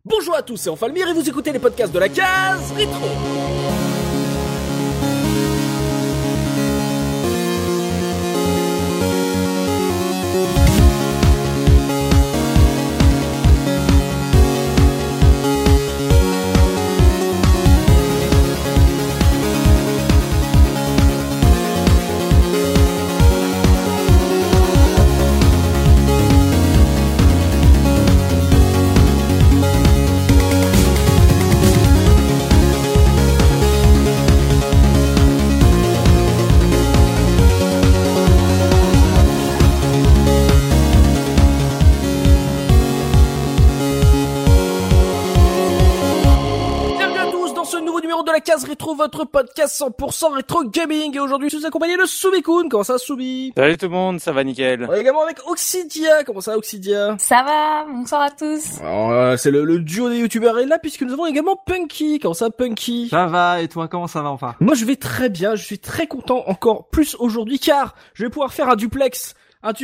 Bonjour à tous, c'est Enfalmir et vous écoutez les podcasts de la case rétro. Case rétro, votre podcast 100% rétro gaming. Et aujourd'hui, je suis accompagné de Soubikoun. Comment ça, Soubi? Salut tout le monde, ça va nickel. On est également avec Oxidia. Comment ça, Oxidia? Ça va, bonsoir à tous. Alors, c'est le duo des youtubeurs est là, puisque nous avons également Punky. Comment ça, Punky? Ça va, et toi, comment ça va enfin? Moi, je vais très bien. Je suis très content encore plus aujourd'hui, car je vais pouvoir faire un duplex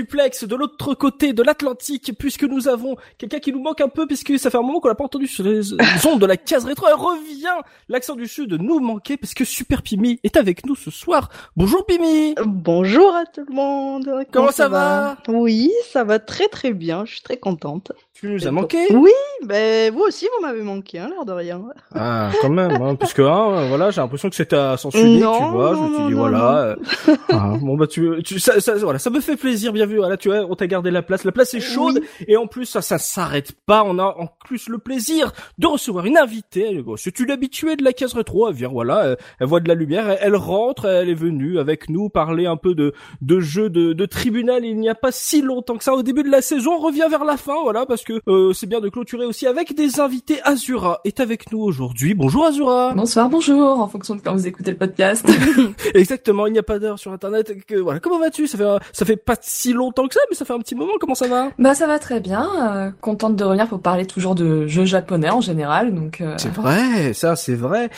de l'autre côté de l'Atlantique, puisque nous avons quelqu'un qui nous manque un peu, puisque ça fait un moment qu'on l'a pas entendu sur les ondes de la case rétro. Elle revient, l'accent du sud nous manquait, parce que Super Pimi est avec nous ce soir. Bonjour Pimi. Bonjour à tout le monde. Comment ça va? Oui, ça va très très bien, je suis très contente. Tu nous as manqué? Oui, ben vous aussi vous m'avez manqué, l'air de rien. Ah, quand même, puisque voilà, j'ai l'impression que c'était à sens unique, tu vois. Je me suis dit voilà. Bon bah voilà, ça me fait plaisir, bien vu. Voilà, tu vois, on t'a gardé la place est chaude, oui. Et en plus ça s'arrête pas. On a en plus le plaisir de recevoir une invitée. C'est une habituée de la case rétro. Elle vient, voilà, elle voit de la lumière, elle rentre, elle est venue avec nous parler un peu de jeux de tribunal. Il n'y a pas si longtemps que ça, au début de la saison. On revient vers la fin, voilà, parce que c'est bien de clôturer aussi avec des invités. Azura est avec nous aujourd'hui. Bonjour Azura. Bonsoir, bonjour, en fonction de quand vous écoutez le podcast. Exactement, il n'y a pas d'heure sur internet. Voilà, comment vas-tu? Ça fait pas si longtemps que ça, mais ça fait un petit moment. Comment ça va? Bah ça va très bien. Contente de revenir pour parler toujours de jeux japonais en général. Donc c'est vrai, ça c'est vrai.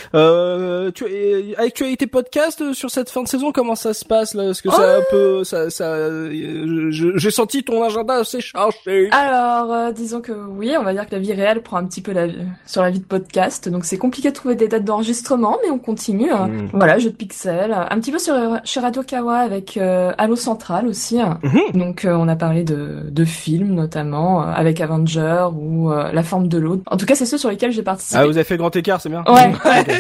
Actualité podcast sur cette fin de saison, comment ça se passe là? Est-ce que ça un peu j'ai senti ton agenda assez chargé. Alors disons que oui, on va dire que la vie réelle prend un petit peu sur la vie de podcast, donc c'est compliqué de trouver des dates d'enregistrement, mais on continue. Voilà, jeux de pixels, un petit peu chez Radio Kawa avec Halo Central aussi. Donc on a parlé de films notamment avec Avenger ou La Forme de l'eau. En tout cas, c'est ceux sur lesquels j'ai participé. Ah, vous avez fait le grand écart, c'est bien. Ouais.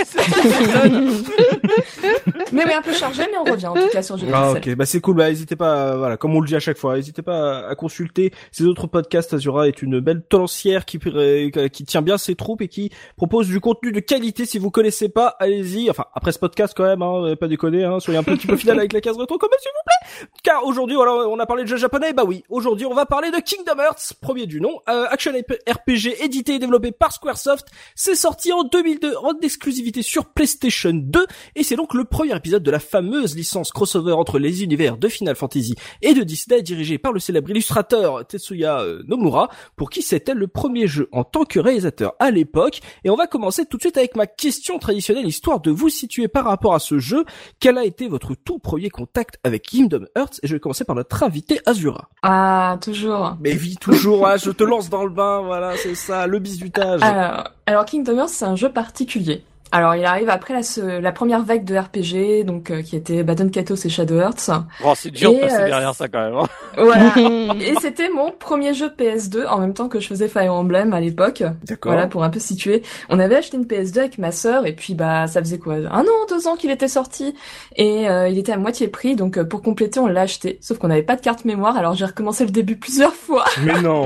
Mais oui, un peu chargé, mais on revient en tout cas sur jeux de pixels. Ok, bah c'est cool. Bah n'hésitez pas, voilà, comme on le dit à chaque fois, n'hésitez pas à consulter ces autres podcasts. Azura est une belle tenancière qui tient bien ses troupes et qui propose du contenu de qualité. Si vous connaissez pas, allez-y. Enfin, après ce podcast quand même, pas déconner, soyez un petit peu fidèle avec la case rétro quand même, s'il vous plaît. Car aujourd'hui, voilà, on a parlé de jeux japonais. Bah oui, aujourd'hui, on va parler de Kingdom Hearts, premier du nom, action RPG édité et développé par Squaresoft. C'est sorti en 2002 en exclusivité sur PlayStation 2 et c'est donc le premier épisode de la fameuse licence crossover entre les univers de Final Fantasy et de Disney, dirigé par le célèbre illustrateur Tetsuya Nomura, pour qui c'était le premier jeu en tant que réalisateur à l'époque. Et on va commencer tout de suite avec ma question traditionnelle, histoire de vous situer par rapport à ce jeu. Quel a été votre tout premier contact avec Kingdom Hearts? Et je vais commencer par notre invité Azura. Ah, toujours. Mais oui, toujours, ouais, je te lance dans le bain, voilà, c'est ça, le bisutage. Alors Kingdom Hearts, c'est un jeu particulier. Alors, il arrive après la première vague de RPG, donc qui était Baton Kaitos et Shadow Hearts. Oh, c'est dur de passer derrière ça quand même. Hein. Voilà. Et c'était mon premier jeu PS2 en même temps que je faisais Fire Emblem à l'époque. D'accord. Voilà, pour un peu situer. On avait acheté une PS2 avec ma sœur et puis bah ça faisait quoi, 1 an, 2 ans qu'il était sorti et il était à moitié prix, donc pour compléter on l'a acheté. Sauf qu'on n'avait pas de carte mémoire, alors j'ai recommencé le début plusieurs fois. Mais non.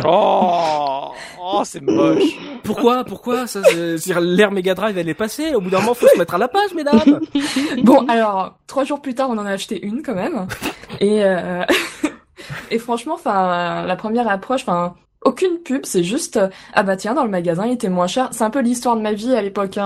Oh, c'est moche. Pourquoi ça, c'est l'ère Mega Drive, elle est passée. Au bout d'un moment, faut se mettre à la page, mesdames. Bon, alors 3 jours plus tard, on en a acheté une quand même. Et et franchement, enfin, la première approche, enfin, aucune pub, c'est juste ah bah tiens, dans le magasin, il était moins cher. C'est un peu l'histoire de ma vie à l'époque.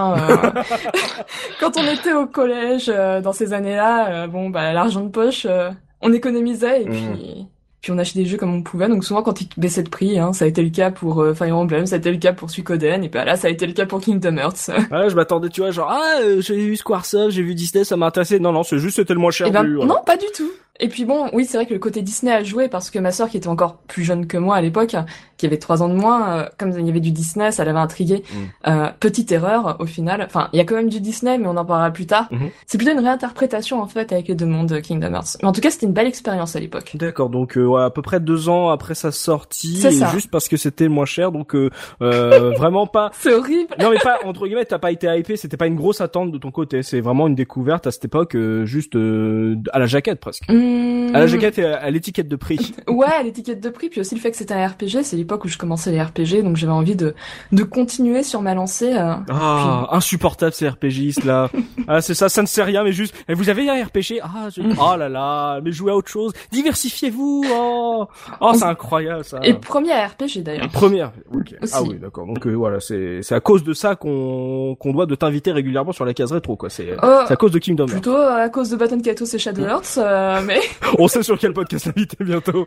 Quand on était au collège, dans ces années-là, bon bah l'argent de poche, on économisait et puis on achetait des jeux comme on pouvait. Donc souvent quand ils baissaient de prix, ça a été le cas pour Fire Emblem, ça a été le cas pour Suikoden, et puis là ça a été le cas pour Kingdom Hearts. Ouais, je m'attendais, tu vois, genre j'ai vu Squaresoft, j'ai vu Disney, ça m'a intéressé. Non, c'est juste c'était le moins cher et ben, du. Voilà. Non, pas du tout. Et puis bon, oui, c'est vrai que le côté Disney a joué parce que ma sœur, qui était encore plus jeune que moi à l'époque, qui avait 3 ans de moins, comme il y avait du Disney, ça l'avait intrigué. Petite erreur, au final. Enfin, il y a quand même du Disney, mais on en parlera plus tard. C'est plutôt une réinterprétation, en fait, avec les deux mondes Kingdom Hearts. Mais en tout cas, c'était une belle expérience à l'époque. D'accord, donc ouais, à peu près 2 ans après sa sortie, C'est ça. juste parce que c'était moins cher, donc vraiment pas... C'est horrible. Non mais pas, entre guillemets, t'as pas été hypé, c'était pas une grosse attente de ton côté, c'est vraiment une découverte à cette époque, juste à la jaquette presque. À la jaquette et à l'étiquette de prix. Ouais, l'étiquette de prix, puis aussi le fait que c'était un RPG, c'est l'époque où je commençais les RPG, donc j'avais envie de continuer sur ma lancée. Insupportable ces RPGistes là. Ah c'est ça, ça ne sert rien, mais juste, vous avez un RPG? Oh là là, mais jouez à autre chose, diversifiez-vous. Oh c'est incroyable ça. Et premier RPG d'ailleurs. Première. Ok. Aussi. Ah oui, d'accord. Donc voilà, c'est à cause de ça qu'on doit de t'inviter régulièrement sur la case rétro quoi. C'est à cause de Kingdom Hearts. Plutôt à cause de Baton Kaitos et Shadow Hearts, mais On sait sur quel podcast l'inviter bientôt.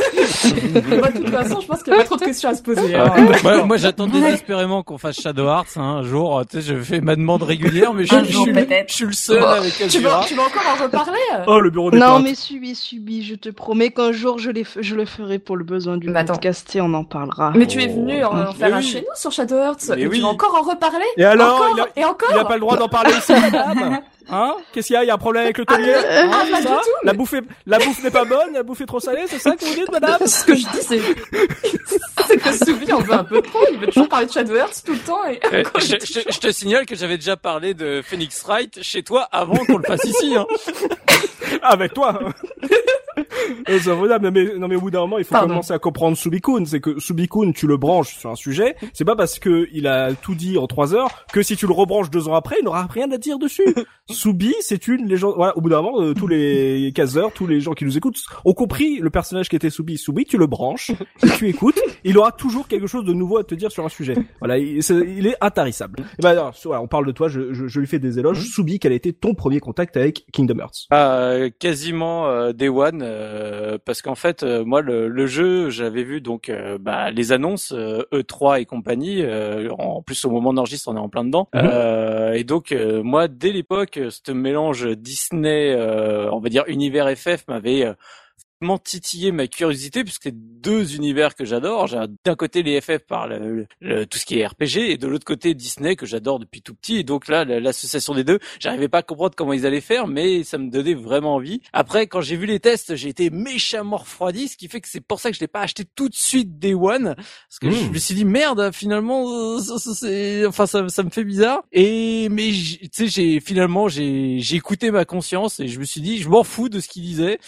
de toute façon, je pense qu'il y a pas trop de questions à se poser. Moi, j'attends désespérément qu'on fasse Shadow Hearts, un jour. Tu sais, je fais ma demande régulière, mais je suis le seul avec Azura. Tu vas encore en reparler? Oh, le bureau des Non, plaintes. mais Subi, je te promets qu'un jour je le ferai pour le besoin du Mais attends. podcast et on en parlera. Mais tu es venu en faire Mais un oui. chez nous sur Shadow Hearts, Mais et oui. tu vas encore en reparler? Et alors, Encore et encore? il a pas le droit d'en parler ici, madame. Hein? Qu'est-ce qu'il y a? Il y a un problème avec le taulier? pas c'est du ça tout, La bouffe n'est pas bonne? La bouffe est trop salée? C'est ça que vous dites, madame? Ce que je dis, c'est que Soubi en veut un peu trop, il veut toujours parler de Shadow Hearts tout le temps, et encore, Je te signale que j'avais déjà parlé de Phoenix Wright chez toi avant qu'on le fasse ici, hein. Avec toi. C'est vrai, mais au bout d'un moment, il faut Pardon. commencer à comprendre Subikun. C'est que Subikun, tu le branches sur un sujet. C'est pas parce que il a tout dit en 3 heures que si tu le rebranches 2 ans après, il n'aura rien à dire dessus. Subi, c'est une légende. Voilà, au bout d'un moment, tous les caseurs, tous les gens qui nous écoutent ont compris le personnage qui était Subi. Subi, tu le branches, et tu écoutes, il aura toujours quelque chose de nouveau à te dire sur un sujet. Voilà, il est intarissable. Et ben alors, voilà, on parle de toi, je lui fais des éloges. Subi, quel a été ton premier contact avec Kingdom Hearts? Quasiment Day One, parce qu'en fait, moi, le jeu, j'avais vu donc les annonces E3 et compagnie. En plus, au moment d'enregistre, on est en plein dedans. Et donc, moi, dès l'époque, ce mélange Disney, on va dire univers FF, m'avait titiller ma curiosité, puisque c'est 2 univers que j'adore. J'ai d'un côté les FF par tout ce qui est RPG, et de l'autre côté Disney que j'adore depuis tout petit. Et donc là, l'association des deux, j'arrivais pas à comprendre comment ils allaient faire, mais ça me donnait vraiment envie. Après, quand j'ai vu les tests, j'ai été méchamment refroidi, ce qui fait que c'est pour ça que je l'ai pas acheté tout de suite Day One, parce que je me suis dit merde, finalement, ça me fait bizarre. Mais tu sais, j'ai écouté ma conscience et je me suis dit, je m'en fous de ce qu'il disait.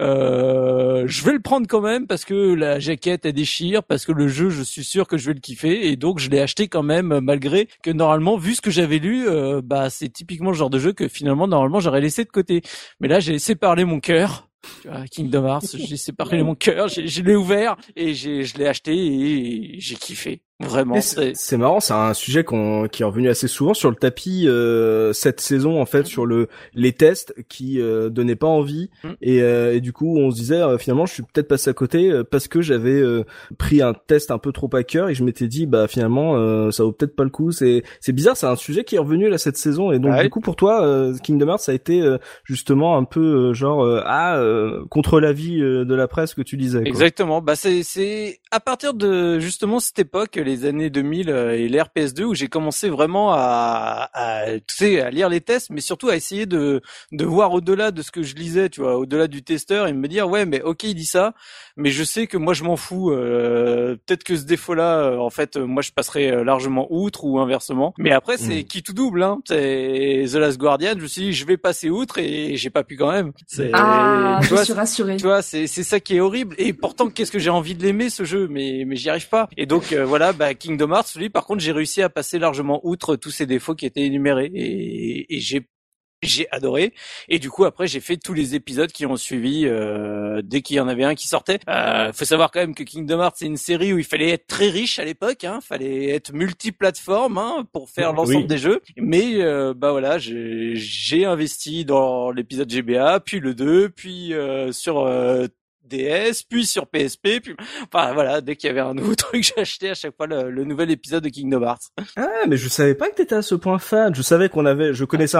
Je vais le prendre quand même parce que la jaquette elle déchire, parce que le jeu je suis sûr que je vais le kiffer, et donc je l'ai acheté quand même, malgré que normalement, vu ce que j'avais lu, c'est typiquement le genre de jeu que finalement normalement j'aurais laissé de côté. Mais là j'ai laissé parler mon cœur. Tu vois, Kingdom Hearts, j'ai laissé parler mon cœur, je l'ai ouvert et je l'ai acheté et j'ai kiffé. Vraiment. C'est marrant, c'est un sujet qui est revenu assez souvent sur le tapis cette saison en fait, sur les tests qui donnaient pas envie, et du coup on se disait finalement je suis peut-être passé à côté parce que j'avais pris un test un peu trop à cœur et je m'étais dit finalement ça vaut peut-être pas le coup. C'est bizarre, c'est un sujet qui est revenu là cette saison, et donc du coup pour toi Kingdom Hearts ça a été justement un peu contre l'avis de la presse que tu disais, quoi. Exactement. C'est à partir de justement cette époque, les années 2000 et l'ère PS2, où j'ai commencé vraiment à lire les tests, mais surtout à essayer de voir au-delà de ce que je lisais, tu vois, au-delà du testeur, et me dire ouais, mais ok, il dit ça, mais je sais que moi je m'en fous. Peut-être que ce défaut-là, en fait, moi je passerai largement outre, ou inversement. Mais après, c'est qui tout double, hein. C'est The Last Guardian. Je me suis dit, je vais passer outre, et j'ai pas pu quand même. Je suis rassurée. Tu vois, c'est ça qui est horrible. Et pourtant, qu'est-ce que j'ai envie de l'aimer ce jeu, mais j'y arrive pas. Et donc voilà, Kingdom Hearts, lui, par contre, j'ai réussi à passer largement outre tous ces défauts qui étaient énumérés, et j'ai adoré. Et du coup, après, j'ai fait tous les épisodes qui ont suivi dès qu'il y en avait un qui sortait. Faut savoir quand même que Kingdom Hearts, c'est une série où il fallait être très riche à l'époque, hein. Fallait être multiplateforme, hein, pour faire l'ensemble des jeux. Mais voilà, j'ai investi dans l'épisode GBA, puis le 2, puis sur DS, puis sur PSP, puis enfin voilà, dès qu'il y avait un nouveau truc, j'achetais à chaque fois le nouvel épisode de Kingdom Hearts. Ah, mais je savais pas que t'étais à ce point fan. Je savais je connaissais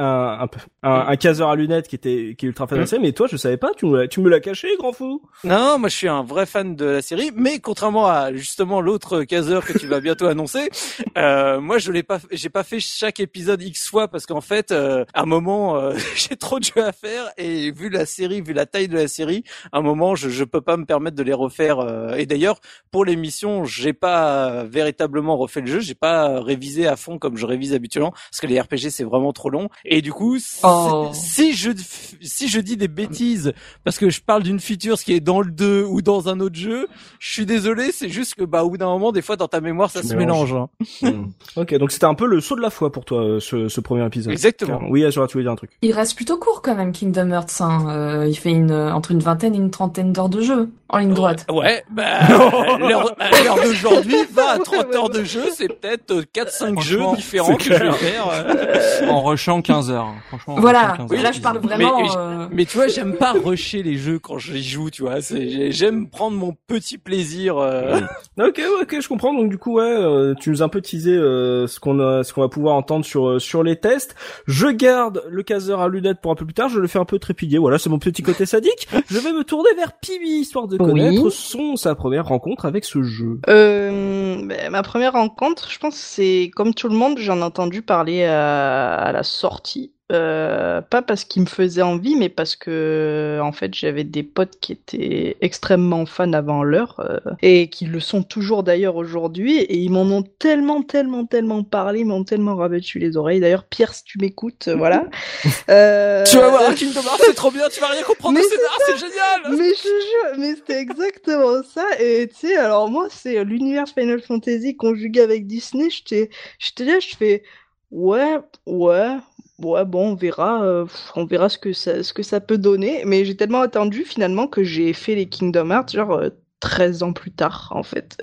un caseur à lunettes qui est ultra fan de la série, mais toi, je savais pas. Tu me l'as caché, grand fou. Non, moi je suis un vrai fan de la série, mais contrairement à justement l'autre caseur que tu vas bientôt annoncer, moi j'ai pas fait chaque épisode X fois parce qu'en fait, à un moment, j'ai trop de jeux à faire et vu la taille de la série, à un moment je peux pas me permettre de les refaire. Et d'ailleurs, pour l'émission, j'ai pas véritablement refait le jeu, j'ai pas révisé à fond comme je révise habituellement parce que les RPG c'est vraiment trop long. Et du coup, si je dis des bêtises parce que je parle d'une feature qui est dans le 2 ou dans un autre jeu, je suis désolé, c'est juste que au bout d'un moment, des fois dans ta mémoire ça se mélange. Hein. Ok, donc c'était un peu le saut de la foi pour toi ce premier épisode. Exactement. Oui, Azura, tu voulais dire un truc. Il reste plutôt court quand même, Kingdom Hearts. Hein. Il fait entre une vingtaine et une trentaine d'heures de jeu en ligne droite. Ouais, l'heure d'aujourd'hui, 20 à 30 heures de jeu, c'est peut-être 4-5 jeux différents que je vais faire. En rushant 15 heures. Franchement. Voilà. 15 heures. Là, je parle vraiment. Mais tu vois, j'aime pas rusher les jeux quand j'y joue, tu vois. J'aime prendre mon petit plaisir. Ok, je comprends. Donc du coup, tu nous as un peu teasé ce qu'on va pouvoir entendre sur les tests. Je garde le caseur à lunettes pour un peu plus tard. Je le fais un peu trépiller. Voilà, c'est mon petit côté sadique. Je vais me tourner vers Pibi histoire de connaître sa première rencontre avec ce jeu. Ma première rencontre, je pense que c'est comme tout le monde, j'en ai entendu parler à la sortie. Pas parce qu'il me faisait envie, mais parce que en fait j'avais des potes qui étaient extrêmement fans avant l'heure et qui le sont toujours d'ailleurs aujourd'hui, et ils m'en ont tellement parlé, ils m'ont tellement rabattu les oreilles. D'ailleurs, Pierre, si tu m'écoutes, voilà. Tu vas voir Kingdom Hearts, c'est trop bien, tu vas rien comprendre au scénar, c'est génial. Mais je jure, mais c'était exactement ça. Et tu sais, alors moi c'est l'univers Final Fantasy conjugué avec Disney. J'étais là, je fais ouais, bon, on verra ce que ça peut donner. Mais j'ai tellement attendu finalement que j'ai fait les Kingdom Hearts, genre 13 ans plus tard, en fait.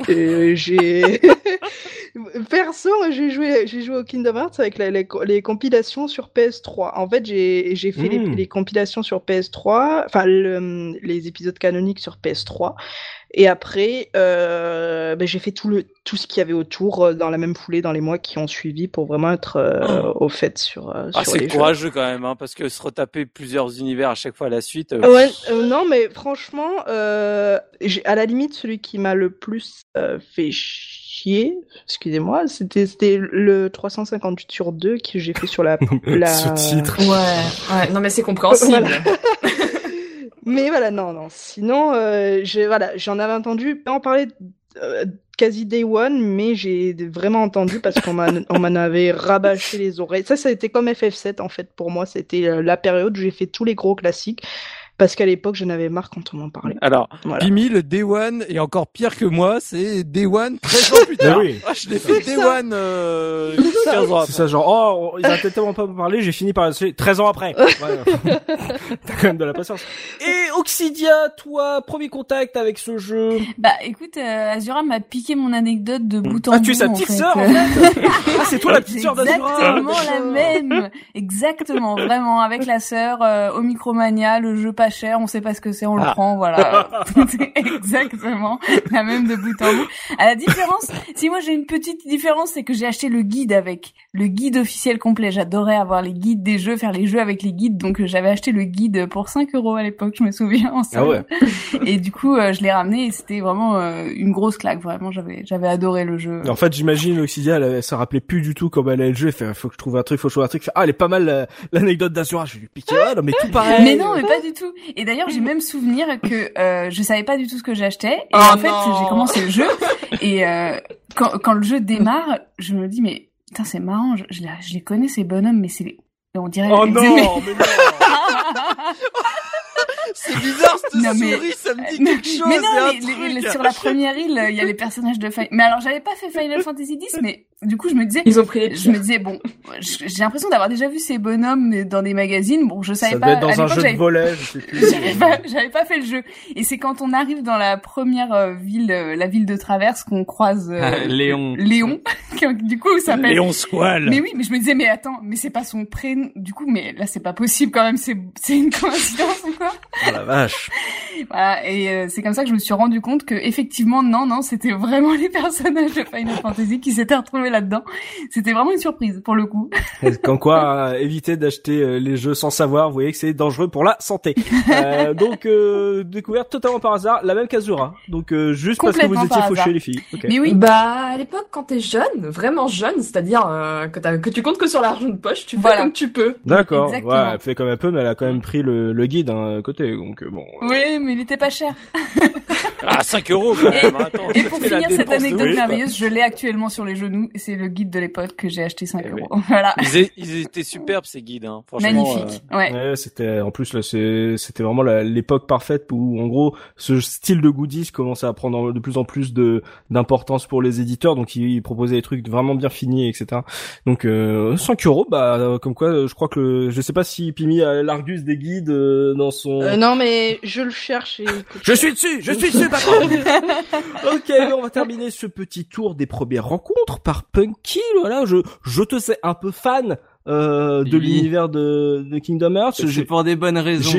Perso, j'ai joué au Kingdom Hearts avec les compilations sur PS3. En fait, j'ai fait les compilations sur PS3, enfin les épisodes canoniques sur PS3. Et après, j'ai fait tout ce qu'il y avait autour dans la même foulée dans les mois qui ont suivi pour vraiment être au fait sur c'est les courageux jeux. quand même, hein, parce que se retaper plusieurs univers à chaque fois à la suite. Non, mais franchement, à la limite, celui qui m'a le plus fait chier, excusez-moi, c'était le 358/2 que j'ai fait sur la Ce titre. Ouais, non mais c'est compréhensible. Voilà. Mais voilà, non. Sinon, j'en avais entendu pas en parler quasi day one, mais j'ai vraiment entendu parce qu'on m'en avait rabâché les oreilles. Ça a été comme FF7 en fait pour moi. C'était la période où j'ai fait tous les gros classiques. Parce qu'à l'époque, j'en avais marre quand on m'en parlait. Alors, voilà. Pimi, le Day One est encore pire que moi, c'est Day One 13 ans plus tard. Oui. Je l'ai fait Day One 15 ans après. C'est ça, genre, ils ont tellement pas parlé, j'ai fini par essayer 13 ans après. Ouais. T'as quand même de la patience. Et Oxidia, toi, premier contact avec ce jeu? Bah, écoute, Azura m'a piqué mon anecdote de bout en bout. Ah, tu es sa petite sœur, en fait? Ah, c'est toi la petite sœur d'Azura? Exactement la même. Exactement, vraiment, avec la sœur, au Micromania, le jeu pas cher, on sait pas ce que c'est, on le prend, voilà. C'est exactement la même de bout en bout. À la différence, si moi j'ai une petite différence, c'est que j'ai acheté le guide avec le guide officiel complet. J'adorais avoir les guides des jeux, faire les jeux avec les guides, donc j'avais acheté le guide pour 5 € à l'époque, je me souviens. Ah ouais. Et du coup, je l'ai ramené et c'était vraiment une grosse claque, vraiment, j'avais adoré le jeu. En fait, j'imagine Oxidia, elle se rappelait plus du tout comment elle allait le jeu, elle fait, faut que je trouve un truc, ah, elle est pas mal, l'anecdote d'Azura, je vais lui piquer, non, mais tout pareil. Mais non, mais pas du tout. Et d'ailleurs, j'ai même souvenir que je savais pas du tout ce que j'achetais. Et en fait, j'ai commencé le jeu et quand le jeu démarre, je me dis mais putain, c'est marrant, je les connais ces bonhommes, mais on dirait. Oh non, mais non. C'est bizarre cette souris, ça me dit quelque chose. Mais non, sur la première île, il y a les personnages de Final. Mais alors, j'avais pas fait Final Fantasy X, mais du coup, je me disais, Ils ont pris les je me disais bon, j'ai l'impression d'avoir déjà vu ces bonhommes dans des magazines. Bon, je savais Ça pas. devait être dans à un l'époque, jeu de volet, je sais plus. j'avais pas fait le jeu. Et c'est quand on arrive dans la première ville, la ville de Traverse, qu'on croise Léon. qui, du coup, s'appelle Léon Squall. Mais oui, mais je me disais, mais attends, mais c'est pas son prénom. Du coup, mais là, c'est pas possible quand même. C'est une coïncidence ou quoi? Oh la vache. Voilà. Et c'est comme ça que je me suis rendu compte que effectivement, non, c'était vraiment les personnages de Final Fantasy qui s'étaient retrouvés là-dedans. C'était vraiment une surprise pour le coup. Comme quoi, éviter d'acheter les jeux sans savoir, vous voyez que c'est dangereux pour la santé. Donc, découverte totalement par hasard, la même Kazura. Donc, juste parce que vous étiez fauchés, les filles. Okay. Mais oui. Bah, à l'époque, quand t'es jeune, vraiment jeune, c'est-à-dire que tu comptes que sur l'argent de poche, tu fais comme tu peux. D'accord. Exactement. Ouais, elle fait comme un peu, mais elle a quand même pris le guide à côté. Donc, bon. Oui, mais il était pas cher. Ah, 5 euros quand même. Attends, et pour finir cette anecdote oui, merveilleuse, je l'ai actuellement sur les genoux. Et c'est le guide de l'époque que j'ai acheté 5 euros. Voilà. Ils étaient superbes ces guides, hein. Franchement. Magnifique. Ouais, c'était en plus là, c'était vraiment l'époque parfaite où en gros ce style de goodies commençait à prendre de plus en plus d'importance pour les éditeurs. Donc ils proposaient des trucs vraiment bien finis, etc. Donc 5 euros, bah comme quoi, je crois que je sais pas si Pimi a l'Argus des guides dans son. Non mais je le cherche. Je suis dessus, papa. Ok, on va terminer ce petit tour des premières rencontres par Punky. Voilà, je te sais un peu fan de l'univers de Kingdom Hearts. C'est pour des bonnes raisons.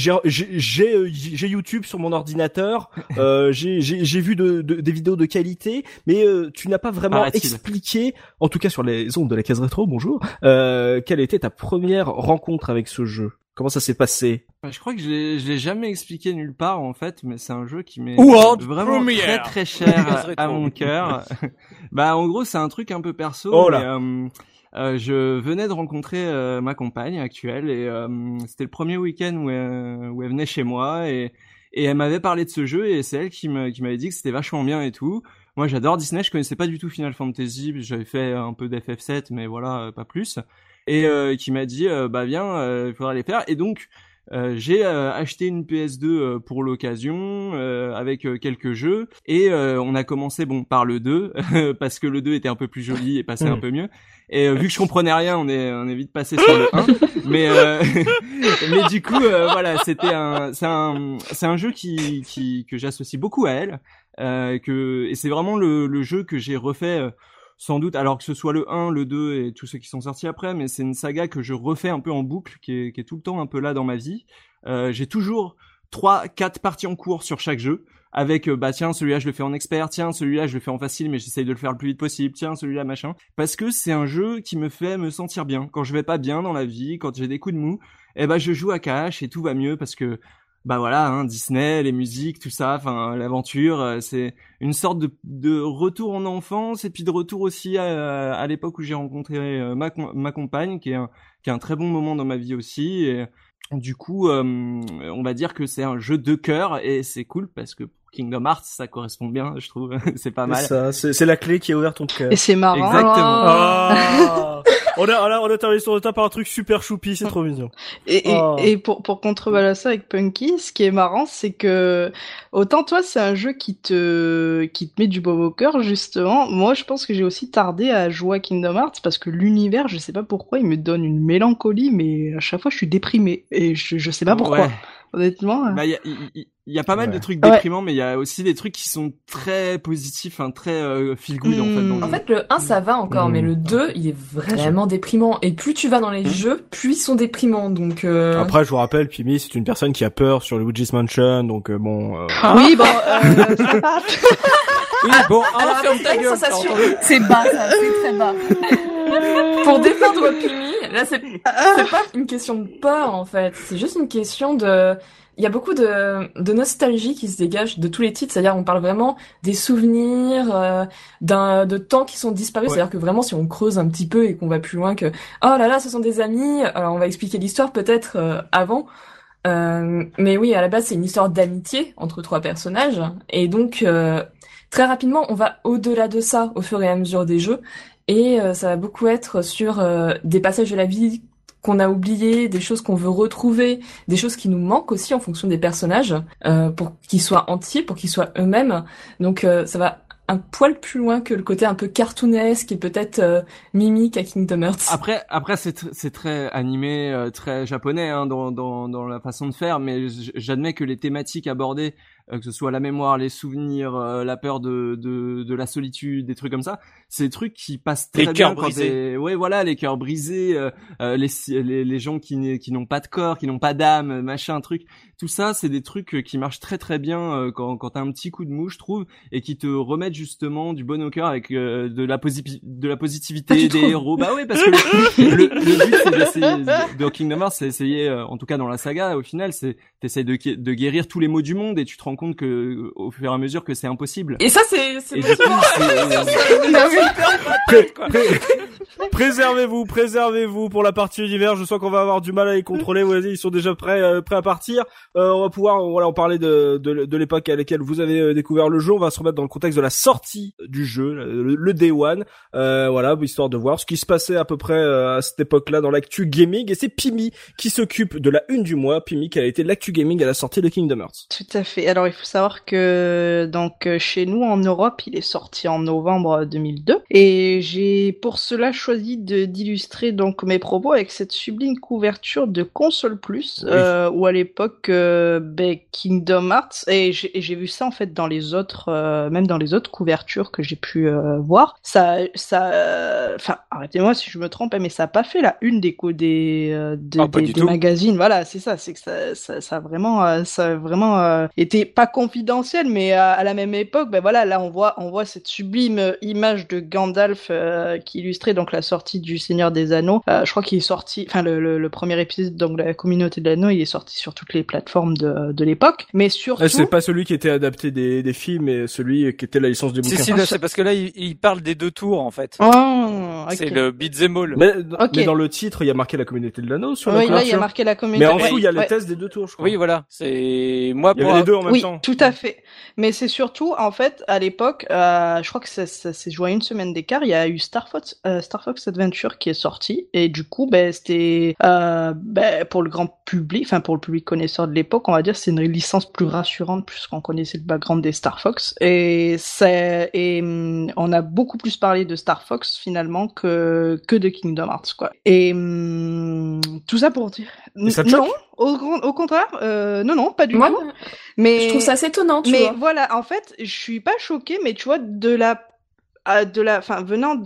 J'ai YouTube sur mon ordinateur. J'ai vu des vidéos de qualité, mais tu n'as pas vraiment expliqué, en tout cas sur les ondes de la case rétro. Bonjour. Quelle était ta première rencontre avec ce jeu? Comment ça s'est passé? Je crois que je l'ai jamais expliqué nulle part en fait, mais c'est un jeu qui m'est vraiment très très cher à mon cœur. Bah en gros c'est un truc un peu perso. Oh là. Mais, je venais de rencontrer ma compagne actuelle et c'était le premier week-end où elle venait chez moi et elle m'avait parlé de ce jeu et c'est elle qui m'avait dit que c'était vachement bien et tout. Moi j'adore Disney, je connaissais pas du tout Final Fantasy, j'avais fait un peu d'FF7 mais voilà pas plus. Et qui m'a dit bah viens, il faudra les faire. Et donc j'ai acheté une PS2 pour l'occasion avec quelques jeux et on a commencé par le 2 parce que le 2 était un peu plus joli et passait un peu mieux. Et vu que je comprenais rien, on est vite passé sur le 1. Mais du coup voilà, c'est un jeu que j'associe beaucoup à elle et c'est vraiment le jeu que j'ai refait sans doute, alors que ce soit le 1, le 2 et tous ceux qui sont sortis après, mais c'est une saga que je refais un peu en boucle, qui est tout le temps un peu là dans ma vie. J'ai toujours 3-4 parties en cours sur chaque jeu, avec tiens, celui-là je le fais en expert, tiens, celui-là je le fais en facile, mais j'essaye de le faire le plus vite possible, tiens, celui-là machin. Parce que c'est un jeu qui me fait me sentir bien. Quand je vais pas bien dans la vie, quand j'ai des coups de mou, je joue à cash et tout va mieux parce que bah voilà, hein, Disney, les musiques, tout ça, enfin l'aventure, c'est une sorte de retour en enfance et puis de retour aussi à l'époque où j'ai rencontré ma compagne, qui est un très bon moment dans ma vie aussi. Et du coup, on va dire que c'est un jeu de cœur et c'est cool parce que pour Kingdom Hearts, ça correspond bien, je trouve, c'est pas mal. C'est la clé qui a ouvert ton cœur. Et c'est marrant. Exactement. On a terminé sur le tas par un truc super choupi, c'est trop mignon. Et pour contrebalancer ça avec Punky, ce qui est marrant, c'est que autant toi c'est un jeu qui te met du baume au cœur justement. Moi, je pense que j'ai aussi tardé à jouer à Kingdom Hearts parce que l'univers, je sais pas pourquoi, il me donne une mélancolie, mais à chaque fois je suis déprimé et je sais pas pourquoi. Ouais. Honnêtement. Bah il y a pas mal de trucs déprimants, mais il y a aussi des trucs qui sont très positifs, très feel good en fait. En fait, le 1 ça va encore, mais le 2 il est vraiment déprimant. Et plus tu vas dans les jeux, plus ils sont déprimants. Donc après, je vous rappelle, Pimi, c'est une personne qui a peur sur le Luigi's Mansion, donc bon. Oui, bon. Oui, bon, ferme ta gueule. C'est bas, ça, c'est très bas. Pour défendre Pimi, là c'est pas une question de peur en fait, c'est juste une question de... Il y a beaucoup de nostalgie qui se dégage de tous les titres, c'est-à-dire on parle vraiment des souvenirs, de temps qui sont disparus, c'est-à-dire que vraiment si on creuse un petit peu et qu'on va plus loin que oh là là ce sont des amis, alors on va expliquer l'histoire peut-être avant, mais oui à la base c'est une histoire d'amitié entre 3 personnages et donc très rapidement on va au-delà de ça au fur et à mesure des jeux et ça va beaucoup être sur des passages de la vie qu'on a oublié, des choses qu'on veut retrouver, des choses qui nous manquent aussi en fonction des personnages, pour qu'ils soient entiers, pour qu'ils soient eux-mêmes. Donc ça va un poil plus loin que le côté un peu cartoonesque et peut-être mimique à Kingdom Hearts. Après c'est très animé, très japonais hein, dans la façon de faire, mais j'admets que les thématiques abordées, que ce soit la mémoire, les souvenirs, la peur de la solitude, des trucs comme ça, c'est des trucs qui passent très bien quand ouais voilà, les cœurs brisés, les gens qui n'ont pas de corps, qui n'ont pas d'âme, machin truc, tout ça c'est des trucs qui marchent très très bien quand t'as un petit coup de mou, je trouve, et qui te remettent justement du bon au cœur avec de la positivité des héros. Bah oui, parce que le but c'est d'essayer de Kingdom Hearts, c'est essayer en tout cas dans la saga au final, c'est t'essayes de guérir tous les maux du monde et tu te rends compte que au fur et à mesure que c'est impossible. Et ça c'est Préservez-vous pour la partie univers. Je sens qu'on va avoir du mal à les contrôler. Vas-y, ils sont déjà prêts à partir. On va pouvoir, on parlait de l'époque à laquelle vous avez découvert le jeu. On va se remettre dans le contexte de la sortie du jeu, le Day One. Histoire de voir ce qui se passait à peu près à cette époque-là dans l'actu gaming. Et c'est Pimi qui s'occupe de la une du mois. Pimi qui a été l'actu gaming à la sortie de Kingdom Hearts. Tout à fait. Alors il faut savoir que donc chez nous en Europe, il est sorti en novembre 2002 et j'ai pour cela choisi d'illustrer donc mes propos avec cette sublime couverture de Console Plus, où à l'époque Kingdom Hearts, et j'ai vu ça en fait dans les autres, même dans les autres couvertures que j'ai pu voir. Enfin arrêtez-moi si je me trompe, mais ça a pas fait la une des magazines. Voilà, c'est ça, c'est que ça a vraiment été pas confidentiel, mais à la même époque, voilà, là on voit cette sublime image de Gandalf qui illustrait donc la sortie du Seigneur des Anneaux. Je crois qu'il est sorti, enfin le premier épisode donc de la Communauté de l'Anneau, il est sorti sur toutes les plateformes de l'époque, mais surtout. C'est pas celui qui était adapté des films, mais celui qui était la licence des bouquins. Si, c'est parce que là il parle des deux tours en fait. Oh, okay. C'est le beat'em all. Mais dans le titre, il y a marqué la Communauté de l'Anneau sur la couverture. Oui, là il y a marqué la Communauté. Mais en dessous il y a les tests des deux tours, je crois. Oui, voilà. C'est moi. Il y avait les deux en même temps. Oui, tout à fait. Mais c'est surtout, en fait, à l'époque, je crois que ça s'est joué à une semaine d'écart, il y a eu Star Fox Adventure qui est sorti, et du coup, c'était pour le grand public, enfin pour le public connaisseur de l'époque, on va dire, c'est une licence plus rassurante puisqu'on connaissait le background des Star Fox, et on a beaucoup plus parlé de Star Fox finalement que de Kingdom Hearts, quoi. Et tout ça pour dire. Et ça te choque ? Non, au contraire, non, pas du tout. Mais je trouve ça assez étonnant, tu vois. Mais voilà, en fait, je suis pas choquée, mais tu vois, venant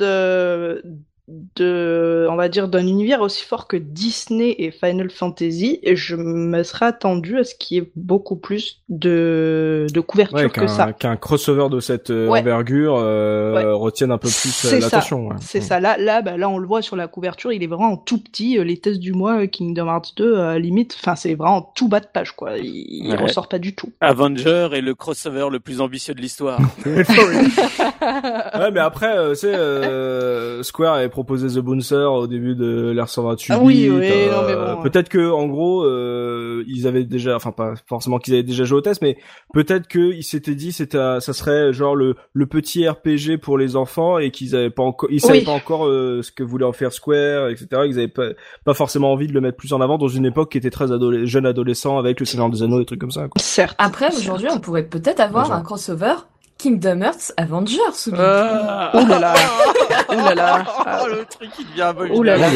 on va dire, d'un univers aussi fort que Disney et Final Fantasy, je me serais attendu à ce qu'il y ait beaucoup plus de couverture que ça. Qu'un crossover de cette envergure retienne un peu plus l'attention. C'est ça. Là, on le voit sur la couverture, il est vraiment tout petit. Les tests du mois Kingdom Hearts 2, limite, enfin, c'est vraiment tout bas de page, quoi. Il ressort pas du tout. Avenger est le crossover le plus ambitieux de l'histoire. Ouais, mais après, Square avait proposé The Bouncer au début de l'ère 128. Ah oui, non, mais bon. Peut-être que, en gros, ils avaient déjà, enfin, pas forcément qu'ils avaient déjà joué au test, mais peut-être qu'ils s'étaient dit, ça serait genre le petit RPG pour les enfants et qu'ils avaient pas encore, ils savaient pas encore ce que voulait en faire Square, etc. Ils avaient pas forcément envie de le mettre plus en avant dans une époque qui était très jeune adolescent avec le Seigneur des Anneaux et trucs comme ça, quoi. Certes. Après, aujourd'hui, on pourrait peut-être avoir un crossover Kingdom Hearts Avengers. Oh là là. Oh là là. Le truc qui devient abominable. Oh là là.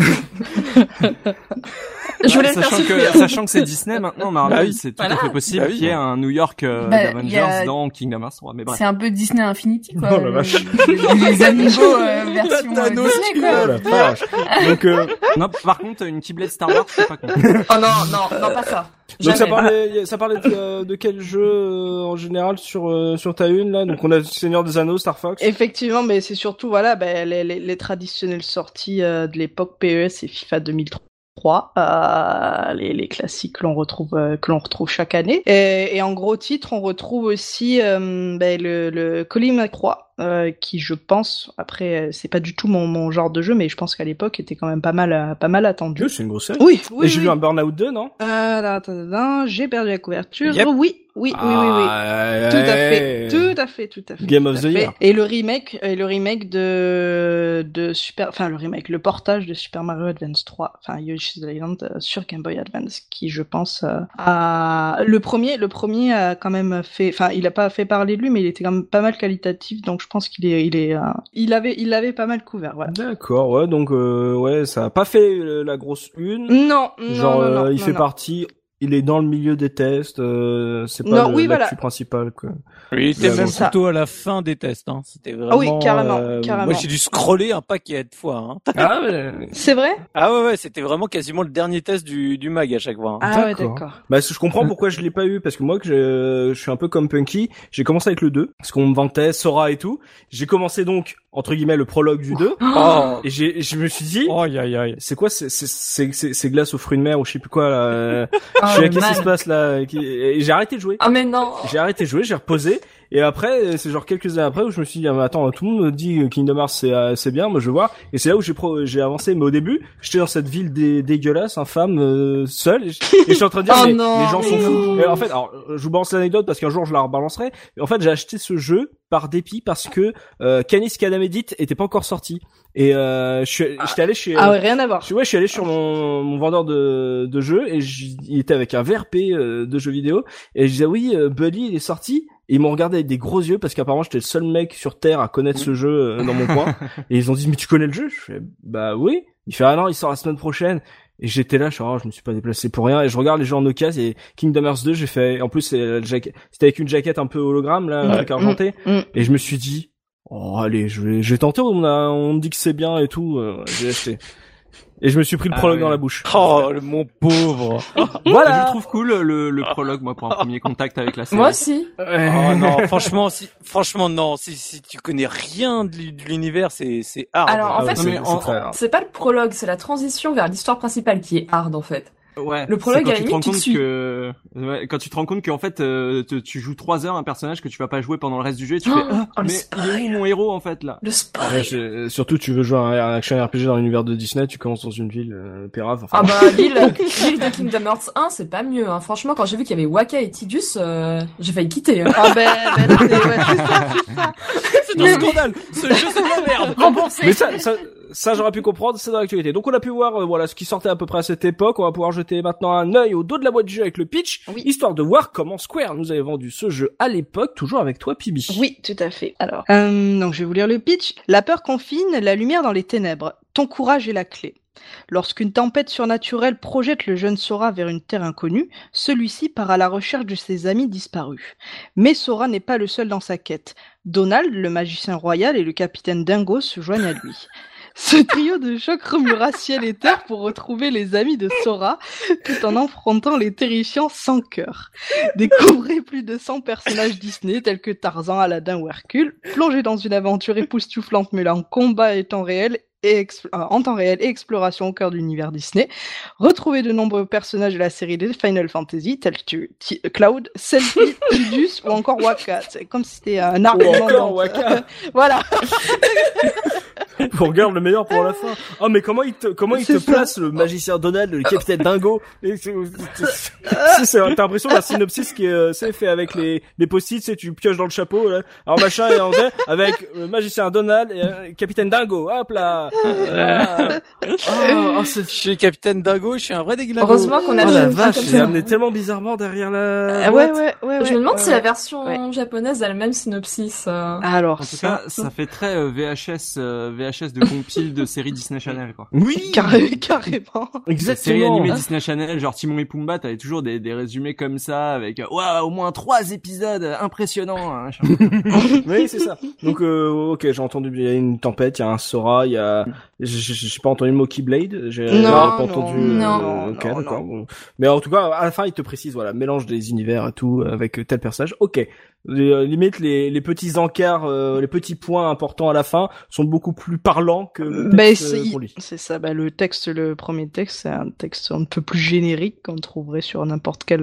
Je voulais le faire sachant que c'est Disney maintenant, Marvel, c'est tout à fait possible qu'il y ait un New York d'Avengers dans Kingdom Hearts 3. Mais bref. C'est un peu Disney Infinity, quoi. Oh la vache. Les animaux version Disney, quoi. Oh la vache. Donc, non, par contre, une Keyblade Star Wars, c'est pas con. Oh non, pas ça. Donc ça parlait de quel jeu en général sur ta une là? Donc on a Seigneur des Anneaux, Star Fox. Effectivement, mais c'est surtout voilà les traditionnelles sorties de l'époque PES et FIFA 2003. Les classiques que l'on retrouve chaque année, et en gros titre on retrouve aussi le Colin McRae qui je pense, après c'est pas du tout mon genre de jeu, mais je pense qu'à l'époque était quand même pas mal attendu. C'est une grosse série. Oui. Et j'ai vu un Burnout 2, non? Attends, j'ai perdu la couverture. Yep. Oui. Tout à fait. Game of the Year. Et le remake le portage de Super Mario Advance 3, enfin Yoshi's Island sur Game Boy Advance, qui je pense le premier a quand même fait, enfin il a pas fait parler de lui, mais il était quand même pas mal qualitatif, donc je pense il avait pas mal couvert, voilà. D'accord, ouais, donc ouais, ça a pas fait la grosse une. Non, il fait partie. Il est dans le milieu des tests, c'est pas l'actu principal, quoi. Il était même ça. plutôt à la fin des tests, hein. C'était vraiment. Ah oui, carrément. Moi, j'ai dû scroller un paquet de fois, hein. Ah, mais... C'est vrai? Ah ouais, c'était vraiment quasiment le dernier test du mag à chaque fois. Hein. Ah ouais, d'accord. Bah, je comprends pourquoi je l'ai pas eu, parce que moi, je suis un peu comme Punky, j'ai commencé avec le 2, parce qu'on me vantait Sora et tout. J'ai commencé donc, entre guillemets, le prologue du 2. Oh. Et je me suis dit, Aïe. c'est quoi, c'est glace aux fruits de mer ou je sais plus quoi, là. Qu'est-ce qui se passe là? Et j'ai arrêté de jouer. Ah mais non. J'ai arrêté de jouer, j'ai reposé. Et après, c'est genre quelques années après où je me suis dit, ah, mais attends, tout le monde me dit Kingdom Hearts c'est bien, moi je veux voir. Et c'est là où j'ai avancé. Mais au début, j'étais dans cette ville dégueulasse, infâme, seule. Et je suis en train de dire, Oh mais non, les gens sont mais fous. non. Et en fait, alors, je vous balance l'anecdote parce qu'un jour je la rebalancerai. En fait, j'ai acheté ce jeu par dépit parce que Canis Cadam Edit était pas encore sorti. Et j'étais allé chez Ah ouais, rien à voir. je suis allé sur mon vendeur de jeux et il était avec un VRP de jeux vidéo et je disais oui, Buddy il est sorti. Et ils m'ont regardé avec des gros yeux parce qu'apparemment j'étais le seul mec sur Terre à connaître ce jeu dans mon coin. Et ils ont dit mais tu connais le jeu? Je fais bah oui. Il fait ah non, il sort la semaine prochaine. Et j'étais là, je me suis pas déplacé pour rien. Et je regarde les jeux en occasion et Kingdom Hearts 2, j'ai fait, en plus c'était avec une jaquette un peu hologramme là, un truc argenté. Et je me suis dit oh allez, je vais tenter. On me dit que c'est bien et tout. J'ai acheté. Et je me suis pris le prologue dans la bouche. Oh, mon pauvre. Voilà. Je trouve cool le prologue, moi, pour un premier contact avec la série. Moi aussi. Oh non, franchement non, si tu connais rien de l'univers, c'est hard. Alors en fait, très hard. c'est pas le prologue, c'est la transition vers l'histoire principale qui est hard en fait. Ouais. Le prologue, c'est à la limite, tu te suis. Quand tu te rends compte qu'en fait, tu joues 3 heures un personnage que tu vas pas jouer pendant le reste du jeu et tu fais, mais il est où mon héros, en fait, là? Le spoil. Surtout, tu veux jouer à un action RPG dans l'univers de Disney, tu commences dans une ville pérave. Enfin... Ah bah l'île de Kingdom Hearts 1, c'est pas mieux. Hein. Franchement, quand j'ai vu qu'il y avait Waka et Tidus, j'ai failli quitter. Hein. Ah c'est ça. C'est un scandale. Ce jeu, c'est de la merde. Remboursé. Mais ça j'aurais pu comprendre, c'est dans l'actualité. Donc on a pu voir voilà ce qui sortait à peu près à cette époque. On va pouvoir jeter maintenant un œil au dos de la boîte du jeu avec le pitch, histoire de voir comment Square nous avait vendu ce jeu à l'époque, toujours avec toi Pibi. Oui, tout à fait. Alors, donc je vais vous lire le pitch. La peur confine, la lumière dans les ténèbres. Ton courage est la clé. Lorsqu'une tempête surnaturelle projette le jeune Sora vers une terre inconnue, celui-ci part à la recherche de ses amis disparus. Mais Sora n'est pas le seul dans sa quête. Donald, le magicien royal, et le capitaine Dingo se joignent à lui. Ce trio de choc remuera ciel et terre pour retrouver les amis de Sora, tout en affrontant les terrifiants sans cœur. Découvrez plus de 100 personnages Disney tels que Tarzan, Aladdin ou Hercule, plongez dans une aventure époustouflante mêlant combat et temps réel en temps réel et exploration au cœur de l'univers Disney. Retrouvez de nombreux personnages de la série des Final Fantasy tels que Cloud, Selfie, Tidus ou encore Waka. C'est comme si c'était un argument. Waka. Voilà. On regarde le meilleur pour la fin. Oh mais comment il te place le magicien Donald, le capitaine Dingo. T'as l'impression d'un synopsis qui est fait avec les post-it, tu pioches dans le chapeau là. Alors machin et en fait avec le magicien Donald et capitaine Dingo. Hop là. Je suis capitaine Dingo, je suis un vrai déglingo. Heureusement qu'on a la fait vache, c'est amené tellement bizarrement derrière la Ouais. Je me demande si la version japonaise a le même synopsis. Alors, en tout cas, ça fait très VHS de compile de séries Disney Channel, quoi. Oui, carrément. Exactement. Séries animées Disney Channel, genre Timon et Pumba, t'avais toujours des résumés comme ça avec au moins 3 épisodes impressionnants. Hein, oui, c'est ça. Donc ok, j'ai entendu il y a une tempête, il y a un Sora, il y a j'ai pas entendu le mot Keyblade, j'ai pas entendu OK, d'accord. Bon. Mais en tout cas, à la fin, il te précise voilà, mélange des univers et tout avec tel personnage. OK. Limite les petits encarts, les petits points importants à la fin sont beaucoup plus parlants que le texte qu'on lit. C'est ça, le premier texte, c'est un texte un peu plus générique qu'on trouverait sur n'importe quel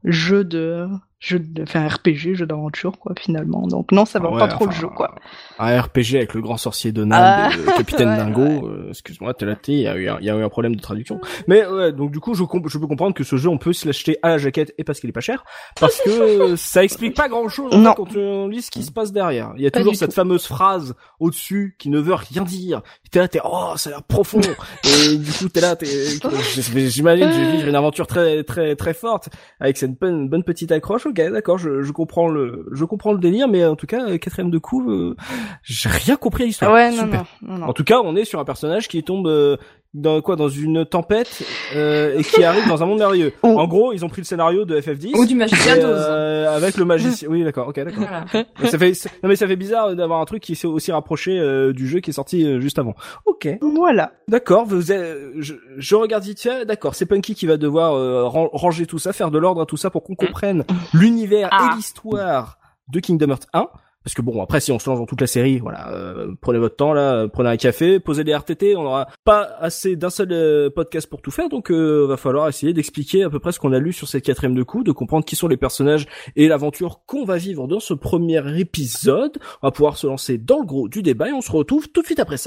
RPG, jeu d'aventure, quoi, finalement. Donc non, ça va pas trop le jeu, quoi. Un RPG avec le grand sorcier Donald, Capitaine Dingo, excuse-moi, il y a eu un problème de traduction. Mais ouais, donc du coup, je peux comprendre que ce jeu, on peut se l'acheter à la jaquette et parce qu'il est pas cher, parce que ça explique pas grand-chose quand on lit ce qui se passe derrière. Il y a toujours cette fameuse phrase au-dessus qui ne veut rien dire. Oh, ça a l'air profond. Et du coup, j'imagine, je vais vivre une aventure très, très, très forte avec cette bonne petite accroche. Ok, d'accord, je comprends le délire, mais en tout cas, quatrième de coup, j'ai rien compris à l'histoire. Ouais, super. Non. En tout cas, on est sur un personnage qui tombe dans une tempête et qui arrive dans un monde merveilleux. En gros, ils ont pris le scénario de FF10 ou du magicien d'Oz avec le magicien. Oui, d'accord. Voilà. Mais ça fait bizarre d'avoir un truc qui s'est aussi rapproché du jeu qui est sorti juste avant. Ok. Voilà. D'accord. Je regarde vite fait. D'accord. C'est Punky qui va devoir ranger tout ça, faire de l'ordre à tout ça pour qu'on comprenne l'univers et l'histoire de Kingdom Hearts 1. Parce que bon, après, si on se lance dans toute la série, voilà, prenez votre temps là, prenez un café, posez des RTT, on n'aura pas assez d'un seul podcast pour tout faire, donc va falloir essayer d'expliquer à peu près ce qu'on a lu sur cette quatrième de coup, de comprendre qui sont les personnages et l'aventure qu'on va vivre dans ce premier épisode. On va pouvoir se lancer dans le gros du débat et on se retrouve tout de suite après ça.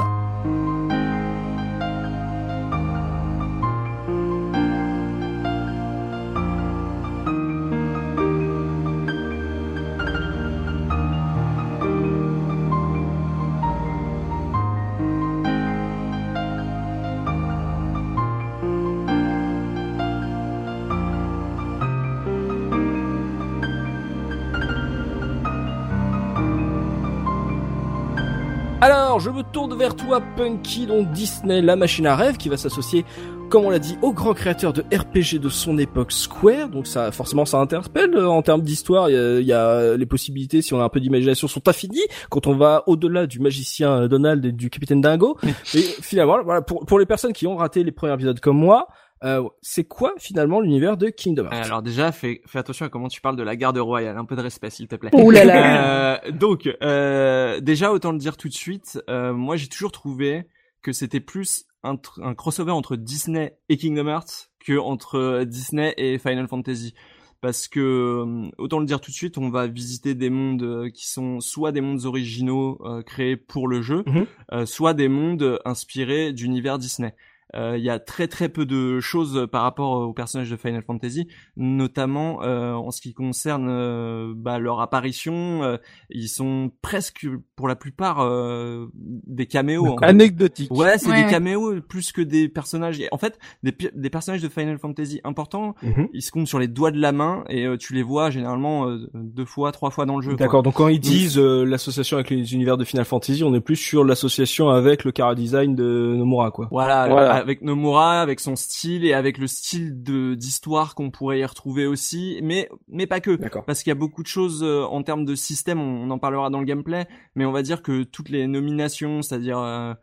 Alors, je me tourne vers toi, Punky, donc Disney, la machine à rêve, qui va s'associer, comme on l'a dit, au grand créateur de RPG de son époque, Square. Donc ça, forcément, ça interpelle. En termes d'histoire, il y a les possibilités, si on a un peu d'imagination, sont infinies. Quand on va au-delà du magicien Donald et du Capitaine Dingo. Et finalement, voilà, pour les personnes qui ont raté les premiers épisodes comme moi, c'est quoi finalement l'univers de Kingdom Hearts? Alors déjà, fais attention à comment tu parles de la garde royale, un peu de respect s'il te plaît. Ouh là là. Donc déjà autant le dire tout de suite, moi j'ai toujours trouvé que c'était plus un crossover entre Disney et Kingdom Hearts que entre Disney et Final Fantasy. Parce que, autant le dire tout de suite, on va visiter des mondes qui sont soit des mondes originaux créés pour le jeu, soit des mondes inspirés d'univers Disney. Il y a très très peu de choses par rapport aux personnages de Final Fantasy, notamment en ce qui concerne leur apparition. Ils sont presque pour la plupart des caméos. Anecdotiques. Ouais, c'est des caméos plus que des personnages. En fait, des personnages de Final Fantasy importants, ils se comptent sur les doigts de la main et tu les vois généralement 2 fois, 3 fois dans le jeu. D'accord. Donc quand ils disent l'association avec les univers de Final Fantasy, on est plus sur l'association avec le chara design de Nomura, quoi. Voilà. Avec Nomura, avec son style et avec le style d'histoire qu'on pourrait y retrouver aussi, mais pas que. D'accord. Parce qu'il y a beaucoup de choses en termes de système, on en parlera dans le gameplay, mais on va dire que toutes les nominations, c'est-à-dire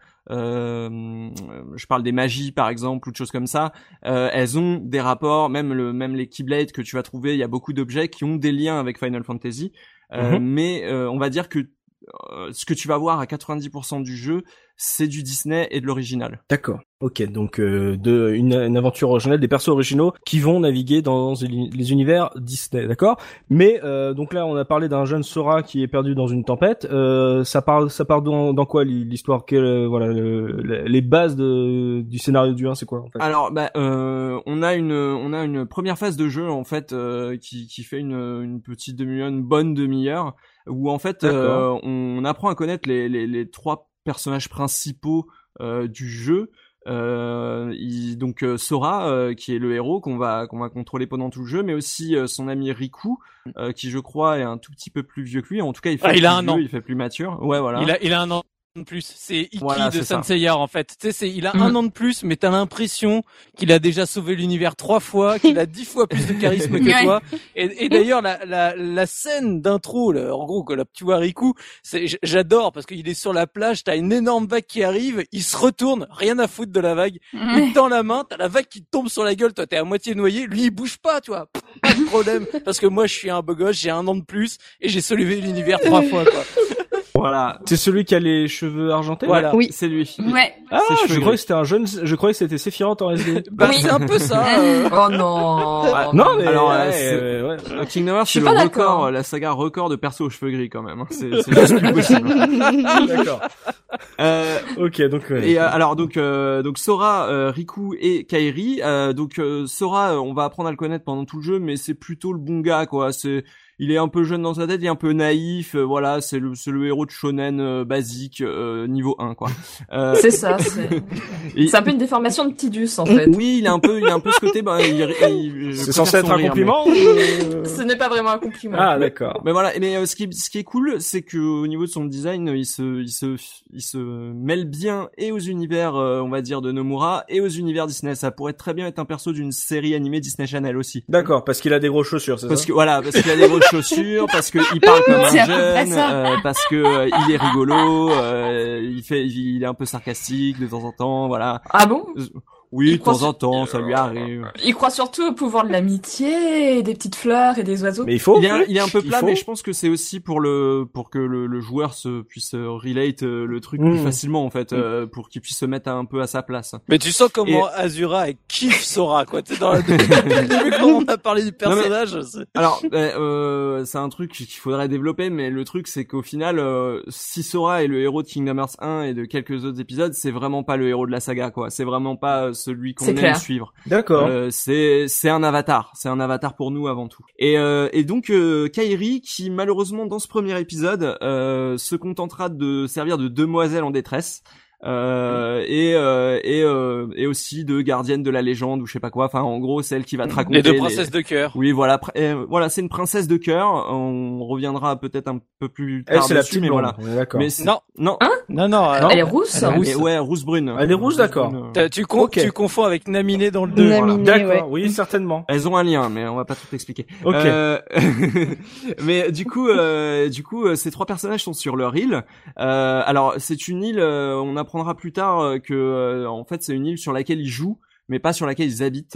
je parle des magies par exemple ou de choses comme ça, elles ont des rapports, même les Keyblades que tu vas trouver, il y a beaucoup d'objets qui ont des liens avec Final Fantasy, mais on va dire que ce que tu vas voir à 90% du jeu, c'est du Disney et de l'original. D'accord. Ok, donc une aventure originale, des persos originaux qui vont naviguer dans les univers Disney, d'accord. Mais donc là, on a parlé d'un jeune Sora qui est perdu dans une tempête. Ça part dans quoi l'histoire? Les bases du scénario du 1, c'est quoi en fait? Alors, on a une première phase de jeu en fait qui fait une petite demi-heure, une bonne demi-heure, où en fait on apprend à connaître les 3 personnages principaux du jeu. Donc Sora qui est le héros qu'on va contrôler pendant tout le jeu, mais aussi son ami Riku qui je crois est un tout petit peu plus vieux que lui. En tout cas, il fait plus mature. Ouais, voilà. Il a un an de plus. C'est Iki de c'est Saint Seiya en fait. Tu sais, il a un an de plus, mais t'as l'impression qu'il a déjà sauvé l'univers 3 fois, qu'il a 10 fois plus de charisme que toi. Et d'ailleurs, la scène d'intro, en gros, que tu vois Riku, j'adore parce qu'il est sur la plage, t'as une énorme vague qui arrive, il se retourne, rien à foutre de la vague, il tend la main, t'as la vague qui tombe sur la gueule, toi t'es à moitié noyé, lui il bouge pas, tu vois, pas de problème, parce que moi je suis un beau gosse, j'ai un an de plus et j'ai sauvé l'univers 3 fois, quoi. Voilà. C'est celui qui a les cheveux argentés. Voilà. Oui. C'est lui. Ouais. Ah, C'est je cheveux croyais que c'était un jeune. Je croyais que c'était Sephiroth en SD. Bah, Oui. c'est un peu ça. Oh non. Non, mais Alors, ouais. Kingdom Hearts, Je suis c'est pas le d'accord. record, la saga record de perso aux cheveux gris quand même. Hein. C'est juste plus possible. D'accord. Ok, donc. Et alors donc Sora, Riku et Kairi. Sora, on va apprendre à le connaître pendant tout le jeu, mais c'est plutôt le bon gars quoi. Il est un peu jeune dans sa tête, il est un peu naïf, voilà, c'est le héros de shonen basique niveau 1 quoi. C'est ça. C'est un peu une déformation de Tidus en fait. Oui, il a un peu ce côté c'est je censé être préfère un son rire, compliment. Ce n'est pas vraiment un compliment. Ah, d'accord. Mais voilà, mais ce qui est cool, c'est que au niveau de son design, il se mêle bien et aux univers, on va dire de Nomura et aux univers Disney. Ça pourrait très bien être un perso d'une série animée Disney Channel aussi. D'accord, parce qu'il a des grosses chaussures, c'est ça. Parce qu'il a des grosses chaussures, parce que il parle comme C'est un à peu près jeune, ça. parce que il est rigolo, il est un peu sarcastique de temps en temps, voilà. Ah bon? Oui, Il de temps croit en temps, ça lui arrive. Il croit surtout au pouvoir de l'amitié, et des petites fleurs et des oiseaux. Mais il faut. Il est un peu Il plat, faut. mais je pense que c'est aussi pour que le joueur puisse relate le truc plus facilement en fait, pour qu'il puisse se mettre un peu à sa place. Mais tu sens comment Azura elle kiffe Sora quoi. Tu sais, dans le début quand on a parlé du personnage. Alors, c'est un truc qu'il faudrait développer, mais le truc c'est qu'au final, si Sora est le héros de Kingdom Hearts 1 et de quelques autres épisodes, c'est vraiment pas le héros de la saga quoi. C'est vraiment pas celui qu'on C'est aime clair. suivre. D'accord. C'est un avatar pour nous avant tout. Et donc Kairi qui malheureusement dans ce premier épisode se contentera de servir de demoiselle en détresse. Et aussi de gardienne de la légende ou je sais pas quoi. Enfin, en gros, c'est elle qui va te raconter Les deux princesses de cœur. Oui, voilà. Voilà, c'est une princesse de cœur. On reviendra peut-être un peu plus tard Elle, c'est la dessus, petite mais blonde. voilà. On est d'accord. Mais Non. non. Non. Elle est rousse. Elle est rousse. Et ouais, rousse brune. Elle est rousse, d'accord. Tu Ok. confonds avec Naminé dans le 2. Naminé. D'accord. Ouais. Oui, certainement. Elles ont un lien, mais on va pas tout expliquer. Ok. Mais du coup, ces trois personnages sont sur leur île. Alors, c'est une île. On apprendra plus tard que, en fait, c'est une île sur laquelle ils jouent, mais pas sur laquelle ils habitent.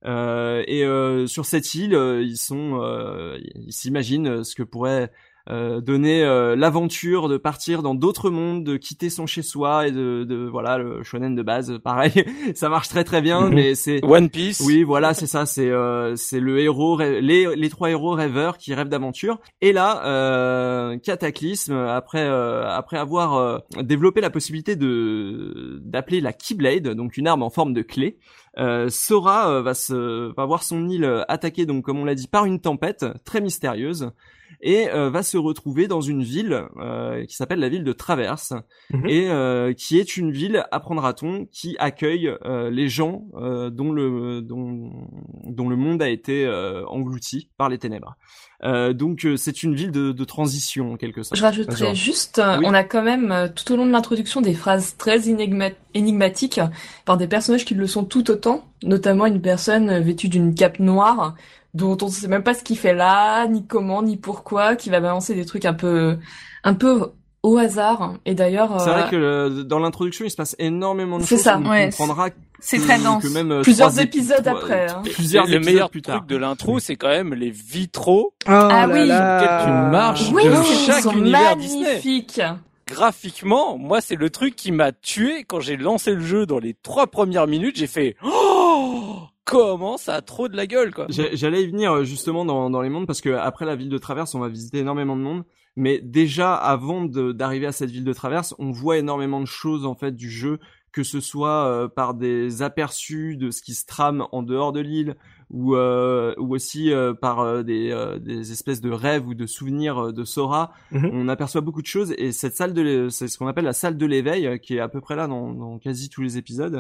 Sur cette île, ils s'imaginent ce que pourrait donner l'aventure de partir dans d'autres mondes, de quitter son chez-soi et de voilà, le shonen de base, pareil, ça marche très très bien, mais c'est One Piece. oui, voilà, c'est ça, c'est le héros, les trois héros rêveurs qui rêvent d'aventure. Et là, Cataclysme, après avoir développé la possibilité d'appeler la Keyblade, donc une arme en forme de clé, Sora va voir son île attaquée, donc comme on l'a dit, par une tempête très mystérieuse. Et va se retrouver dans une ville qui s'appelle la ville de Traverse, et qui est une ville, apprendra-t-on, qui accueille les gens dont le monde a été englouti par les ténèbres. Donc c'est une ville de transition en quelque sorte. Je rajouterais juste, Oui. on a quand même tout au long de l'introduction des phrases très énigmatiques par des personnages qui le sont tout autant, notamment une personne vêtue d'une cape noire dont on ne sait même pas ce qu'il fait là, ni comment, ni pourquoi, qui va balancer des trucs un peu au hasard. Et d'ailleurs, C'est vrai que dans l'introduction il se passe énormément de C'est choses. ça, On ouais. comprendra C'est très dense. que même Plusieurs 3 épisodes après, hein. Plusieurs le épisodes meilleur plus truc tard. de l'intro, c'est quand même les vitraux Ah oui. auxquels tu marches oui, de ils chaque sont univers Disney. magnifiques. Graphiquement, moi, c'est le truc qui m'a tué quand j'ai lancé le jeu dans les 3 premières minutes. J'ai fait oh, comment ça a trop de la gueule, quoi. J'allais y venir justement dans les mondes parce que après la ville de Traverse, on va visiter énormément de mondes. Mais déjà avant d'arriver à cette ville de Traverse, on voit énormément de choses en fait du jeu, que ce soit par des aperçus de ce qui se trame en dehors de l'île, ou aussi par des espèces de rêves ou de souvenirs de Sora. On aperçoit beaucoup de choses, et cette salle c'est ce qu'on appelle la salle de l'éveil, qui est à peu près là dans quasi tous les épisodes.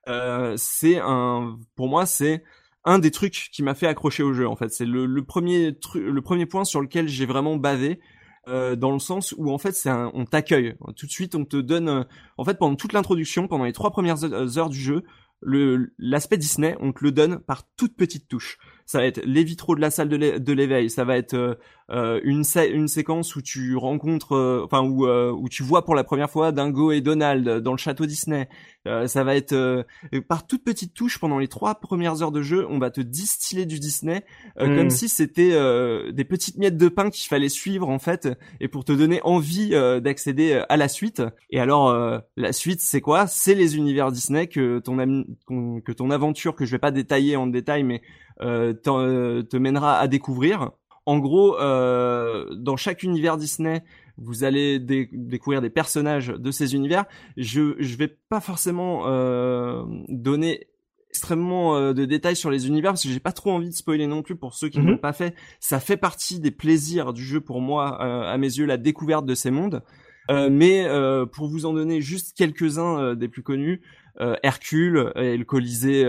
Pour moi, c'est un des trucs qui m'a fait accrocher au jeu. En fait, c'est le premier point sur lequel j'ai vraiment bavé. Dans le sens où en fait on t'accueille tout de suite, on te donne en fait pendant toute l'introduction, pendant les 3 premières heures du jeu, l'aspect Disney, on te le donne par toute petite touche. ça va être les vitraux de la salle de l'éveil, ça va être une séquence où tu rencontres, où tu vois pour la première fois Dingo et Donald dans le château Disney. Ça va être par toutes petites touches pendant les 3 premières heures de jeu, on va te distiller du Disney comme si c'était des petites miettes de pain qu'il fallait suivre en fait, et pour te donner envie d'accéder à la suite. Et alors la suite, c'est quoi? C'est les univers Disney que ton aventure, que je vais pas détailler en détail, mais te mènera à découvrir. En gros, dans chaque univers Disney, vous allez découvrir des personnages de ces univers. Je vais pas forcément donner extrêmement de détails sur les univers parce que j'ai pas trop envie de spoiler non plus pour ceux qui ne l'ont pas fait. Ça fait partie des plaisirs du jeu pour moi, à mes yeux, la découverte de ces mondes. Mais pour vous en donner juste quelques-uns des plus connus, Hercule et le Colisée,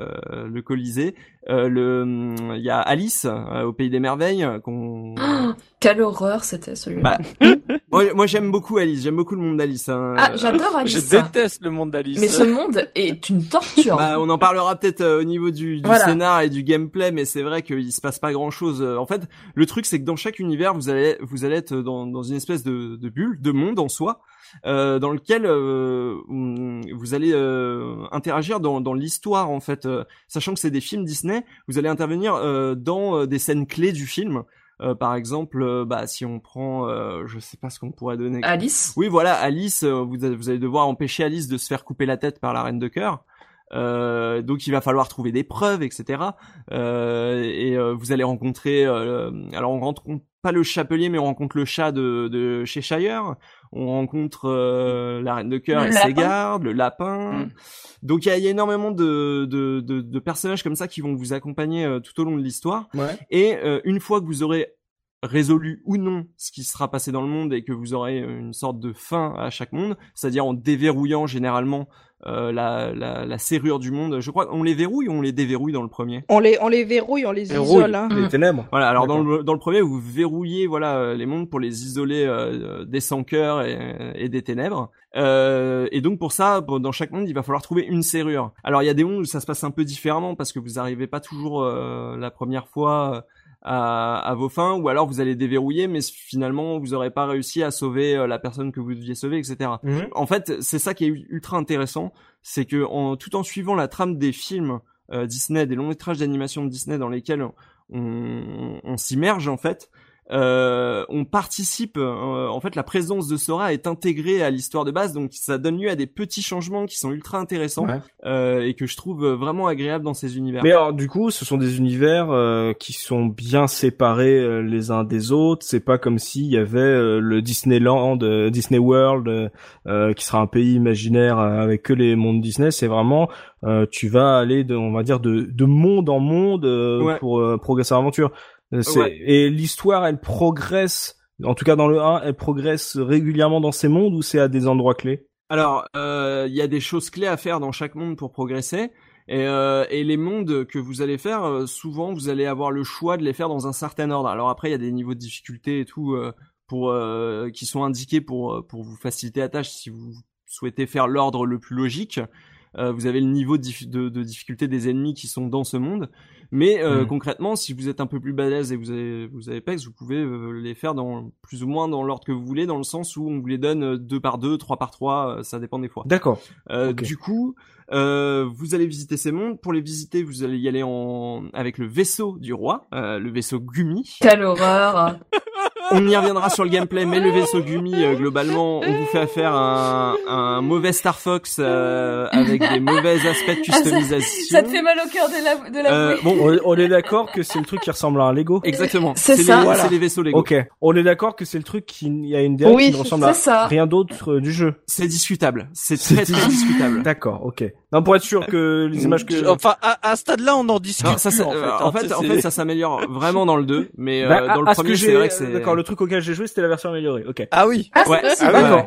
il y a Alice au Pays des Merveilles quelle horreur c'était celui-là. Moi j'aime beaucoup Alice, j'aime beaucoup le monde d'Alice. Ah, j'adore Alice. Je déteste le monde d'Alice. Mais ce monde est une torture. On en parlera peut-être au niveau du scénar et du gameplay, mais c'est vrai qu'il se passe pas grand-chose. En fait, le truc c'est que dans chaque univers, vous allez être dans une espèce de bulle, de monde en soi, dans lequel vous allez interagir dans l'histoire en fait, sachant que c'est des films Disney, vous allez intervenir dans des scènes clés du film. Par exemple, si on prend, je sais pas ce qu'on pourrait donner. Alice. Oui, voilà, Alice. Vous allez devoir empêcher Alice de se faire couper la tête par la Reine de Cœur. Donc il va falloir trouver des preuves, etc. Vous allez rencontrer. Alors on rencontre pas le chapelier, mais on rencontre le chat de Cheshire. On rencontre la Reine de Cœur et ses gardes, le lapin. Donc il y a énormément de personnages comme ça qui vont vous accompagner tout au long de l'histoire. Ouais. Et une fois que vous aurez résolu ou non ce qui sera passé dans le monde et que vous aurez une sorte de fin à chaque monde, c'est-à-dire en déverrouillant généralement la serrure du monde. Je crois qu'on les verrouille ou on les déverrouille dans le premier? On les verrouille, on les isole. Hein. Les ténèbres. Voilà. Alors dans le premier, vous verrouillez les mondes pour les isoler des sans-cœurs et des ténèbres. Et donc pour ça, dans chaque monde, il va falloir trouver une serrure. Alors il y a des mondes où ça se passe un peu différemment parce que vous n'arrivez pas toujours la première fois à vos fins, ou alors vous allez déverrouiller, mais finalement vous aurez pas réussi à sauver la personne que vous deviez sauver, etc. En fait, c'est ça qui est ultra intéressant, c'est que tout en suivant la trame des films Disney, des longs métrages d'animation de Disney dans lesquels on s'immerge en fait, on participe, en fait la présence de Sora est intégrée à l'histoire de base, donc ça donne lieu à des petits changements qui sont ultra intéressants, et que je trouve vraiment agréables dans ces univers. Mais alors du coup ce sont des univers qui sont bien séparés les uns des autres, c'est pas comme s'il y avait le Disneyland, Disney World qui sera un pays imaginaire avec que les mondes Disney, c'est vraiment tu vas aller on va dire de monde en monde pour progresser à l'aventure. Et l'histoire, elle progresse, en tout cas dans le 1, elle progresse régulièrement dans ces mondes ou c'est à des endroits clés? Alors, il y a des choses clés à faire dans chaque monde pour progresser. Et les mondes que vous allez faire, souvent vous allez avoir le choix de les faire dans un certain ordre. Alors après, il y a des niveaux de difficulté et tout qui sont indiqués pour vous faciliter la tâche si vous souhaitez faire l'ordre le plus logique. Vous avez le niveau de difficulté des ennemis qui sont dans ce monde, mais concrètement, si vous êtes un peu plus balèze et vous avez PEX, vous pouvez les faire plus ou moins dans l'ordre que vous voulez, dans le sens où on vous les donne 2 par 2, 3 par 3, ça dépend des fois. D'accord. Okay. Du coup, vous allez visiter ces mondes. Pour les visiter, vous allez y aller avec le vaisseau du roi, le vaisseau Gumi. Quelle horreur. On y reviendra sur le gameplay, mais le vaisseau Gumi, globalement, on vous fait affaire à un mauvais Star Fox avec des mauvais aspects de customisation. Ça te fait mal au cœur de l'avouer. Bon, on est d'accord que c'est le truc qui ressemble à un Lego. Exactement. C'est ça. C'est les vaisseaux Lego. Ok. On est d'accord que c'est le truc il y a une DA qui ne ressemble à rien d'autre du jeu. C'est discutable. C'est très discutable. D'accord. Ok. Non, pour être sûr que les images que... Enfin, à ce stade-là, on en discute. Non, ça, en fait, ça s'améliore vraiment dans le 2, mais dans le premier, c'est vrai que c'est... D'accord, le truc auquel j'ai joué, c'était la version améliorée. Ok. Ah oui. Ah, ouais. D'accord.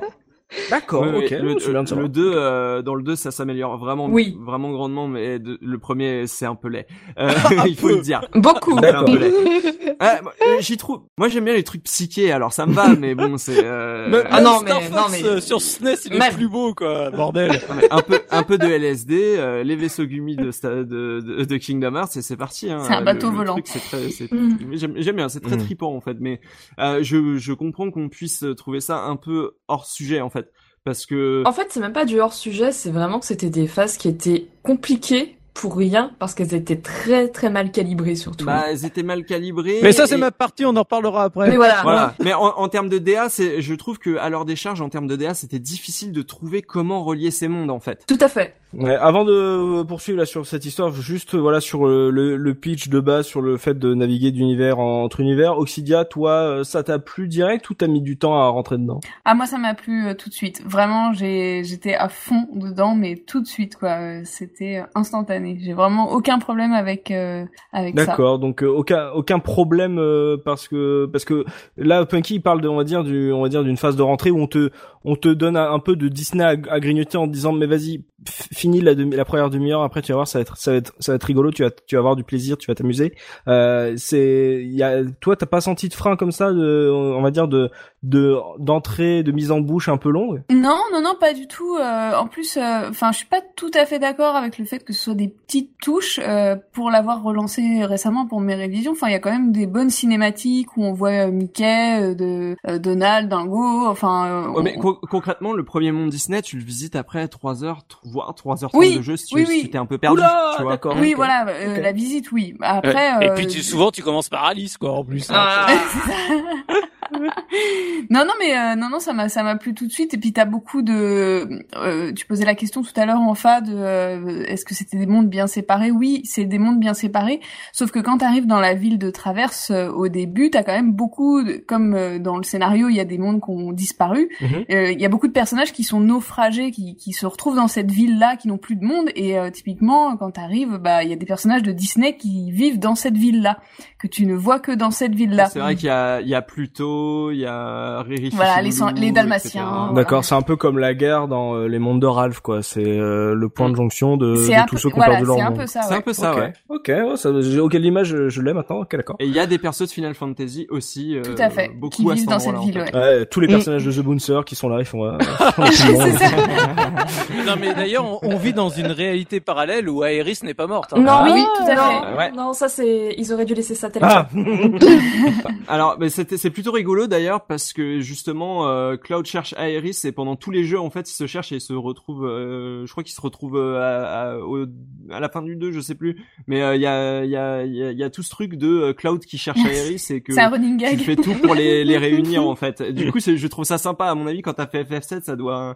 D'accord, Ouais, ok. Le 2, dans le 2, ça s'améliore vraiment, Oui. vraiment grandement, mais le premier, c'est un peu laid. Il faut le dire. Beaucoup. C'est un peu laid. J'y trouve. Moi, j'aime bien les trucs psychés, alors ça me va, mais bon, c'est. Ah non, Star mais- Fox, non, mais- sur SNES, il est Même. plus beau, quoi, bordel. Non, mais un peu de LSD, les vaisseaux Gumi de Kingdom Hearts, et c'est parti. Hein. C'est un bateau Le volant. truc, c'est très, Mm. j'aime bien, c'est très trippant en fait, mais je comprends qu'on puisse trouver ça un peu hors sujet en fait, parce que. En fait, c'est même pas du hors-sujet, c'est vraiment que c'était des phases qui étaient compliquées pour rien, parce qu'elles étaient très très mal calibrées surtout. Bah, elles étaient mal calibrées. Mais ça, c'est et- ma partie, on en reparlera après. Mais voilà. Voilà. Mais en termes de DA, je trouve que à leur décharge, en termes de DA, c'était difficile de trouver comment relier ces mondes en fait. Tout à fait. Ouais, avant de poursuivre là sur cette histoire, juste voilà sur le pitch de base, sur le fait de naviguer d'univers entre univers. Oxidia, toi, ça t'a plu direct ou t'as mis du temps à rentrer dedans? Ah, moi, ça m'a plu tout de suite. Vraiment, j'étais à fond dedans, mais tout de suite, quoi. C'était instantané. J'ai vraiment aucun problème avec ça. D'accord, donc aucun problème parce que là Punky il parle on va dire d'une phase de rentrée où on te donne un peu de Disney à grignoter en te disant mais vas-y finis la première demi-heure, après tu vas voir ça va être rigolo, tu vas avoir du plaisir, tu vas t'amuser. Toi t'as pas senti de frein comme ça on va dire d'entrée, de mise en bouche un peu longue? Non, pas du tout. En plus, je suis pas tout à fait d'accord avec le fait que ce soit des petites touches pour l'avoir relancé récemment pour mes révisions. Enfin, il y a quand même des bonnes cinématiques où on voit Mickey, Donald, Dingo. Enfin, Ouais, mais concrètement, le premier monde Disney, tu le visites après 3 heures, voire 3h30 Oui, de jeu si oui. tu t'es un peu perdu, Oula, tu vois. d'accord. oui, ok. voilà, Ok. la visite, oui. Après, Et puis souvent, tu commences par Alice, quoi, en plus. Ah. non, ça m'a plu tout de suite. Et puis t'as beaucoup de. Tu posais la question tout à l'heure en FAD. Est-ce que c'était des mondes bien séparés? Oui, c'est des mondes bien séparés. Sauf que quand t'arrives dans la ville de Traverse au début, t'as quand même comme dans le scénario, il y a des mondes qui ont disparu. Mhm. Il y a beaucoup de personnages qui sont naufragés, qui se retrouvent dans cette ville-là, qui n'ont plus de monde. Et typiquement, quand t'arrives, il y a des personnages de Disney qui vivent dans cette ville-là, que tu ne vois que dans cette ville-là. C'est vrai qu'il y a Pluto, il y a Riri. Voilà, Fifi, les Dalmatiens. etc. Voilà. D'accord, c'est un peu comme la guerre dans les mondes de Ralph, quoi. C'est le point de jonction de tous ceux qui ont perdu leur c'est un monde. peu ça. C'est Ouais. un peu ça, Ok. ouais. Ok, ouais, l'image je l'ai maintenant. Ok, d'accord. Et il y a des persos de Final Fantasy aussi. Tout à fait. Beaucoup Qui à vivent cet dans cette endroit-là, ville, en fait. ouais. Ouais, tous les personnages de The Bouncer qui sont là, ils font. C'est ça. Non, mais d'ailleurs, on vit dans une réalité parallèle où Aerys n'est pas morte. Hein. Non, Ah, oui, oui, tout tout à à fait. fait. Ouais. Non, ça c'est, ils auraient dû laisser ça tel Ah. Alors, mais c'est plutôt rigolo d'ailleurs parce que justement, Cloud cherche Aerys et pendant tous les jeux, en fait, il se cherche et il se retrouve. Je crois qu'il se retrouve à la fin du 2, je sais plus. Mais il y a tout ce truc de Cloud qui cherche Aerys et que C'est un running tu gag. fais tout pour les réunir en fait. Du coup, je trouve ça sympa. À mon avis, quand t'as fait FF7, ça doit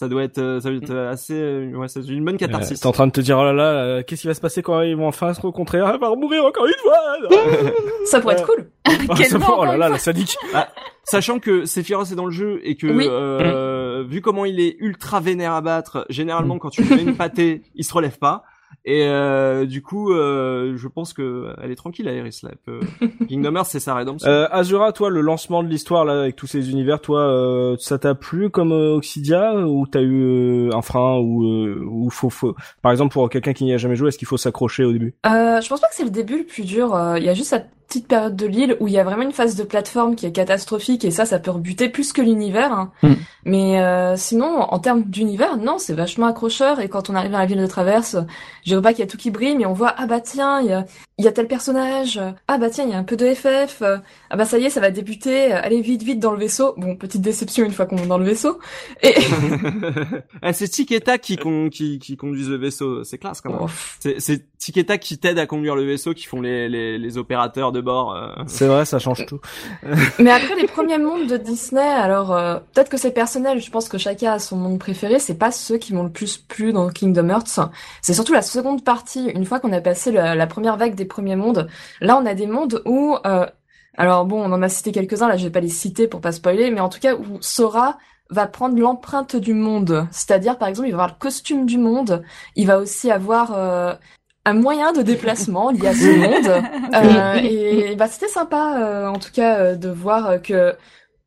être assez, ouais, c'est une bonne catharsis. T'es en train de te dire oh là là, qu'est-ce qui va se passer quand ils vont enfin se rencontrer? Elle va mourir encore une fois. Ça pourrait être cool. Quel Ça va, mort, oh là encore là, une la sadique. Sachant que Sephiroth est dans le jeu et que Oui. vu comment il est ultra vénère à battre, généralement quand tu lui mets une pâtée, il se relève pas. Et du coup, je pense que elle est tranquille, Aerys là. Kingdom Hearts, c'est sa rédemption. Azura, toi, le lancement de l'histoire là avec tous ces univers, toi, ça t'a plu comme Oxidia ou t'as eu un frein ou faut par exemple pour quelqu'un qui n'y a jamais joué, est-ce qu'il faut s'accrocher au début? Je pense pas que c'est le début le plus dur. Il y a juste cette petite période de l'île où il y a vraiment une phase de plateforme qui est catastrophique et ça peut rebuter plus que l'univers. Hein. Mais sinon, en termes d'univers, non, c'est vachement accrocheur. Et quand on arrive à la ville de Traverse, je dirais pas qu'il y a tout qui brille, mais on voit ah bah tiens, il y a tel personnage. Ah bah tiens, il y a un peu de FF. Ah bah ça y est, ça va débuter. Allez vite dans le vaisseau. Bon, petite déception une fois qu'on est dans le vaisseau. Et C'est Tiketa qui conduisent le vaisseau, c'est classe quand même. Oh, C'est Tiketa qui t'aide à conduire le vaisseau, qui font les opérateurs de bord. C'est vrai, ça change tout. Mais après les premiers mondes de Disney, alors peut-être que c'est personnel, je pense que chacun a son monde préféré, c'est pas ceux qui m'ont le plus plu dans Kingdom Hearts. C'est surtout la seconde partie, une fois qu'on a passé la première vague des premiers mondes. Là, on a des mondes où alors bon, on en a cité quelques-uns, là je vais pas les citer pour pas spoiler, mais en tout cas où Sora va prendre l'empreinte du monde. C'est-à-dire par exemple, il va avoir le costume du monde, il va aussi avoir un moyen de déplacement lié à ce monde. Et bah c'était sympa en tout cas de voir que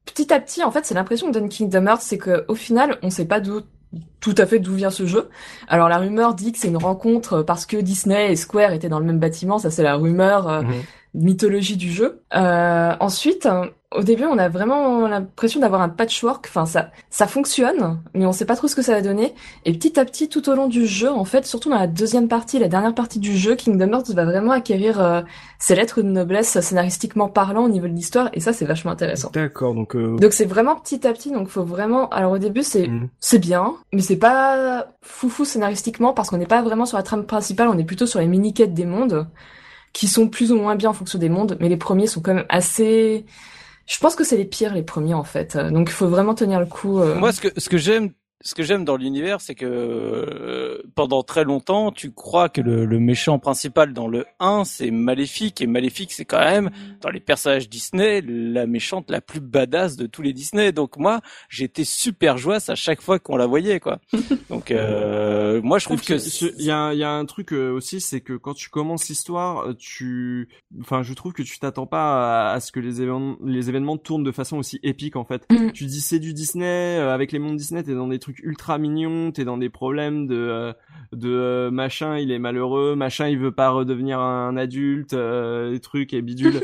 petit à petit, en fait, c'est l'impression que donne Kingdom Hearts, c'est que au final, on sait pas tout à fait d'où vient ce jeu. Alors la rumeur dit que c'est une rencontre parce que Disney et Square étaient dans le même bâtiment, ça c'est la rumeur mythologie du jeu. Ensuite, au début, on a vraiment l'impression d'avoir un patchwork. Enfin, ça fonctionne, mais on sait pas trop ce que ça va donner. Et petit à petit, tout au long du jeu, en fait, surtout dans la deuxième partie, la dernière partie du jeu, Kingdom Hearts va vraiment acquérir ses lettres de noblesse scénaristiquement parlant au niveau de l'histoire, et ça, c'est vachement intéressant. D'accord, donc c'est vraiment petit à petit, donc faut vraiment. Alors au début, c'est bien, mais c'est pas foufou scénaristiquement parce qu'on n'est pas vraiment sur la trame principale, on est plutôt sur les mini-quêtes des mondes, qui sont plus ou moins bien en fonction des mondes, mais les premiers sont quand même assez... Je pense que c'est les pires, les premiers, en fait. Donc, il faut vraiment tenir le coup. Moi, ce que j'aime dans l'univers, c'est que pendant très longtemps, tu crois que le méchant principal dans le 1, c'est Maléfique, et Maléfique, c'est quand même, dans les personnages Disney, la méchante la plus badass de tous les Disney. Donc moi, j'étais super joyeuse à chaque fois qu'on la voyait, quoi. Donc moi, je trouve que... Il y a un truc aussi, c'est que quand tu commences l'histoire, je trouve que tu t'attends pas à ce que les événements tournent de façon aussi épique, en fait. Tu dis c'est du Disney, avec les mondes Disney, t'es dans des trucs ultra mignons, t'es dans des problèmes de machin il est malheureux, machin il veut pas redevenir un adulte, des trucs et bidule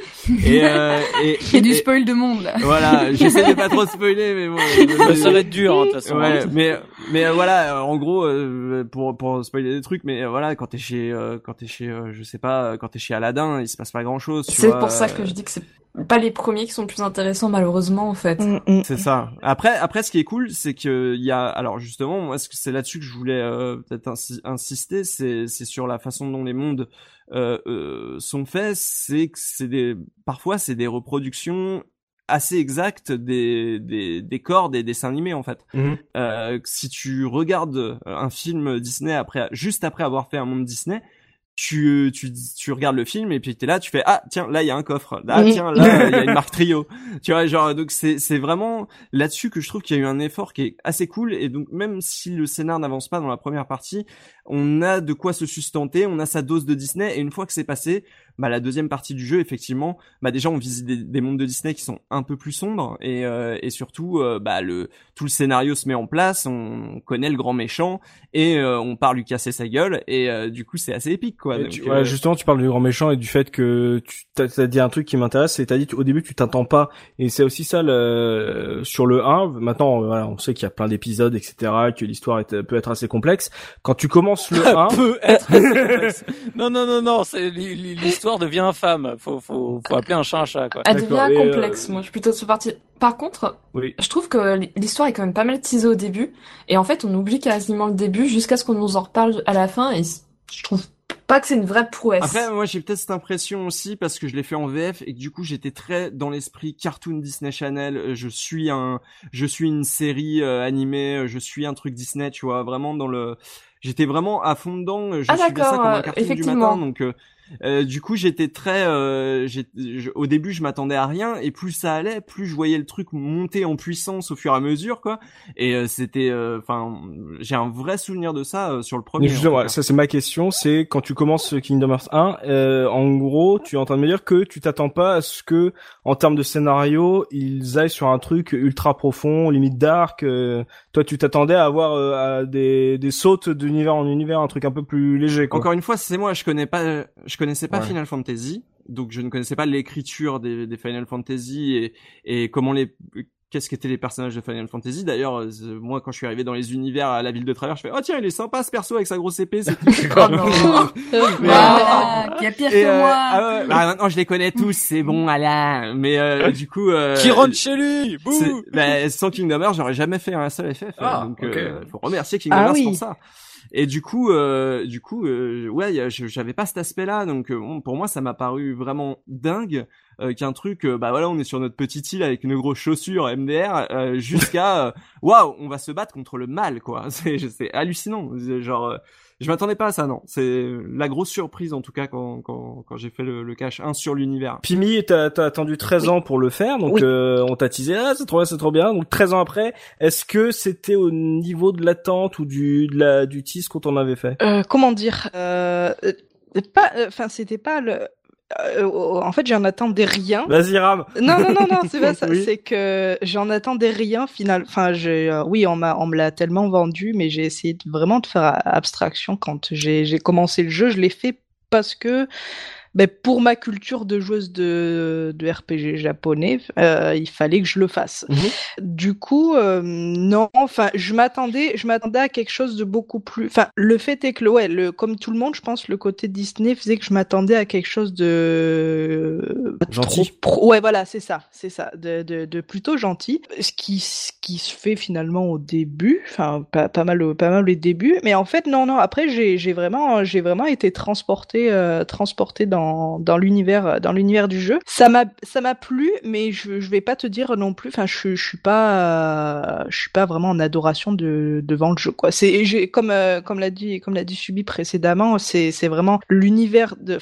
et du spoil de monde là. Voilà, j'essaie de pas trop spoiler, mais bon, ça va être dur hein, de toute façon. Ouais, mais voilà, en gros pour spoiler des trucs, mais voilà, quand t'es chez je sais pas, quand t'es chez Aladdin, il se passe pas grand-chose, tu c'est vois, pour ça que je dis que c'est pas les premiers qui sont le plus intéressants malheureusement en fait. C'est ça. Après ce qui est cool, c'est que il y a, alors justement moi c'est là-dessus que je voulais peut-être insister, c'est sur la façon dont les mondes sont faits, c'est que parfois c'est des reproductions assez exactes des décors des dessins animés en fait. Si tu regardes un film Disney juste après avoir fait un monde Disney, tu regardes le film et puis t'es là, tu fais ah tiens là il y a un coffre, là tiens là il y a une marque Trio, tu vois, genre, donc c'est vraiment là-dessus que je trouve qu'il y a eu un effort qui est assez cool, et donc même si le scénar n'avance pas dans la première partie, on a de quoi se sustenter, on a sa dose de Disney, et une fois que c'est passé, bah la deuxième partie du jeu effectivement, bah déjà on visite des mondes de Disney qui sont un peu plus sombres, et surtout tout le scénario se met en place, on connaît le grand méchant et on part lui casser sa gueule, et du coup c'est assez épique quoi. Donc, ouais, justement tu parles du grand méchant et du fait que tu t'as dit un truc qui m'intéresse, c'est t'as dit au début tu t'attends pas, et c'est aussi ça sur le 1. Maintenant voilà, on sait qu'il y a plein d'épisodes etc, que l'histoire peut être assez complexe. Quand tu commences le 1 peut être assez complexe. Non, c'est l'histoire devient infâme. Faut appeler un chat un chat quoi. Elle devient complexe. Moi je suis plutôt sur partie. Par contre, oui. Je trouve que l'histoire est quand même pas mal teasée au début, et en fait on oublie quasiment le début jusqu'à ce qu'on nous en reparle à la fin, et je trouve pas que c'est une vraie prouesse. Après, moi, j'ai peut-être cette impression aussi parce que je l'ai fait en VF et que du coup, j'étais très dans l'esprit cartoon Disney Channel. Je suis une série animée, je suis un truc Disney, tu vois, vraiment j'étais vraiment à fond dedans. Je suivais ça comme un cartoon du matin, donc du coup, j'étais très au début, je m'attendais à rien, et plus ça allait, plus je voyais le truc monter en puissance au fur et à mesure quoi, et c'était j'ai un vrai souvenir de ça sur le premier. Mais justement, ça c'est ma question, c'est quand tu commences Kingdom Hearts 1, en gros, tu es en train de me dire que tu t'attends pas à ce que en termes de scénario, ils aillent sur un truc ultra profond, limite dark. Toi, tu t'attendais à avoir à des sautes d'univers en univers, un truc un peu plus léger quoi. Encore une fois, c'est moi, je connaissais pas Final Fantasy, donc je ne connaissais pas l'écriture des Final Fantasy et qu'est-ce qu'étaient les personnages de Final Fantasy. D'ailleurs, moi, quand je suis arrivé dans les univers à la ville de travers, je fais oh tiens, il est sympa ce perso avec sa grosse épée. C'est oh non. Voilà, qui a pire que moi. Ah ouais, maintenant je les connais tous, c'est bon, Alain. Mais du coup, qui rentre chez lui. Bouh. Sans Kingdom Hearts, j'aurais jamais fait un seul FF. Donc, faut remercier Kingdom Hearts pour ça. Et du coup, ouais, j'avais pas cet aspect-là, donc pour moi, ça m'a paru vraiment dingue qu'un truc, voilà, on est sur notre petite île avec une grosse chaussure MDR, jusqu'à waouh, on va se battre contre le mal, quoi. C'est hallucinant, genre. Je m'attendais pas à ça, non. C'est la grosse surprise, en tout cas, quand j'ai fait le cache 1 sur l'univers. Pimi, t'as attendu 13 ans pour le faire, donc on t'a teasé, c'est trop bien. Donc 13 ans après, est-ce que c'était au niveau de l'attente ou du tease qu'on t'en avait fait? Comment dire, c'était pas le... en fait, j'en attendais rien. Vas-y, Ram. Non, c'est pas ça. Oui. C'est que j'en attendais rien, final. Enfin, oui, on me l'a tellement vendu, mais j'ai essayé vraiment de faire abstraction quand j'ai commencé le jeu. Je l'ai fait parce que, pour ma culture de joueuse de RPG japonais, il fallait que je le fasse. Du coup, non, enfin, je m'attendais à quelque chose de beaucoup plus. Enfin, le fait est que comme tout le monde, je pense, le côté Disney faisait que je m'attendais à quelque chose de gentil. Ouais, voilà, c'est ça, de plutôt gentil. Ce qui se fait finalement au début, enfin, pas mal les débuts, mais en fait, non. Après, j'ai vraiment été transporté dans l'univers du jeu. Ça m'a plu, mais je vais pas te dire non plus. Enfin, je suis pas vraiment en adoration devant le jeu, quoi. Comme l'a dit Subi précédemment, c'est vraiment l'univers de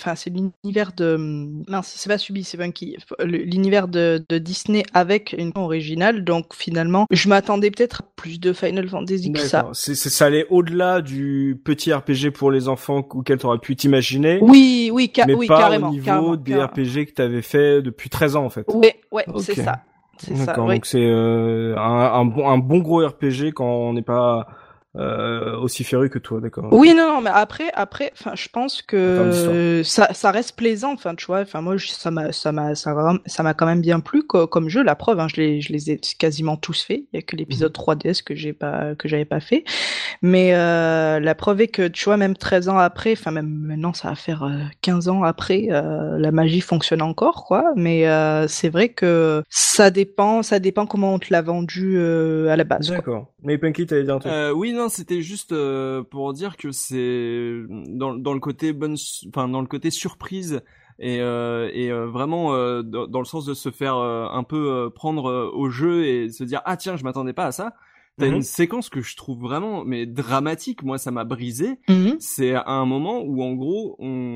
mince, c'est pas Subi, c'est Bunky, l'univers de Disney avec une originale. Donc finalement, je m'attendais peut-être à plus de Final Fantasy que ça. Ça allait au-delà du petit RPG pour les enfants auquel t'aurais pu t'imaginer. Oui, pas carrément, au niveau carrément, des RPG que t'avais fait depuis 13 ans en fait. Ouais, Okay. c'est ça. D'accord, Oui. donc c'est un bon gros RPG quand on n'est pas aussi féru que toi, d'accord. Oui, non, mais après, enfin, je pense que ça reste plaisant, enfin, tu vois, enfin, moi, ça m'a quand même bien plu comme jeu, la preuve, hein, je les ai quasiment tous faits, il y a que l'épisode 3DS que j'avais pas fait, mais la preuve est que, tu vois, même 13 ans après, enfin, même maintenant, ça va faire 15 ans après, la magie fonctionne encore, quoi, mais c'est vrai que ça dépend comment on te l'a vendu à la base. D'accord. Quoi. Mais Punky, t'allais dire un truc. Oui, non, c'était juste pour dire que c'est dans le côté dans le côté surprise et vraiment dans le sens de se faire un peu prendre au jeu et se dire ah tiens, je m'attendais pas à ça. T'as une séquence que je trouve vraiment dramatique. Moi, ça m'a brisé. C'est à un moment où, en gros,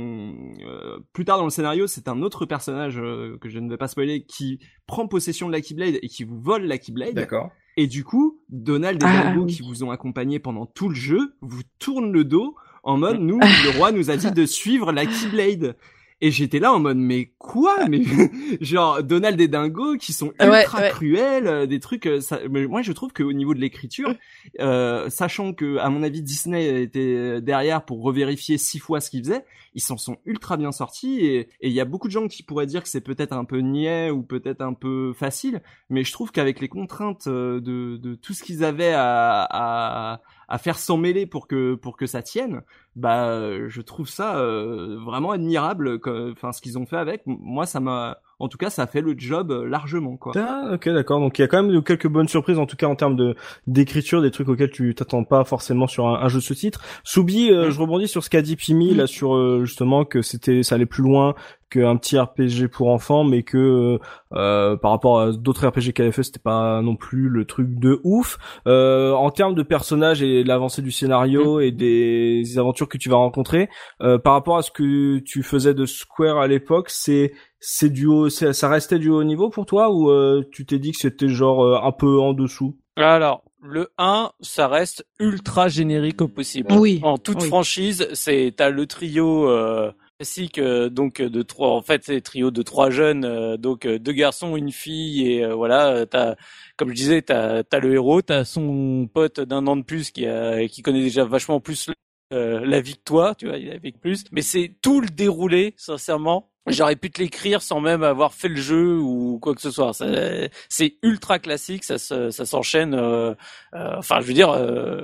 plus tard dans le scénario, c'est un autre personnage que je ne vais pas spoiler qui prend possession de la Keyblade et qui vous vole la Keyblade. D'accord. Et du coup, Donald et Dingo qui vous ont accompagné pendant tout le jeu vous tournent le dos en mode nous, le roi nous a dit de suivre la Keyblade. Et j'étais là en mode mais quoi, mais genre Donald et Dingo qui sont ultra cruels, des trucs mais moi je trouve qu'au niveau de l'écriture sachant que à mon avis Disney était derrière pour revérifier 6 fois ce qu'ils faisaient, ils s'en sont ultra bien sortis et il y a beaucoup de gens qui pourraient dire que c'est peut-être un peu niais ou peut-être un peu facile, mais je trouve qu'avec les contraintes de tout ce qu'ils avaient à faire s'emmêler pour que ça tienne, je trouve ça vraiment admirable, enfin ce qu'ils ont fait avec. Moi en tout cas ça a fait le job largement, quoi. Ok, d'accord, donc il y a quand même quelques bonnes surprises en tout cas en termes d'écriture, des trucs auxquels tu t'attends pas forcément sur un jeu de ce titre. Soubi, je rebondis sur ce qu'a dit Pimi là sur justement que ça allait plus loin qu'un petit RPG pour enfants, mais que par rapport à d'autres RPG qu'elle avait fait, c'était pas non plus le truc de ouf. En termes de personnages et de l'avancée du scénario et des aventures que tu vas rencontrer, par rapport à ce que tu faisais de Square à l'époque, ça restait du haut niveau pour toi ou tu t'es dit que c'était genre un peu en dessous? Alors, le 1, ça reste ultra générique au possible. Oui. En toute franchise, t'as le trio classique donc de 3, en fait c'est trio de 3 jeunes, donc 2 garçons, une fille et voilà, comme je disais, t'as le héros, t'as son pote d'1 an de plus qui connaît déjà vachement plus la vie que toi, tu vois, il a vécu plus, mais c'est tout le déroulé, sincèrement. J'aurais pu te l'écrire sans même avoir fait le jeu ou quoi que ce soit. C'est ultra classique, ça s'enchaîne. Enfin, je veux dire,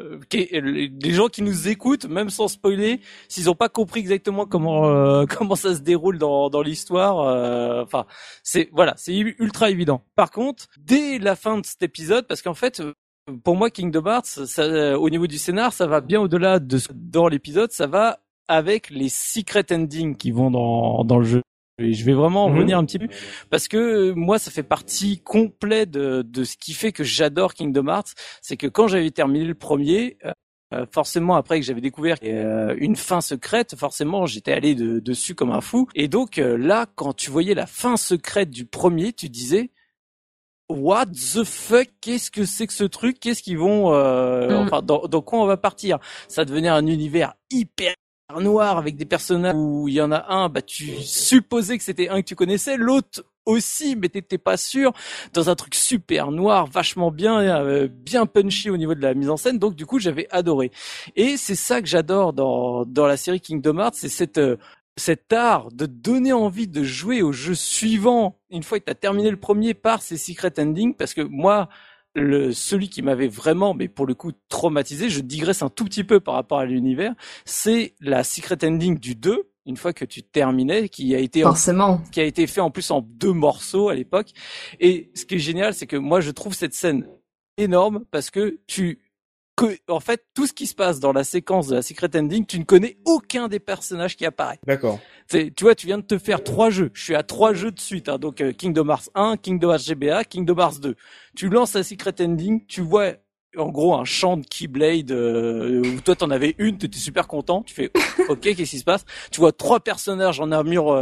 les gens qui nous écoutent, même sans spoiler, s'ils ont pas compris exactement comment ça se déroule dans l'histoire, enfin, c'est ultra évident. Par contre, dès la fin de cet épisode, parce qu'en fait, pour moi, Kingdom Hearts, au niveau du scénar, ça va bien au-delà de dans l'épisode, ça va avec les secret endings qui vont dans le jeu. Et je vais vraiment en revenir un petit peu parce que moi ça fait partie complète de ce qui fait que j'adore Kingdom Hearts, c'est que quand j'avais terminé le premier, forcément après que j'avais découvert une fin secrète, forcément j'étais allé dessus comme un fou. Et donc là, quand tu voyais la fin secrète du premier, tu disais what the fuck, qu'est-ce que c'est que ce truc, qu'est-ce qu'ils vont enfin dans quoi on va partir. Ça devenait un univers hyper noir avec des personnages où il y en a un, bah tu supposais que c'était un que tu connaissais, l'autre aussi, mais t'étais pas sûr, dans un truc super noir, vachement bien punchy au niveau de la mise en scène, donc du coup j'avais adoré. Et c'est ça que j'adore dans la série Kingdom Hearts, c'est cet art de donner envie de jouer au jeu suivant une fois que t'as terminé le premier par ces secret endings, parce que moi, celui qui m'avait vraiment, mais pour le coup, traumatisé, je digresse un tout petit peu par rapport à l'univers, c'est la secret ending du 2, une fois que tu terminais, qui a été fait en plus en 2 morceaux à l'époque. Et ce qui est génial, c'est que moi, je trouve cette scène énorme parce que en fait, tout ce qui se passe dans la séquence de la secret ending, tu ne connais aucun des personnages qui apparaît. D'accord. Tu vois, tu viens de te faire 3 jeux. Je suis à 3 jeux de suite, hein. Donc Kingdom Hearts 1, Kingdom Hearts GBA, Kingdom Hearts 2. Tu lances la secret ending, tu vois en gros un champ de Keyblade où toi t'en avais une, t'étais super content. Tu fais OK, qu'est-ce qui se passe? Tu vois 3 personnages en armure,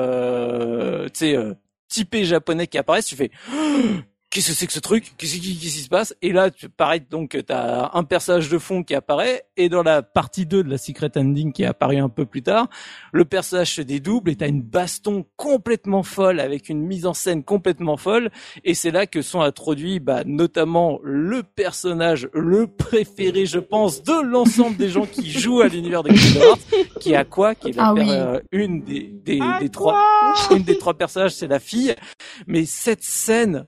typés japonais qui apparaissent. Tu fais qu'est-ce que c'est que ce truc? Qu'est-ce qui se passe? Et là, pareil, donc, t'as un personnage de fond qui apparaît, et dans la partie 2 de la Secret Ending qui est apparue un peu plus tard, le personnage se dédouble et t'as une baston complètement folle avec une mise en scène complètement folle, et c'est là que sont introduits, notamment le personnage le préféré, je pense, de l'ensemble des gens qui jouent à l'univers de Kingdom Hearts, qui est une des 3 personnages, c'est la fille. Mais cette scène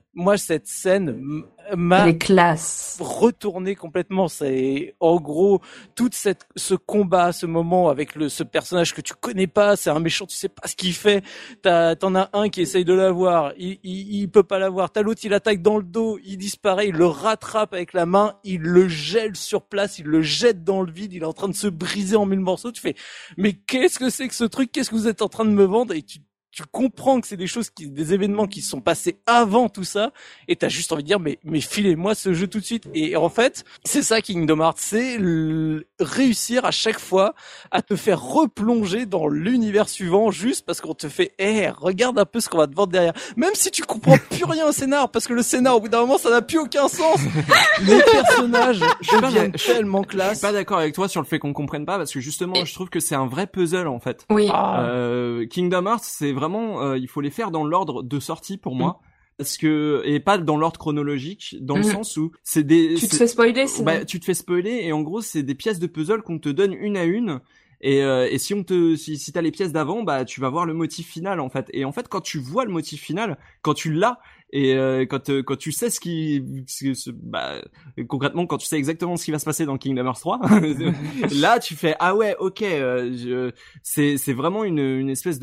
m'a retourné complètement. C'est en gros toute ce combat, ce moment avec ce personnage que tu connais pas, c'est un méchant, tu sais pas ce qu'il fait. T'en as un qui essaye de l'avoir, il peut pas l'avoir. T'as l'autre, il attaque dans le dos, il disparaît, il le rattrape avec la main, il le gèle sur place, il le jette dans le vide, il est en train de se briser en 1000 morceaux. Tu fais, mais qu'est-ce que c'est que ce truc? Qu'est-ce que vous êtes en train de me vendre? Et tu comprends que c'est des événements qui se sont passés avant tout ça, et t'as juste envie de dire, mais filez-moi ce jeu tout de suite. Et en fait, c'est ça Kingdom Hearts, c'est réussir à chaque fois à te faire replonger dans l'univers suivant, juste parce qu'on te fait, regarde un peu ce qu'on va te vendre derrière. Même si tu comprends plus rien au scénar, parce que le scénar, au bout d'un moment, ça n'a plus aucun sens. Les personnages deviennent tellement classe. Je suis pas d'accord avec toi sur le fait qu'on comprenne pas, parce que justement, je trouve que c'est un vrai puzzle, en fait. Oui. Kingdom Hearts, c'est vraiment, il faut les faire dans l'ordre de sortie pour moi. Parce que, et pas dans l'ordre chronologique, dans le sens où c'est des... Tu te fais spoiler, sinon. Tu te fais spoiler, et en gros, c'est des pièces de puzzle qu'on te donne une à une. Et si t'as les pièces d'avant, tu vas voir le motif final, en fait. Et en fait, quand tu vois le motif final, quand tu l'as, et quand tu sais concrètement, quand tu sais exactement ce qui va se passer dans Kingdom Hearts 3, là, tu fais, ah ouais, ok, c'est vraiment une espèce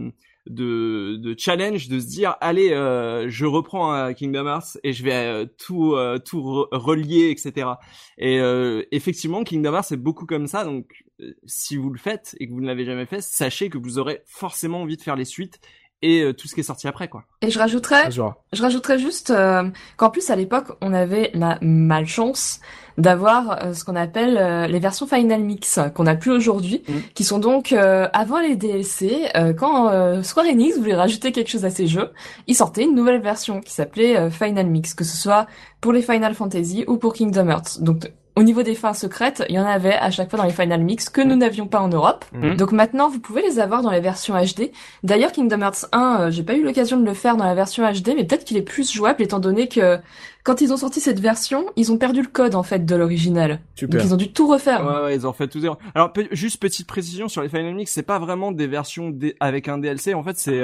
de challenge, de se dire, allez, je reprends Kingdom Hearts et je vais tout relier, etc. Et effectivement, Kingdom Hearts c'est beaucoup comme ça. Donc si vous le faites et que vous ne l'avez jamais fait, sachez que vous aurez forcément envie de faire les suites et tout ce qui est sorti après, quoi. Et je rajouterais juste qu'en plus à l'époque on avait la malchance d'avoir ce qu'on appelle les versions Final Mix qu'on n'a plus aujourd'hui, qui sont donc avant les DLC, quand Square Enix voulait rajouter quelque chose à ses jeux, ils sortaient une nouvelle version qui s'appelait Final Mix, que ce soit pour les Final Fantasy ou pour Kingdom Hearts. Donc au niveau des fins secrètes, il y en avait à chaque fois dans les Final Mix que nous n'avions pas en Europe. Donc maintenant, vous pouvez les avoir dans les versions HD. D'ailleurs, Kingdom Hearts 1, j'ai pas eu l'occasion de le faire dans la version HD, mais peut-être qu'il est plus jouable étant donné que quand ils ont sorti cette version, ils ont perdu le code en fait de l'original. Super. Donc ils ont dû tout refaire. Ouais, ils ont fait tout zéro. Alors juste petite précision sur les Final Mix, c'est pas vraiment des versions avec un DLC. En fait, c'est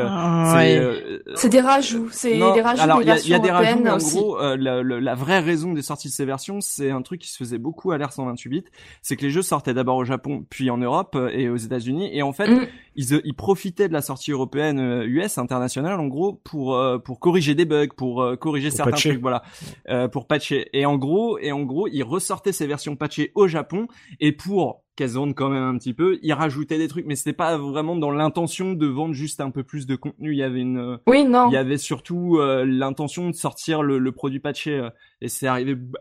des rajouts. C'est des rajouts. Alors il y a des rajouts, mais en aussi. gros, la vraie raison des sorties de ces versions, c'est un truc qui se faisait beaucoup à l'ère 128 bits. C'est que les jeux sortaient d'abord au Japon, puis en Europe et aux États-Unis, et en fait, ils profitaient de la sortie européenne, US, internationale, en gros, pour corriger des bugs, pour corriger certains trucs, voilà. Pour patcher. Et en gros, ils ressortaient ces versions patchées au Japon, et pour qu'elles vendent quand même un petit peu, ils rajoutaient des trucs, mais c'était pas vraiment dans l'intention de vendre juste un peu plus de contenu. Il y avait il y avait surtout l'intention de sortir le produit patché, et c'est arrivé avec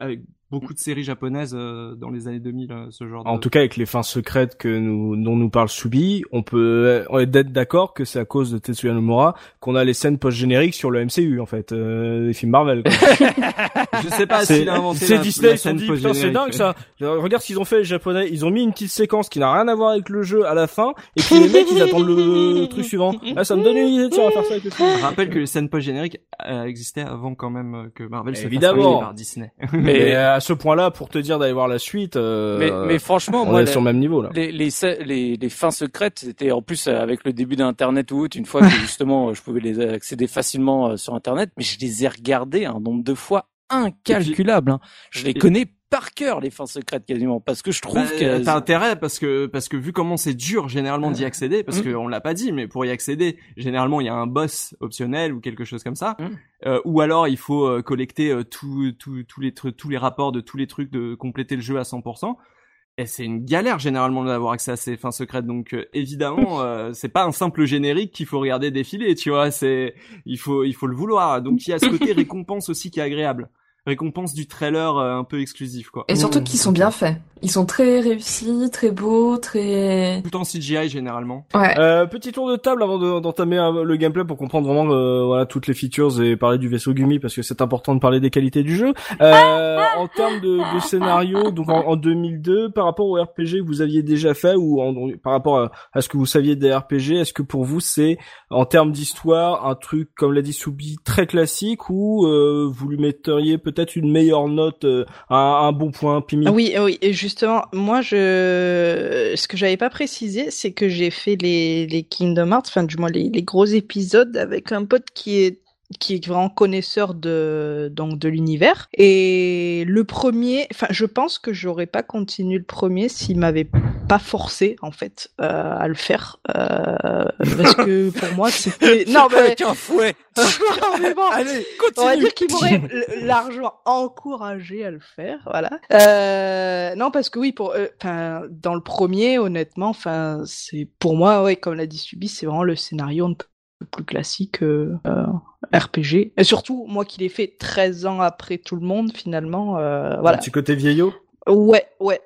beaucoup de séries japonaises dans les années 2000, ce genre En tout cas, avec les fins secrètes dont nous parle Subi, on peut être d'accord que c'est à cause de Tetsuya Nomura qu'on a les scènes post-génériques sur le MCU, en fait, les films Marvel, quoi. Je sais pas s'il a inventé c'est Disney, la ils se sont scène dit, putain, post-générique. c'est dingue, ça. Regarde ce qu'ils ont fait, les Japonais. Ils ont mis une petite séquence qui n'a rien à voir avec le jeu à la fin, et puis les mecs, ils attendent le truc suivant. Ah, ça me donne une idée, tiens, on va faire ça avec le film. Je rappelle que les scènes post-génériques existaient avant quand même que Marvel se fasse Évidemment. racheter par Disney. Mais à ce point-là, pour te dire d'aller voir la suite, mais franchement, on moi, est sur le même niveau, là. les fins secrètes, c'était en plus avec le début d'Internet ou autre, une fois que justement je pouvais les accéder facilement sur Internet, mais je les ai regardés un nombre de fois incalculable. Hein. Je les connais par cœur, les fins secrètes quasiment, parce que je trouve que t'as intérêt parce que vu comment c'est dur généralement d'y accéder, parce que on l'a pas dit, mais pour y accéder, généralement il y a un boss optionnel ou quelque chose comme ça, ou alors il faut collecter tous les rapports de tous les trucs, de compléter le jeu à 100%. Et c'est une galère généralement d'avoir accès à ces fins secrètes, donc évidemment c'est pas un simple générique qu'il faut regarder défiler, tu vois, il faut le vouloir. Donc il y a ce côté récompense aussi qui est agréable. Récompense du trailer un peu exclusif, quoi. Et surtout qu'ils sont bien faits. Ils sont très réussis, très beaux, très... Tout en CGI généralement. Ouais. Petit tour de table avant d'entamer le gameplay pour comprendre vraiment voilà toutes les features et parler du vaisseau Gumi parce que c'est important de parler des qualités du jeu. En termes de scénario, donc en 2002, par rapport au RPG que vous aviez déjà fait ou par rapport à ce que vous saviez des RPG, est-ce que pour vous c'est en termes d'histoire un truc comme l'a dit Soubi très classique ou vous lui metteriez peut-être une meilleure note, un bon point, Pimi? Oui, et justement, moi, ce que j'avais pas précisé, c'est que j'ai fait les Kingdom Hearts, enfin, du moins, les gros épisodes avec un pote qui est vraiment connaisseur de l'univers. Et le premier, enfin, je pense que j'aurais pas continué le premier s'il m'avait pas forcé, en fait, à le faire. Parce que pour moi, c'était... Non, mais... avec un fouet. Non, mais bon. Allez, continue. On va dire qu'il m'aurait largement encouragé à le faire, voilà. Non, parce que oui, dans le premier, honnêtement, enfin, c'est pour moi, ouais, comme l'a dit Subi, c'est vraiment le scénario un peu plus classique RPG. Et surtout, moi qui l'ai fait 13 ans après tout le monde, finalement, voilà. Un petit côté vieillot? Ouais.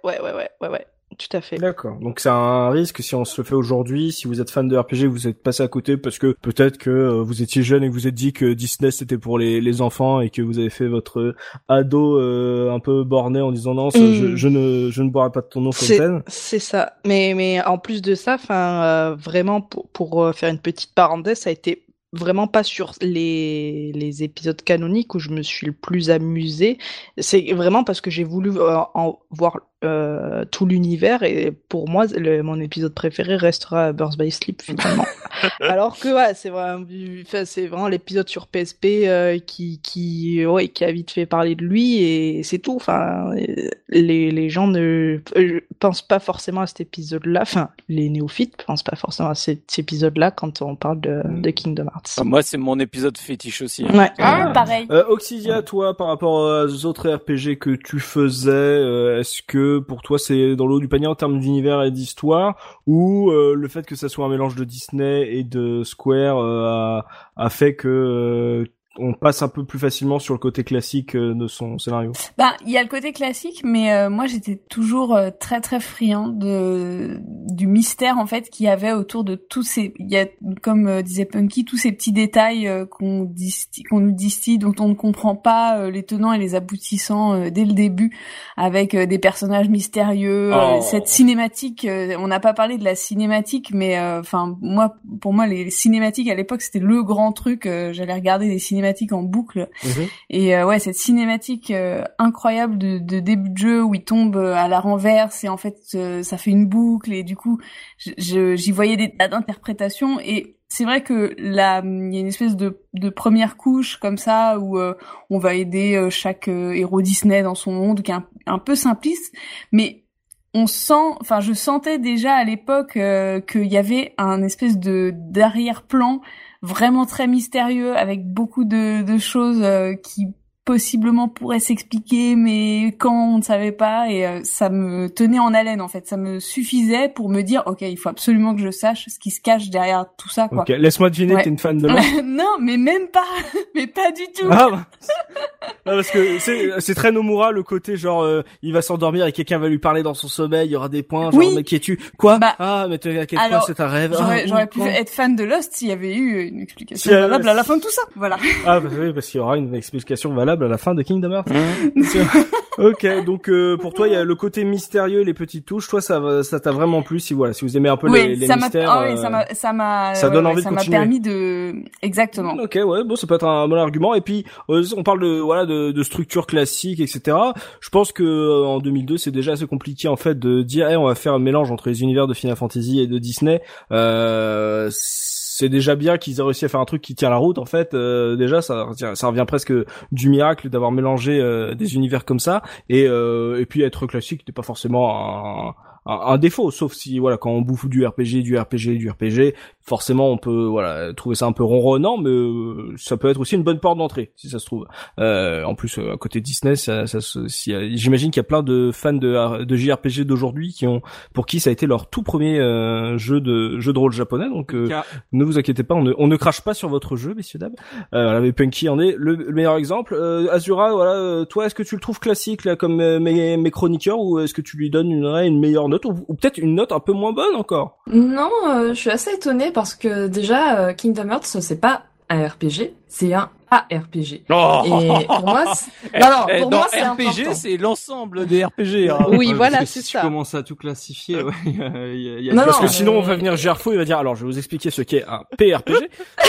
Tout à fait. D'accord. Donc c'est un risque si on se le fait aujourd'hui, si vous êtes fan de RPG, vous êtes passé à côté parce que peut-être que vous étiez jeune et que vous êtes dit que Disney c'était pour les enfants et que vous avez fait votre ado un peu borné en disant non, je ne boirai pas de ton eau fontaine. C'est ça. Mais en plus de ça, enfin vraiment pour faire une petite parenthèse, ça a été vraiment pas sur les épisodes canoniques où je me suis le plus amusée. C'est vraiment parce que j'ai voulu en voir tout l'univers et pour moi mon épisode préféré restera Birth by Sleep finalement. Alors que ouais, c'est vraiment l'épisode sur PSP qui a vite fait parler de lui et c'est tout. Enfin, les gens ne pensent pas forcément à cet épisode-là. Enfin, les néophytes pensent pas forcément à cet épisode-là quand on parle de Kingdom Hearts. Moi, c'est mon épisode fétiche aussi. Hein. Ouais. Pareil. Oxydia, toi, par rapport aux autres RPG que tu faisais, est-ce que pour toi c'est dans le haut du panier en termes d'univers et d'histoire, ou le fait que ça soit un mélange de Disney et de Square a fait que on passe un peu plus facilement sur le côté classique de son scénario? Bah, il y a le côté classique, mais moi j'étais toujours très très friand du mystère en fait qu'il y avait autour de tous ces, il y a comme disait Punky, tous ces petits détails qu'on nous distille, dont on ne comprend pas les tenants et les aboutissants dès le début, avec des personnages mystérieux, cette cinématique. On n'a pas parlé de la cinématique, mais enfin pour moi les cinématiques à l'époque c'était le grand truc. J'allais regarder des cinématiques en boucle et ouais, cette cinématique incroyable de début de jeu où il tombe à la renverse et en fait ça fait une boucle et du coup j'y voyais des tas d'interprétations et c'est vrai que là il y a une espèce de première couche comme ça où on va aider chaque héros Disney dans son monde qui est un peu simpliste, mais je sentais déjà à l'époque qu'il y avait un espèce d'arrière-plan vraiment très mystérieux avec beaucoup de choses qui possiblement pourrait s'expliquer, mais quand on ne savait pas, et ça me tenait en haleine en fait. Ça me suffisait pour me dire, ok, il faut absolument que je sache ce qui se cache derrière tout ça, quoi. Ok, laisse-moi deviner, t'es une fan de Lost. Non, mais même pas, mais pas du tout. Ah, bah. Non, parce que c'est très Nomura, le côté genre il va s'endormir et quelqu'un va lui parler dans son sommeil, il y aura des points, genre Oui. mais qui es-tu? Quoi? Bah, ah, mais à quel point alors, c'est un rêve? J'aurais pu être fan de Lost s'il y avait eu une explication valable à la fin de tout ça. Voilà. Ah bah oui, parce qu'il y aura une explication valable à la fin de Kingdom Hearts. Ok, donc pour toi il y a le côté mystérieux, les petites touches. Toi ça t'a vraiment plu si voilà, si vous aimez un peu les mystères. Ah oui, ça donne envie de ça m'a continuer. permis de exactement. Ok, ouais, bon, ça peut être un bon argument. Et puis, on parle de structure classique, etc. Je pense que en 2002, c'est déjà assez compliqué en fait de dire, on va faire un mélange entre les univers de Final Fantasy et de Disney. C'est déjà bien qu'ils aient réussi à faire un truc qui tient la route. En fait, déjà, ça revient presque du miracle d'avoir mélangé des univers comme ça. Et puis être classique n'est pas forcément un défaut, sauf si voilà, quand on bouffe du RPG, forcément on peut trouver ça un peu ronronnant, mais ça peut être aussi une bonne porte d'entrée si ça se trouve. En plus à côté de Disney, j'imagine qu'il y a plein de fans de JRPG d'aujourd'hui pour qui ça a été leur tout premier jeu de rôle japonais. Donc ne vous inquiétez pas, on ne crache pas sur votre jeu, messieurs dames. Mais Punky en est le meilleur exemple. Azura, toi est-ce que tu le trouves classique là comme mes chroniqueurs, ou est-ce que tu lui donnes une meilleure note, ou peut-être une note un peu moins bonne encore? Non, je suis assez étonnée parce que déjà Kingdom Hearts c'est pas un RPG, c'est un ARPG. Oh. Et pour moi, pour moi c'est RPG, important. c'est l'ensemble des RPG. Hein. Oui, voilà, parce que c'est si ça. tu commences à tout classifier, ouais, il y a Non, Parce que mais- sinon on va venir Gerfo, il va dire alors je vais vous expliquer ce qu'est un PRPG.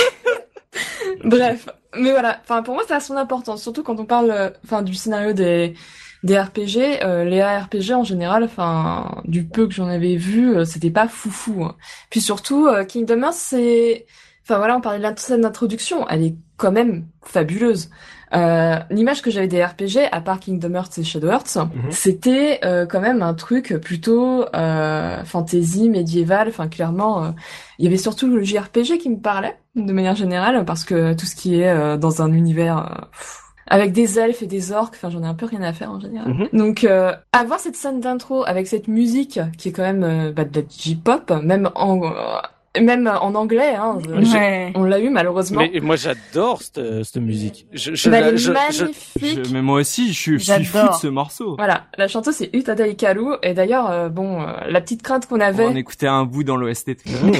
Bref, mais voilà. Enfin, pour moi, ça a son importance, surtout quand on parle, du scénario des RPG. Les ARPG en général, du peu que j'en avais vu, c'était pas foufou. Hein. Puis surtout, Kingdom Hearts, on parlait de la scène d'introduction, elle est quand même fabuleuse. L'image que j'avais des RPG, à part Kingdom Hearts et Shadow Hearts, c'était quand même un truc plutôt fantasy, médiéval. Enfin, clairement, il y avait surtout le JRPG qui me parlait, de manière générale, parce que tout ce qui est dans un univers avec des elfes et des orques, j'en ai un peu rien à faire en général. Donc, avoir cette scène d'intro avec cette musique qui est quand même de la J-pop, même en anglais, hein. Ouais. On l'a eu malheureusement. Mais moi j'adore cette musique. Elle est magnifique. mais moi aussi, je suis fou J'adore. de ce morceau. Voilà, la chanteuse c'est Utada Hikaru, et d'ailleurs, la petite crainte qu'on avait, On écoutait un bout dans l'OST.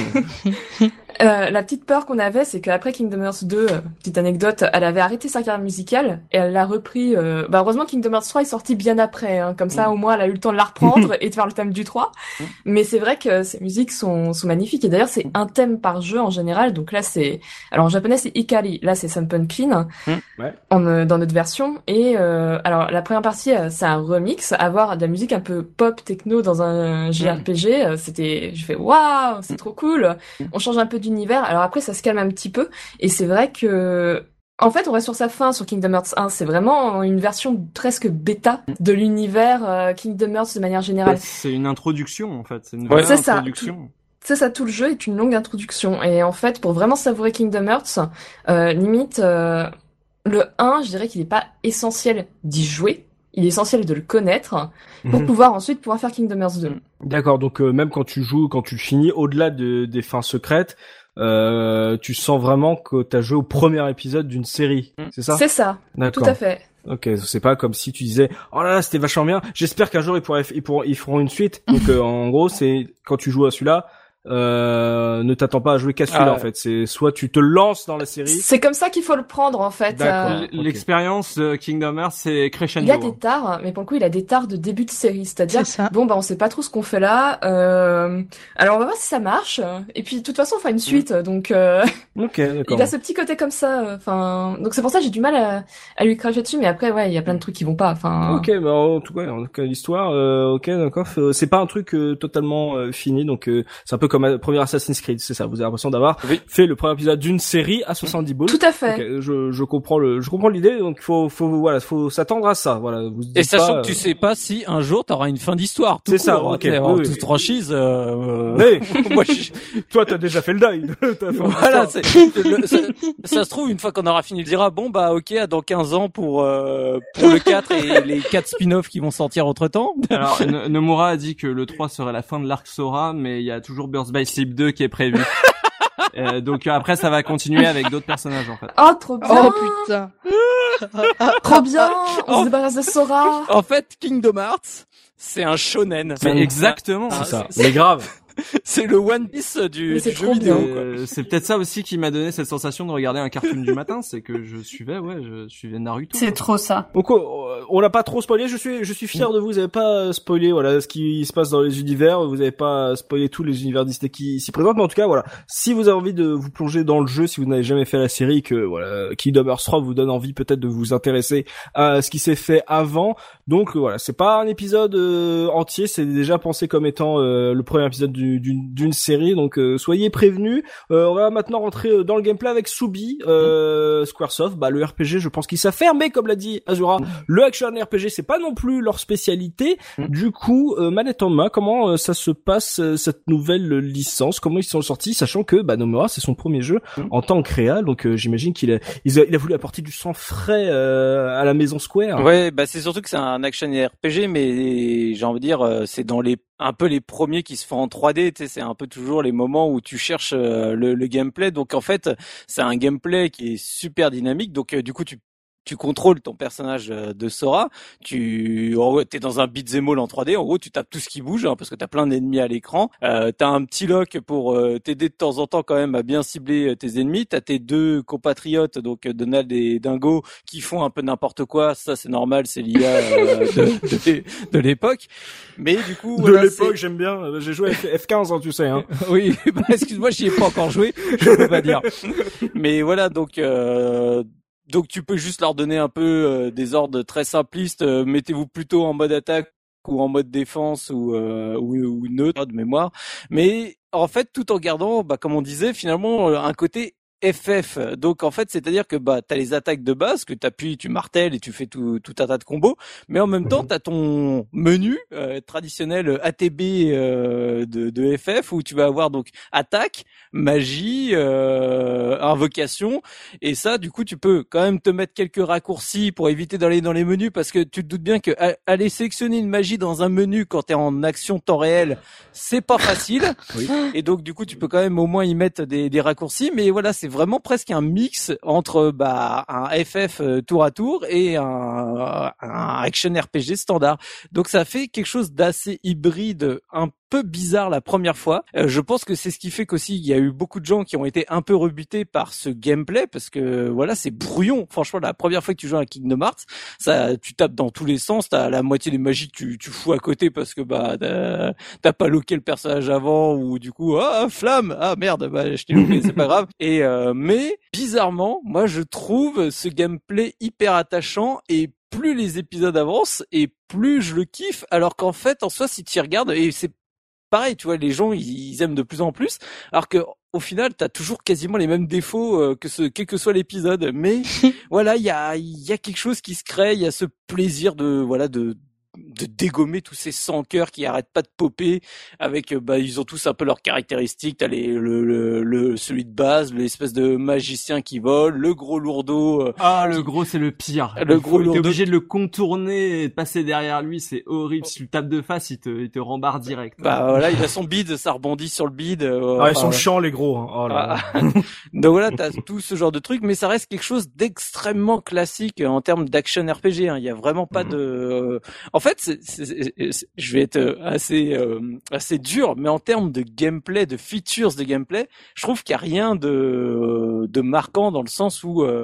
la petite peur qu'on avait, c'est qu'après Kingdom Hearts 2, petite anecdote, elle avait arrêté sa carrière musicale et elle l'a repris. Heureusement Kingdom Hearts 3 est sorti bien après, hein, comme ça au moins elle a eu le temps de la reprendre et de faire le thème du 3. Mais c'est vrai que ces musiques sont magnifiques, et d'ailleurs c'est un thème par jeu en général. Donc là alors en japonais c'est Ikari, là c'est Sunken Clean dans notre version. Et alors la première partie c'est un remix, avoir de la musique un peu pop techno dans un JRPG, j'ai fait waouh, c'est trop cool. On change un peu d'univers. Alors après, ça se calme un petit peu. Et c'est vrai que, en fait, on reste sur sa fin sur Kingdom Hearts 1. C'est vraiment une version presque bêta de l'univers Kingdom Hearts de manière générale. C'est une introduction, en fait. C'est une Ouais. vraie C'est ça. introduction. C'est ça, tout le jeu est une longue introduction. Et en fait, pour vraiment savourer Kingdom Hearts, limite, le 1, je dirais qu'il n'est pas essentiel d'y jouer. Il est essentiel de le connaître pour pouvoir faire Kingdom Hearts 2. D'accord, donc même quand tu le finis, au-delà des fins secrètes, tu sens vraiment que t'as joué au premier épisode d'une série, c'est ça? C'est ça, D'accord. tout à fait. Ok, c'est pas comme si tu disais oh là là c'était vachement bien. J'espère qu'un jour ils feront une suite. Donc en gros c'est quand tu joues à celui-là, ne t'attends pas à jouer qu'à celui-là en fait. C'est soit tu te lances dans la série. C'est comme ça qu'il faut le prendre en fait. D'accord. L'expérience Kingdom Hearts, c'est crescendo. Il y a des tares, mais pour le coup, il a des tares de début de série, c'est-à-dire C'est ça. on sait pas trop ce qu'on fait là. Alors on va voir si ça marche. Et puis de toute façon, on fera une suite, donc Ok, d'accord. il a ce petit côté comme ça. Donc c'est pour ça que j'ai du mal à lui cracher dessus. Mais après, ouais, il y a plein de trucs qui vont pas. Ok, bah en tout cas l'histoire, ok, d'accord. C'est pas un truc totalement fini, donc c'est un peu comme premier Assassin's Creed, c'est ça. Vous avez l'impression d'avoir fait le premier épisode d'une série à 70 balles. Tout à fait. Okay, je comprends l'idée, donc faut s'attendre à ça. Voilà. Vous et sachant que tu sais pas si un jour t'auras une fin d'histoire. C'est ça. Ok. Toute franchise. Mais moi, toi, t'as déjà fait le die. Voilà. Ça se trouve une fois qu'on aura fini, il dira bon bah ok, dans 15 ans pour le 4 et les 4 spin-offs qui vont sortir entre temps. Alors Nomura a dit que le 3 serait la fin de l'arc Sora, mais il y a toujours Birth by Sleep 2 qui est prévu. Donc après ça va continuer avec d'autres personnages en fait. Oh trop bien. Oh putain. Trop bien. On se débarrasse de Sora. En fait, Kingdom Hearts, c'est un shonen. Mais exactement. C'est ça. Mais grave. C'est le One Piece du jeu vidéo. C'est peut-être ça aussi qui m'a donné cette sensation de regarder un cartoon du matin, c'est que je suivais Naruto. C'est trop ça. Donc on l'a pas trop spoilé. Je suis fier de vous. Vous avez pas spoilé voilà ce qui se passe dans les univers. Vous avez pas spoilé tous les univers Disney qui s'y présentent. Mais en tout cas voilà, si vous avez envie de vous plonger dans le jeu, si vous n'avez jamais fait la série, que voilà Kingdom Hearts 3 vous donne envie peut-être de vous intéresser à ce qui s'est fait avant. Donc voilà, c'est pas un épisode entier. C'est déjà pensé comme étant le premier épisode d'une série, donc soyez prévenus. On va maintenant rentrer dans le gameplay avec Subi. Squaresoft, le RPG, je pense qu'ils savent faire, mais comme l'a dit Azura, le action RPG, c'est pas non plus leur spécialité. Du coup, manette en main, comment ça se passe cette nouvelle licence, comment ils sont sortis, sachant que Nomura, c'est son premier jeu en tant que créa, donc j'imagine qu'il a voulu apporter du sang frais à la maison Square. Ouais, c'est surtout que c'est un action RPG, mais j'ai envie de dire, c'est dans un peu les premiers qui se font en 3D, tu sais, c'est un peu toujours les moments où tu cherches le gameplay. Donc en fait, c'est un gameplay qui est super dynamique. Donc du coup, tu contrôles ton personnage de Sora, t'es dans un beat'em all en 3D, en gros tu tapes tout ce qui bouge, parce que t'as plein d'ennemis à l'écran, t'as un petit lock pour t'aider de temps en temps quand même à bien cibler tes ennemis, t'as tes deux compatriotes, donc Donald et Dingo, qui font un peu n'importe quoi, ça c'est normal, c'est l'IA de l'époque, mais du coup... De l'époque, j'aime bien, j'ai joué à F15, tu sais. Hein. Oui, excuse-moi, j'y ai pas encore joué, je peux pas dire. Mais voilà, donc tu peux juste leur donner un peu des ordres très simplistes. Mettez-vous plutôt en mode attaque ou en mode défense ou neutre de mémoire. Mais en fait, tout en gardant, comme on disait, finalement un côté FF. Donc en fait, c'est-à-dire que t'as les attaques de base que t'appuies, tu martèles et tu fais tout un tas de combos, mais en même temps t'as ton menu traditionnel ATB de FF où tu vas avoir donc attaque, magie, invocation, et ça du coup tu peux quand même te mettre quelques raccourcis pour éviter d'aller dans les menus, parce que tu te doutes bien que aller sélectionner une magie dans un menu quand t'es en action temps réel, c'est pas facile. Oui. Et donc du coup tu peux quand même au moins y mettre des raccourcis, mais voilà, c'est vraiment presque un mix entre un FF tour à tour et un action RPG standard. Donc ça fait quelque chose d'assez hybride, un peu bizarre la première fois. Je pense que c'est ce qui fait qu'aussi il y a eu beaucoup de gens qui ont été un peu rebutés par ce gameplay, parce que voilà, c'est brouillon. Franchement, la première fois que tu joues à Kingdom Hearts, ça, tu tapes dans tous les sens, t'as la moitié des magies que tu fous à côté parce que t'as pas loqué le personnage avant, ou du coup flamme, merde, je t'ai loupé, c'est pas grave. Et mais bizarrement, moi je trouve ce gameplay hyper attachant, et plus les épisodes avancent et plus je le kiffe, alors qu'en fait en soi si tu y regardes, et c'est pareil, tu vois, les gens ils aiment de plus en plus, alors que au final t'as toujours quasiment les mêmes défauts quel que soit l'épisode, mais voilà, il y a quelque chose qui se crée, il y a ce plaisir de dégommer tous ces sans-cœurs qui arrêtent pas de popper, avec ils ont tous un peu leurs caractéristiques. T'as celui de base, l'espèce de magicien qui vole, le gros lourdeau. Le gros c'est le pire. Le gros lourdeau. T'es obligé de le contourner et de passer derrière lui, c'est horrible. Si tu le tapes de face, il te rembarre direct. Voilà, il a son bide, ça rebondit sur le bide. Ils sont chiants les gros. Hein. Oh là là. Donc voilà, t'as tout ce genre de trucs, mais ça reste quelque chose d'extrêmement classique en termes d'action RPG. Hein. Il y a vraiment pas de. En fait, je vais être assez dur, mais en termes de gameplay, de features de gameplay, je trouve qu'il y a rien de marquant, dans le sens où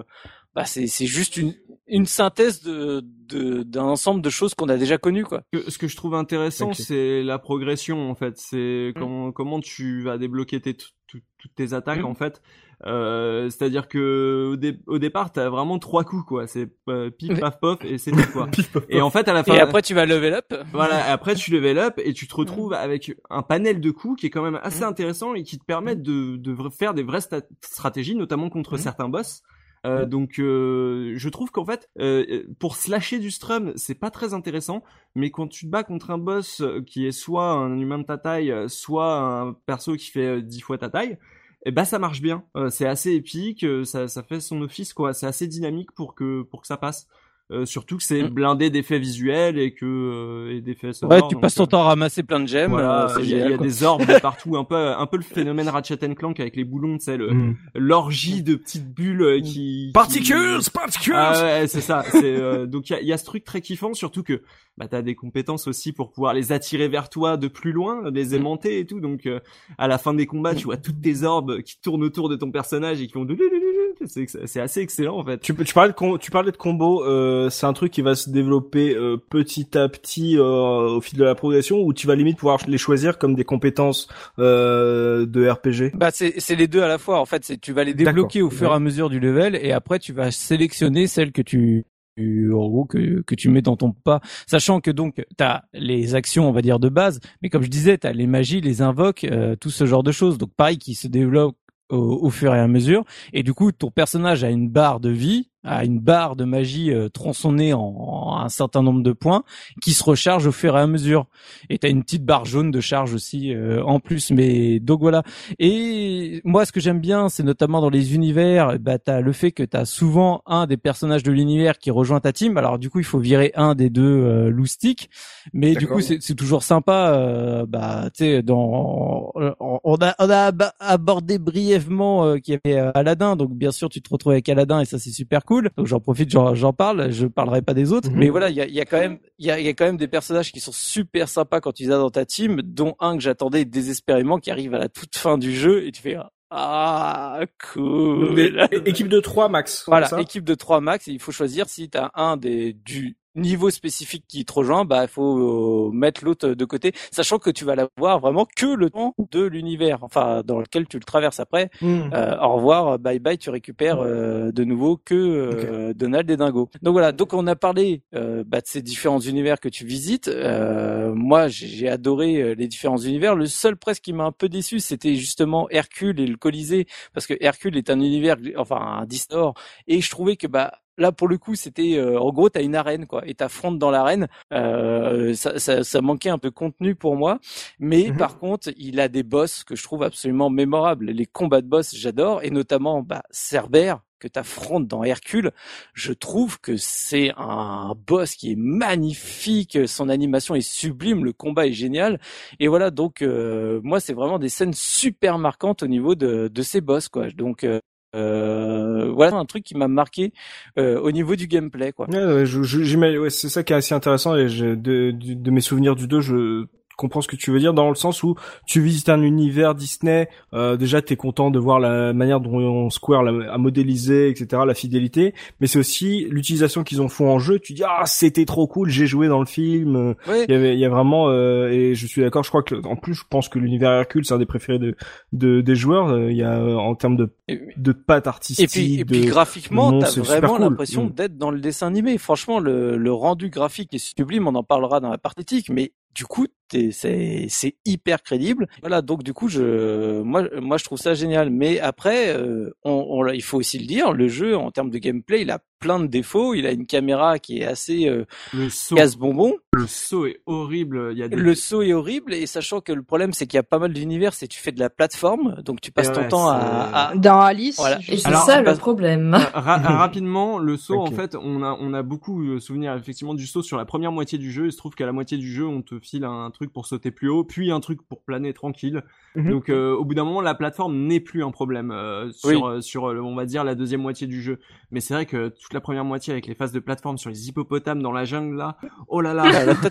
bah c'est juste une synthèse d'un ensemble de choses qu'on a déjà connues, quoi. Ce que je trouve intéressant, c'est la progression, en fait. C'est comment tu vas débloquer toutes tes attaques, en fait. C'est-à-dire que au départ, t'as vraiment 3 coups, quoi. C'est pif, paf, pof, et c'est tout, quoi. Et en fait, à la fin. Et après, tu vas level up. Voilà. Après, tu level up et tu te retrouves avec un panel de coups qui est quand même assez intéressant et qui te permettent de faire des vraies stratégies, notamment contre certains boss. Donc je trouve qu'en fait pour slasher du strum c'est pas très intéressant, mais quand tu te bats contre un boss qui est soit un humain de ta taille, soit un perso qui fait 10 fois ta taille, et bah ça marche bien. C'est assez épique, ça fait son office, quoi. C'est assez dynamique pour que ça passe. Surtout que c'est blindé d'effets visuels et d'effets sonores. Ouais, tu passes ton temps à ramasser plein de gemmes. Voilà, il y a des orbes de partout, un peu le phénomène Ratchet & Clank avec les boulons, tu sais, l'orgie de petites bulles particules. Ah ouais, c'est ça. Donc il y a ce truc très kiffant, surtout que bah t'as des compétences aussi pour pouvoir les attirer vers toi de plus loin, les aimanter et tout. Donc à la fin des combats, tu vois toutes tes orbes qui tournent autour de ton personnage et qui font c'est assez excellent en fait. Tu parlais de combo, c'est un truc qui va se développer petit à petit au fil de la progression, ou tu vas limite pouvoir les choisir comme des compétences de RPG. Bah c'est les deux à la fois en fait, tu vas les débloquer au fur et à mesure du level, et après tu vas sélectionner celles que tu mets dans ton pas, sachant que donc t'as les actions, on va dire, de base, mais comme je disais, t'as les magies, les invoques, tout ce genre de choses, donc pareil, qui se développent au fur et à mesure, et du coup ton personnage a une barre de vie, a une barre de magie tronçonnée en un certain nombre de points qui se recharge au fur et à mesure, et t'as une petite barre jaune de charge aussi en plus. Mais donc voilà. Et moi ce que j'aime bien, c'est notamment dans les univers, bah t'as le fait que t'as souvent un des personnages de l'univers qui rejoint ta team. Alors du coup il faut virer un des deux loustiques, mais du coup c'est toujours sympa. Bah tu sais, on a abordé brièvement qu'il y avait Aladdin, donc bien sûr tu te retrouves avec Aladdin et ça c'est super cool. Donc j'en profite, j'en parle, je parlerai pas des autres, mais voilà, il y a quand même des personnages qui sont super sympas quand tu les as dans ta team, dont un que j'attendais désespérément qui arrive à la toute fin du jeu et tu fais ah cool. Équipe de 3 max. Voilà, équipe de 3 max, et il faut choisir si t'as un du niveau spécifique qui te rejoint, bah il faut mettre l'autre de côté, sachant que tu vas l'avoir vraiment que le temps de l'univers, enfin dans lequel tu le traverses. Après au revoir, bye bye, tu récupères de nouveau que Donald et Dingo. Donc voilà, donc on a parlé de ces différents univers que tu visites. Moi j'ai adoré les différents univers. Le seul presque qui m'a un peu déçu, c'était justement Hercule et le Colisée, parce que Hercule est un univers, enfin un Disney, et je trouvais que là, pour le coup, c'était en gros, t'as une arène, quoi, et t'affrontes dans l'arène. Ça manquait un peu de contenu pour moi, mais par contre, il a des boss que je trouve absolument mémorables. Les combats de boss, j'adore, et notamment Cerbère que t'affrontes dans Hercule. Je trouve que c'est un boss qui est magnifique, son animation est sublime, le combat est génial, et voilà. Donc moi, c'est vraiment des scènes super marquantes au niveau de ces boss, quoi. Donc voilà un truc qui m'a marqué au niveau du gameplay, quoi. Ouais, c'est ça qui est assez intéressant, et de mes souvenirs du 2, je comprends ce que tu veux dire, dans le sens où tu visites un univers Disney, déjà t'es content de voir la manière dont Square a modélisé, etc., la fidélité, mais c'est aussi l'utilisation qu'ils ont fait en jeu. Tu dis c'était trop cool, j'ai joué dans le film. Ouais. Il y a vraiment et je suis d'accord, je crois que en plus je pense que l'univers Hercule c'est un des préférés des joueurs. Il y a en termes de pattes artistiques, et puis graphiquement t'as vraiment cool. l'impression d'être dans le dessin animé. Franchement, le rendu graphique est sublime, on en parlera dans la partie éthique, mais du coup c'est hyper crédible. Voilà, donc du coup moi je trouve ça génial. Mais après il faut aussi le dire, le jeu en termes de gameplay, il a plein de défauts. Il a une caméra qui est assez casse-bonbon. Le saut est horrible. Le saut est horrible, et sachant que le problème c'est qu'il y a pas mal d'univers, c'est que tu fais de la plateforme, donc tu passes ton temps à dans Alice. Voilà. Et c'est ça le problème. Rapidement, le saut, en fait, on a beaucoup souvenir effectivement du saut sur la première moitié du jeu. Il se trouve qu'à la moitié du jeu, on te file un truc pour sauter plus haut, puis un truc pour planer tranquille. Donc au bout d'un moment, la plateforme n'est plus un problème sur on va dire la deuxième moitié du jeu. Mais c'est vrai que toute la première moitié avec les phases de plateforme sur les hippopotames dans la jungle là, oh là là,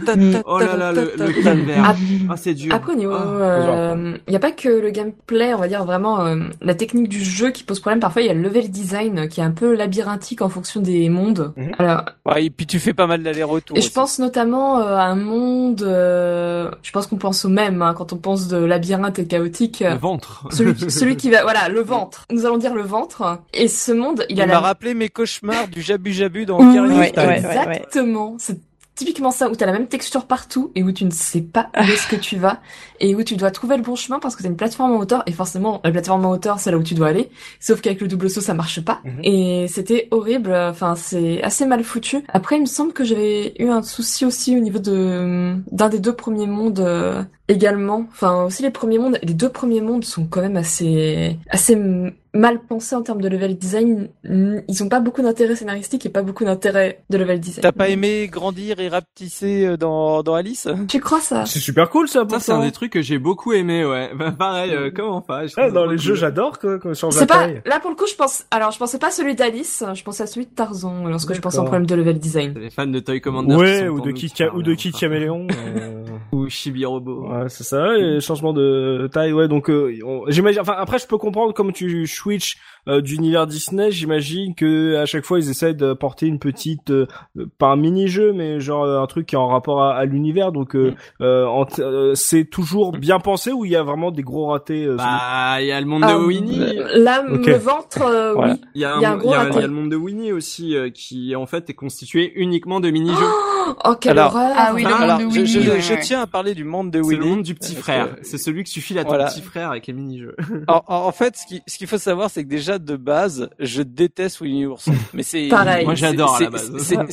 le calvaire. C'est dur. Après, au niveau, y a pas que le gameplay, on va dire vraiment la technique du jeu qui pose problème. Parfois, il y a le level design qui est un peu labyrinthique en fonction des mondes. Alors, et puis tu fais pas mal d'allers-retours. Et je pense notamment à un monde. Je pense qu'on pense au même quand on pense de labyrinthe et chaotique. Le ventre. Celui qui va, voilà, le ventre. Nous allons dire le ventre. Et ce monde, il m'a rappelé mes cauchemars du Jabu dans Ocarina of Time. Exactement. C'est typiquement ça, où t'as la même texture partout et où tu ne sais pas où est-ce que tu vas et où tu dois trouver le bon chemin parce que t'as une plateforme en hauteur et forcément la plateforme en hauteur c'est là où tu dois aller, sauf qu'avec le double saut ça marche pas et c'était horrible, enfin c'est assez mal foutu. Après il me semble que j'avais eu un souci aussi au niveau d'un des deux premiers mondes également, enfin aussi les deux premiers mondes sont quand même assez mal pensés en termes de level design. Ils ont pas beaucoup d'intérêt scénaristique et pas beaucoup d'intérêt de level design. T'as pas aimé grandir et rapetisser dans Alice? Tu crois ça? C'est super cool ça. Ça c'est un des trucs que j'ai beaucoup aimé, ouais. Bah, pareil, comment pas. Dans les jeux j'adore quand change la taille. taille. Là pour le coup je pensais pas à celui d'Alice, je pensais à celui de Tarzan lorsque je pensais en problème de level design. Les fans de Toy Commander. Ouais, ou de Kid Caméléon. Ou Chibi Robot. Ouais, c'est ça, les changements de taille, ouais, donc, j'imagine, enfin, après, je peux comprendre, comme tu switches, d'univers Disney, j'imagine que à chaque fois, ils essaient de porter une petite, pas un mini-jeu, mais genre, un truc qui est en rapport à l'univers, donc, c'est toujours bien pensé ou il y a vraiment des gros ratés, il y a le monde de Winnie. Là, le ventre, voilà. oui. Il y a le monde de Winnie aussi, qui, en fait, est constitué uniquement de mini-jeux. Oh, quelle horreur! Ah oui, le monde de Winnie. Je tiens à parler du monde de Winnie. C'est le monde du petit frère. C'est celui que suffit à ton petit frère avec les mini-jeux. En fait, ce qu'il faut savoir, c'est que déjà, de base, je déteste Winnie l'ourson. Mais c'est... Pareil. Moi, j'adore à la base.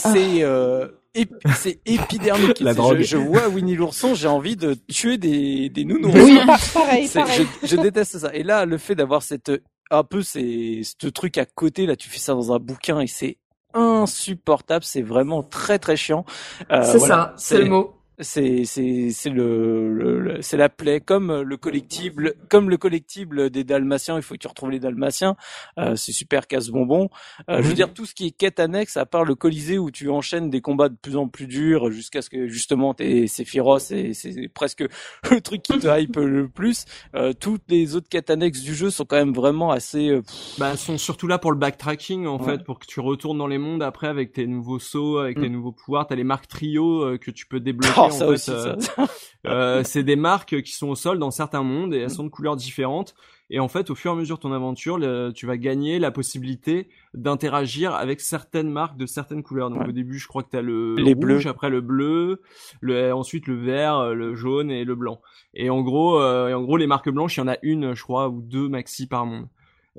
C'est épidermique. La drogue. Je vois Winnie l'ourson, j'ai envie de tuer des nounours. Oui, pareil. Je déteste ça. Et là, le fait d'avoir ce truc à côté, là, tu fais ça dans un bouquin et c'est insupportable, c'est vraiment très très chiant. C'est le mot. C'est la plaie, comme le collectible des Dalmatiens. Il faut que tu retrouves les Dalmatiens. C'est super casse-bonbon. Je veux dire, tout ce qui est quête annexe, à part le Colisée où tu enchaînes des combats de plus en plus durs jusqu'à ce que justement c'est féroce et c'est presque le truc qui te hype le plus. Toutes les autres quêtes annexes du jeu sont quand même vraiment assez. Sont surtout là pour le backtracking en fait, pour que tu retournes dans les mondes après avec tes nouveaux sauts, avec tes nouveaux pouvoirs. T'as les marques trio que tu peux débloquer. C'est des marques qui sont au sol dans certains mondes et elles sont de couleurs différentes. Et en fait, au fur et à mesure de ton aventure, tu vas gagner la possibilité d'interagir avec certaines marques de certaines couleurs. Donc au début, je crois que t'as les rouge, bleus. Après le bleu, ensuite le vert, le jaune et le blanc. Et en gros, les marques blanches, il y en a une, je crois, ou deux maxi par monde.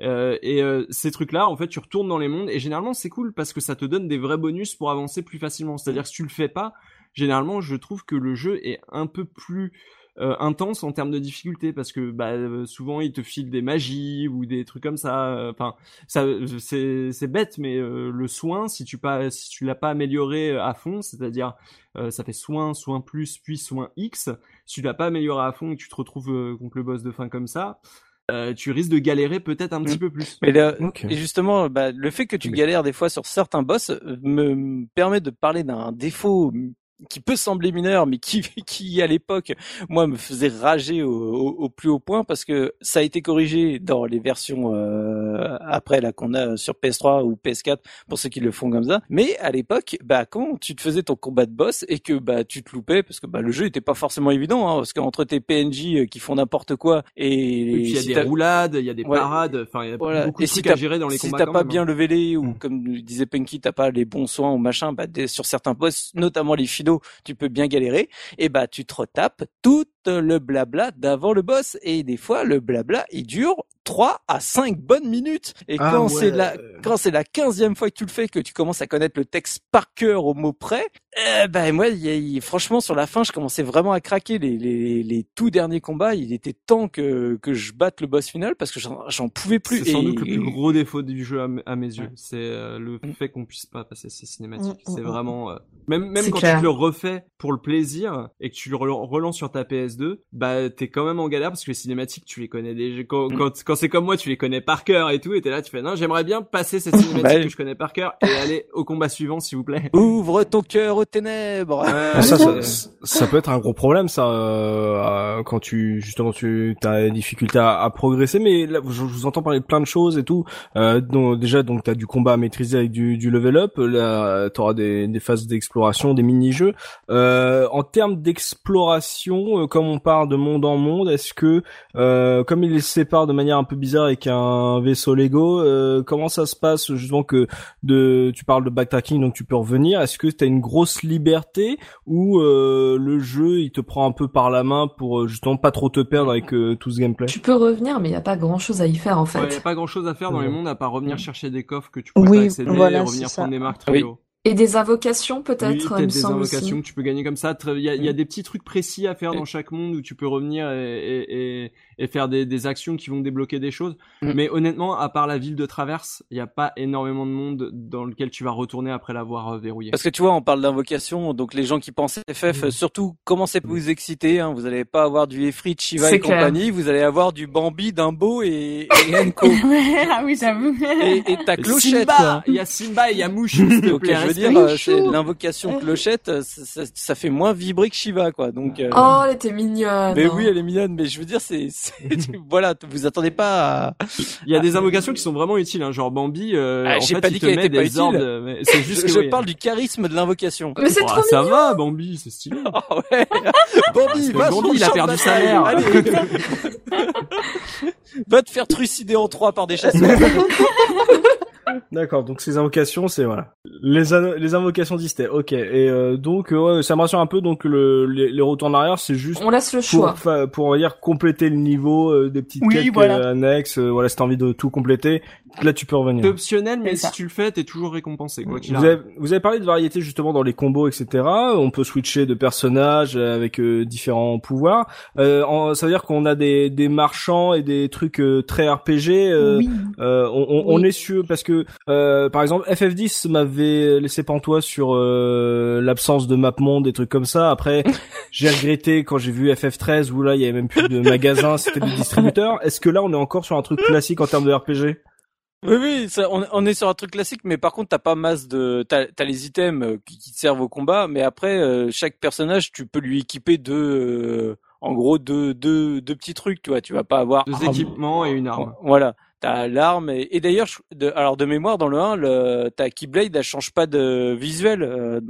Ces trucs-là, en fait, tu retournes dans les mondes et généralement c'est cool parce que ça te donne des vrais bonus pour avancer plus facilement. C'est-à-dire que si tu le fais pas, généralement, je trouve que le jeu est un peu plus intense en termes de difficulté parce que souvent il te file des magies ou des trucs comme ça. Enfin, ça c'est bête, mais le soin, si tu l'as pas amélioré à fond, c'est-à-dire ça fait soin plus puis soin X. Si tu l'as pas amélioré à fond et que tu te retrouves contre le boss de fin comme ça. Tu risques de galérer peut-être un petit peu plus. Mais et justement, le fait que tu galères des fois sur certains boss me permet de parler d'un défaut qui peut sembler mineur, mais qui à l'époque, moi, me faisait rager au plus haut point parce que ça a été corrigé dans les versions après là qu'on a sur PS3 ou PS4 pour ceux qui le font comme ça. Mais à l'époque, quand tu te faisais ton combat de boss et que tu te loupais parce que le jeu était pas forcément évident, parce qu'entre tes PNJ qui font n'importe quoi et puis il y a des roulades, il y a des parades, enfin il y a beaucoup de trucs à gérer dans les combats. Si t'as pas bien levelé ou comme disait Punky, t'as pas les bons soins ou machin, sur certains boss, notamment les finaux, tu peux bien galérer et tu te retapes toute juste le blabla d'avant le boss. Et des fois, le blabla, il dure 3 à 5 bonnes minutes. Et quand c'est la 15e fois que tu le fais, que tu commences à connaître le texte par cœur au mot près, moi, franchement, sur la fin, je commençais vraiment à craquer. Les tout derniers combats, il était temps que je batte le boss final parce que j'en pouvais plus. C'est sans doute le plus gros défaut du jeu à mes yeux. C'est le fait qu'on puisse pas passer ces cinématiques. C'est vraiment même quand tu le refais pour le plaisir et que tu le relances sur ta PS2, t'es quand même en galère parce que les cinématiques, tu les connais déjà. Quand c'est comme moi, tu les connais par cœur et tout, et t'es là, tu fais non, j'aimerais bien passer cette cinématique que je connais par cœur et aller au combat suivant, s'il vous plaît. Ouvre ton cœur aux ténèbres. Ça peut être un gros problème, ça, quand tu as des difficultés à progresser, mais là, je vous entends parler de plein de choses et tout. Donc t'as du combat à maîtriser avec du level up. Là, t'auras des phases d'exploration, des mini-jeux. En termes d'exploration, comme on part de monde en monde, est-ce que, comme ils les séparent de manière un peu bizarre avec un vaisseau Lego, comment ça se passe justement tu parles de backtracking, donc tu peux revenir. Est-ce que t'as une grosse liberté ou le jeu il te prend un peu par la main pour justement pas trop te perdre avec tout ce gameplay? Tu peux revenir, mais il y a pas grand-chose à y faire en fait. Il y a pas grand-chose à faire dans les mondes à part revenir chercher des coffres que tu peux pas accéder et revenir prendre des marques très haut. Et des invocations peut-être, oui, il me semble des invocations aussi. que tu peux gagner comme ça. Il y a des petits trucs précis à faire dans chaque monde où tu peux revenir et faire des actions qui vont débloquer des choses. Mais honnêtement, à part la ville de Traverse, il y a pas énormément de monde dans lequel tu vas retourner après l'avoir verrouillé. Parce que tu vois, on parle d'invocation, donc les gens qui pensent FF, surtout commencez à vous exciter. Vous allez pas avoir du Efrit, Shiva et compagnie, vous allez avoir du Bambi, Dumbo et Enko. Ah oui, j'avoue. Et ta clochette. Il y a Simba et il y a Mouche, s'il te plaît. Je veux dire, c'est l'invocation clochette, ça fait moins vibrer que Shiva, quoi. Donc. Oh, elle était mignonne. Mais oui, elle est mignonne. Mais je veux dire, voilà, vous attendez pas à... Il y a des invocations qui sont vraiment utiles, hein, genre Bambi. En j'ai fait, pas dit qu'elle était pas utile. Ordres, mais c'est juste que je parle du charisme de l'invocation. Mais c'est trop ça mignon. va, Bambi, c'est stylé. Oh, ouais. Bambi, il a perdu sa mère. Allez. Va te faire trucider en 3 par des chasseurs. D'accord, donc ces invocations, c'est voilà. Les invocations d'Isté, ok. Et donc ça me rassure un peu. Donc les retours en arrière, c'est juste on laisse le choix pour on va dire compléter le niveau, des petites quêtes annexes. Voilà, si t'as envie de tout compléter, là tu peux revenir. C'est optionnel, mais si tu le fais, t'es toujours récompensé. Quoi qu'il vous avez parlé de variété justement dans les combos, etc. On peut switcher de personnages avec différents pouvoirs. Ça veut dire qu'on a des marchands et des trucs très RPG. On est sûr parce que par exemple FF10 m'avait laissé pantois sur l'absence de map monde, des trucs comme ça. Après j'ai regretté quand j'ai vu FF13 où là il y avait même plus de magasins, c'était des distributeurs. Est-ce que là on est encore sur un truc classique en termes de RPG? Oui, on est sur un truc classique, mais par contre t'as pas masse t'as les items qui te servent au combat, mais après chaque personnage tu peux lui équiper en gros deux petits trucs, tu vois, tu vas pas avoir 2 équipements et une arme. Voilà. T'as l'arme et d'ailleurs de mémoire dans le 1 ta Keyblade elle change pas de visuel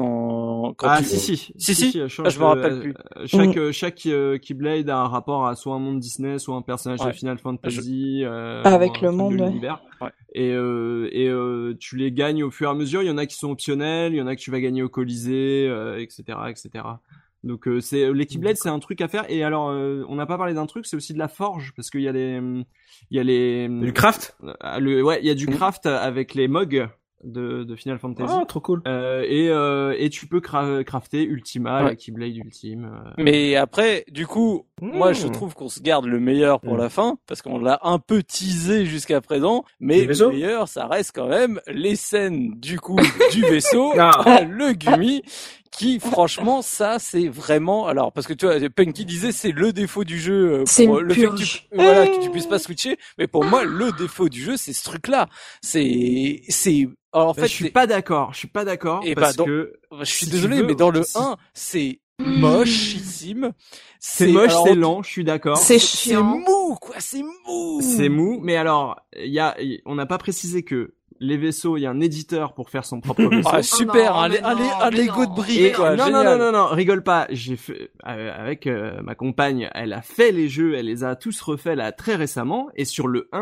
si je me rappelle plus. Chaque Keyblade a un rapport à soit un monde Disney, soit un personnage de Final Fantasy avec le monde de l'univers. Ouais. Et tu les gagnes au fur et à mesure, il y en a qui sont optionnels, il y en a que tu vas gagner au Colisée, etc. Donc les Keyblades, c'est un truc à faire. Et alors on n'a pas parlé d'un truc, c'est aussi de la forge parce qu'il y a du craft. Il y a du craft avec les mugs de Final Fantasy. Ah, trop cool. Et tu peux crafter Ultima, la Keyblade ultime. Mais après, du coup, moi je trouve qu'on se garde le meilleur pour la fin parce qu'on l'a un peu teasé jusqu'à présent, mais le meilleur, ça reste quand même les scènes du coup du vaisseau, le Gumi. Qui, franchement, ça, c'est vraiment, alors, parce que tu vois, Punky disait, c'est le défaut du jeu, pour le fait que tu puisses pas switcher, mais pour moi, le défaut du jeu, c'est ce truc-là. Alors, en fait, je suis pas d'accord, et parce que, je suis désolé, mais dans le 1, c'est mochissime. C'est moche, c'est lent, je suis d'accord. C'est chiant. C'est mou, quoi, c'est mou. C'est mou, mais alors, on n'a pas précisé que, les vaisseaux, il y a un éditeur pour faire son propre vaisseau. Ah, super, un Lego de briques, quoi. Non, rigole pas. J'ai fait, avec ma compagne, elle a fait les jeux, elle les a tous refaits là très récemment, et sur le 1,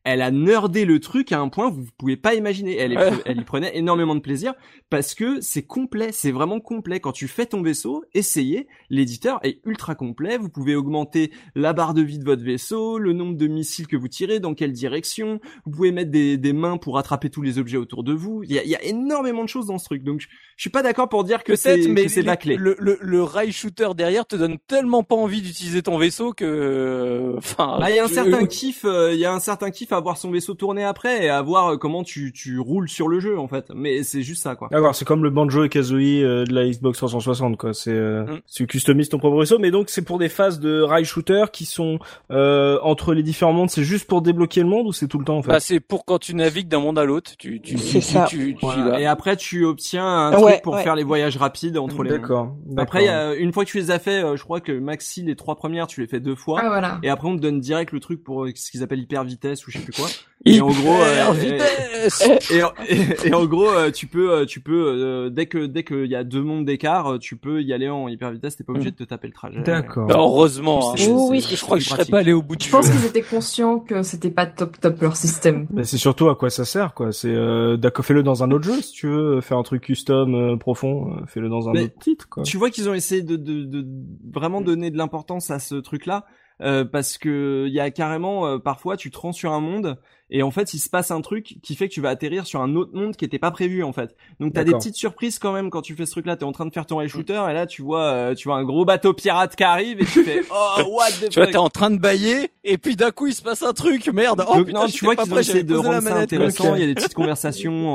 elle a nerdé le truc à un point que vous pouvez pas imaginer. Elle y prenait énormément de plaisir parce que c'est complet, c'est vraiment complet. Quand tu fais ton vaisseau, essayez, l'éditeur est ultra complet. Vous pouvez augmenter la barre de vie de votre vaisseau, le nombre de missiles que vous tirez, dans quelle direction. Vous pouvez mettre des mains pour attraper tous les objets autour de vous. Il y a énormément de choses dans ce truc. Donc je suis pas d'accord pour dire que c'est bâclé. Le rail shooter derrière te donne tellement pas envie d'utiliser ton vaisseau que il y a un certain kiff, à voir son vaisseau tourner après et à voir comment tu roules sur le jeu en fait. Mais c'est juste ça quoi. D'accord, c'est comme le Banjo et Kazooie de la Xbox 360 quoi. Tu customises ton propre vaisseau, mais donc c'est pour des phases de rail shooter qui sont entre les différents mondes. C'est juste pour débloquer le monde ou c'est tout le temps en fait? Bah c'est pour quand tu navigues d'un monde à l'autre. Voilà. Et après tu obtiens un truc pour faire les voyages rapides entre les mondes. D'accord. Après une fois que tu les as fait, je crois que maxi les 3 premières tu les fais 2 fois. Ah, voilà. Et après on te donne direct le truc pour ce qu'ils appellent hyper vitesse ou je sais plus quoi. Et en gros, et en gros, tu peux, dès que il y a 2 mondes d'écart, tu peux y aller en hyper vitesse. T'es pas obligé de te taper le trajet. D'accord. Bah, heureusement. Hein, je crois que je serais pas allé au bout du jeu. Je pense qu'ils étaient conscients que c'était pas top leur système. Mais c'est surtout à quoi ça sert, quoi. C'est d'accord, fais-le dans un autre jeu si tu veux faire un truc custom profond, fais-le dans un autre titre, quoi. Tu vois qu'ils ont essayé de vraiment donner de l'importance à ce truc-là. Parce que il y a carrément parfois tu te rends sur un monde et en fait il se passe un truc qui fait que tu vas atterrir sur un autre monde qui était pas prévu en fait. Donc t'as des petites surprises quand même quand tu fais ce truc là. T'es en train de faire ton rail shooter et là tu vois un gros bateau pirate qui arrive et tu fais oh what the fuck. Tu vois t'es en train de bailler et puis d'un coup il se passe un truc merde. Oh donc, putain, non, tu vois qu'ils ont essayé de rendre ça intéressant. Okay. Il y a des petites conversations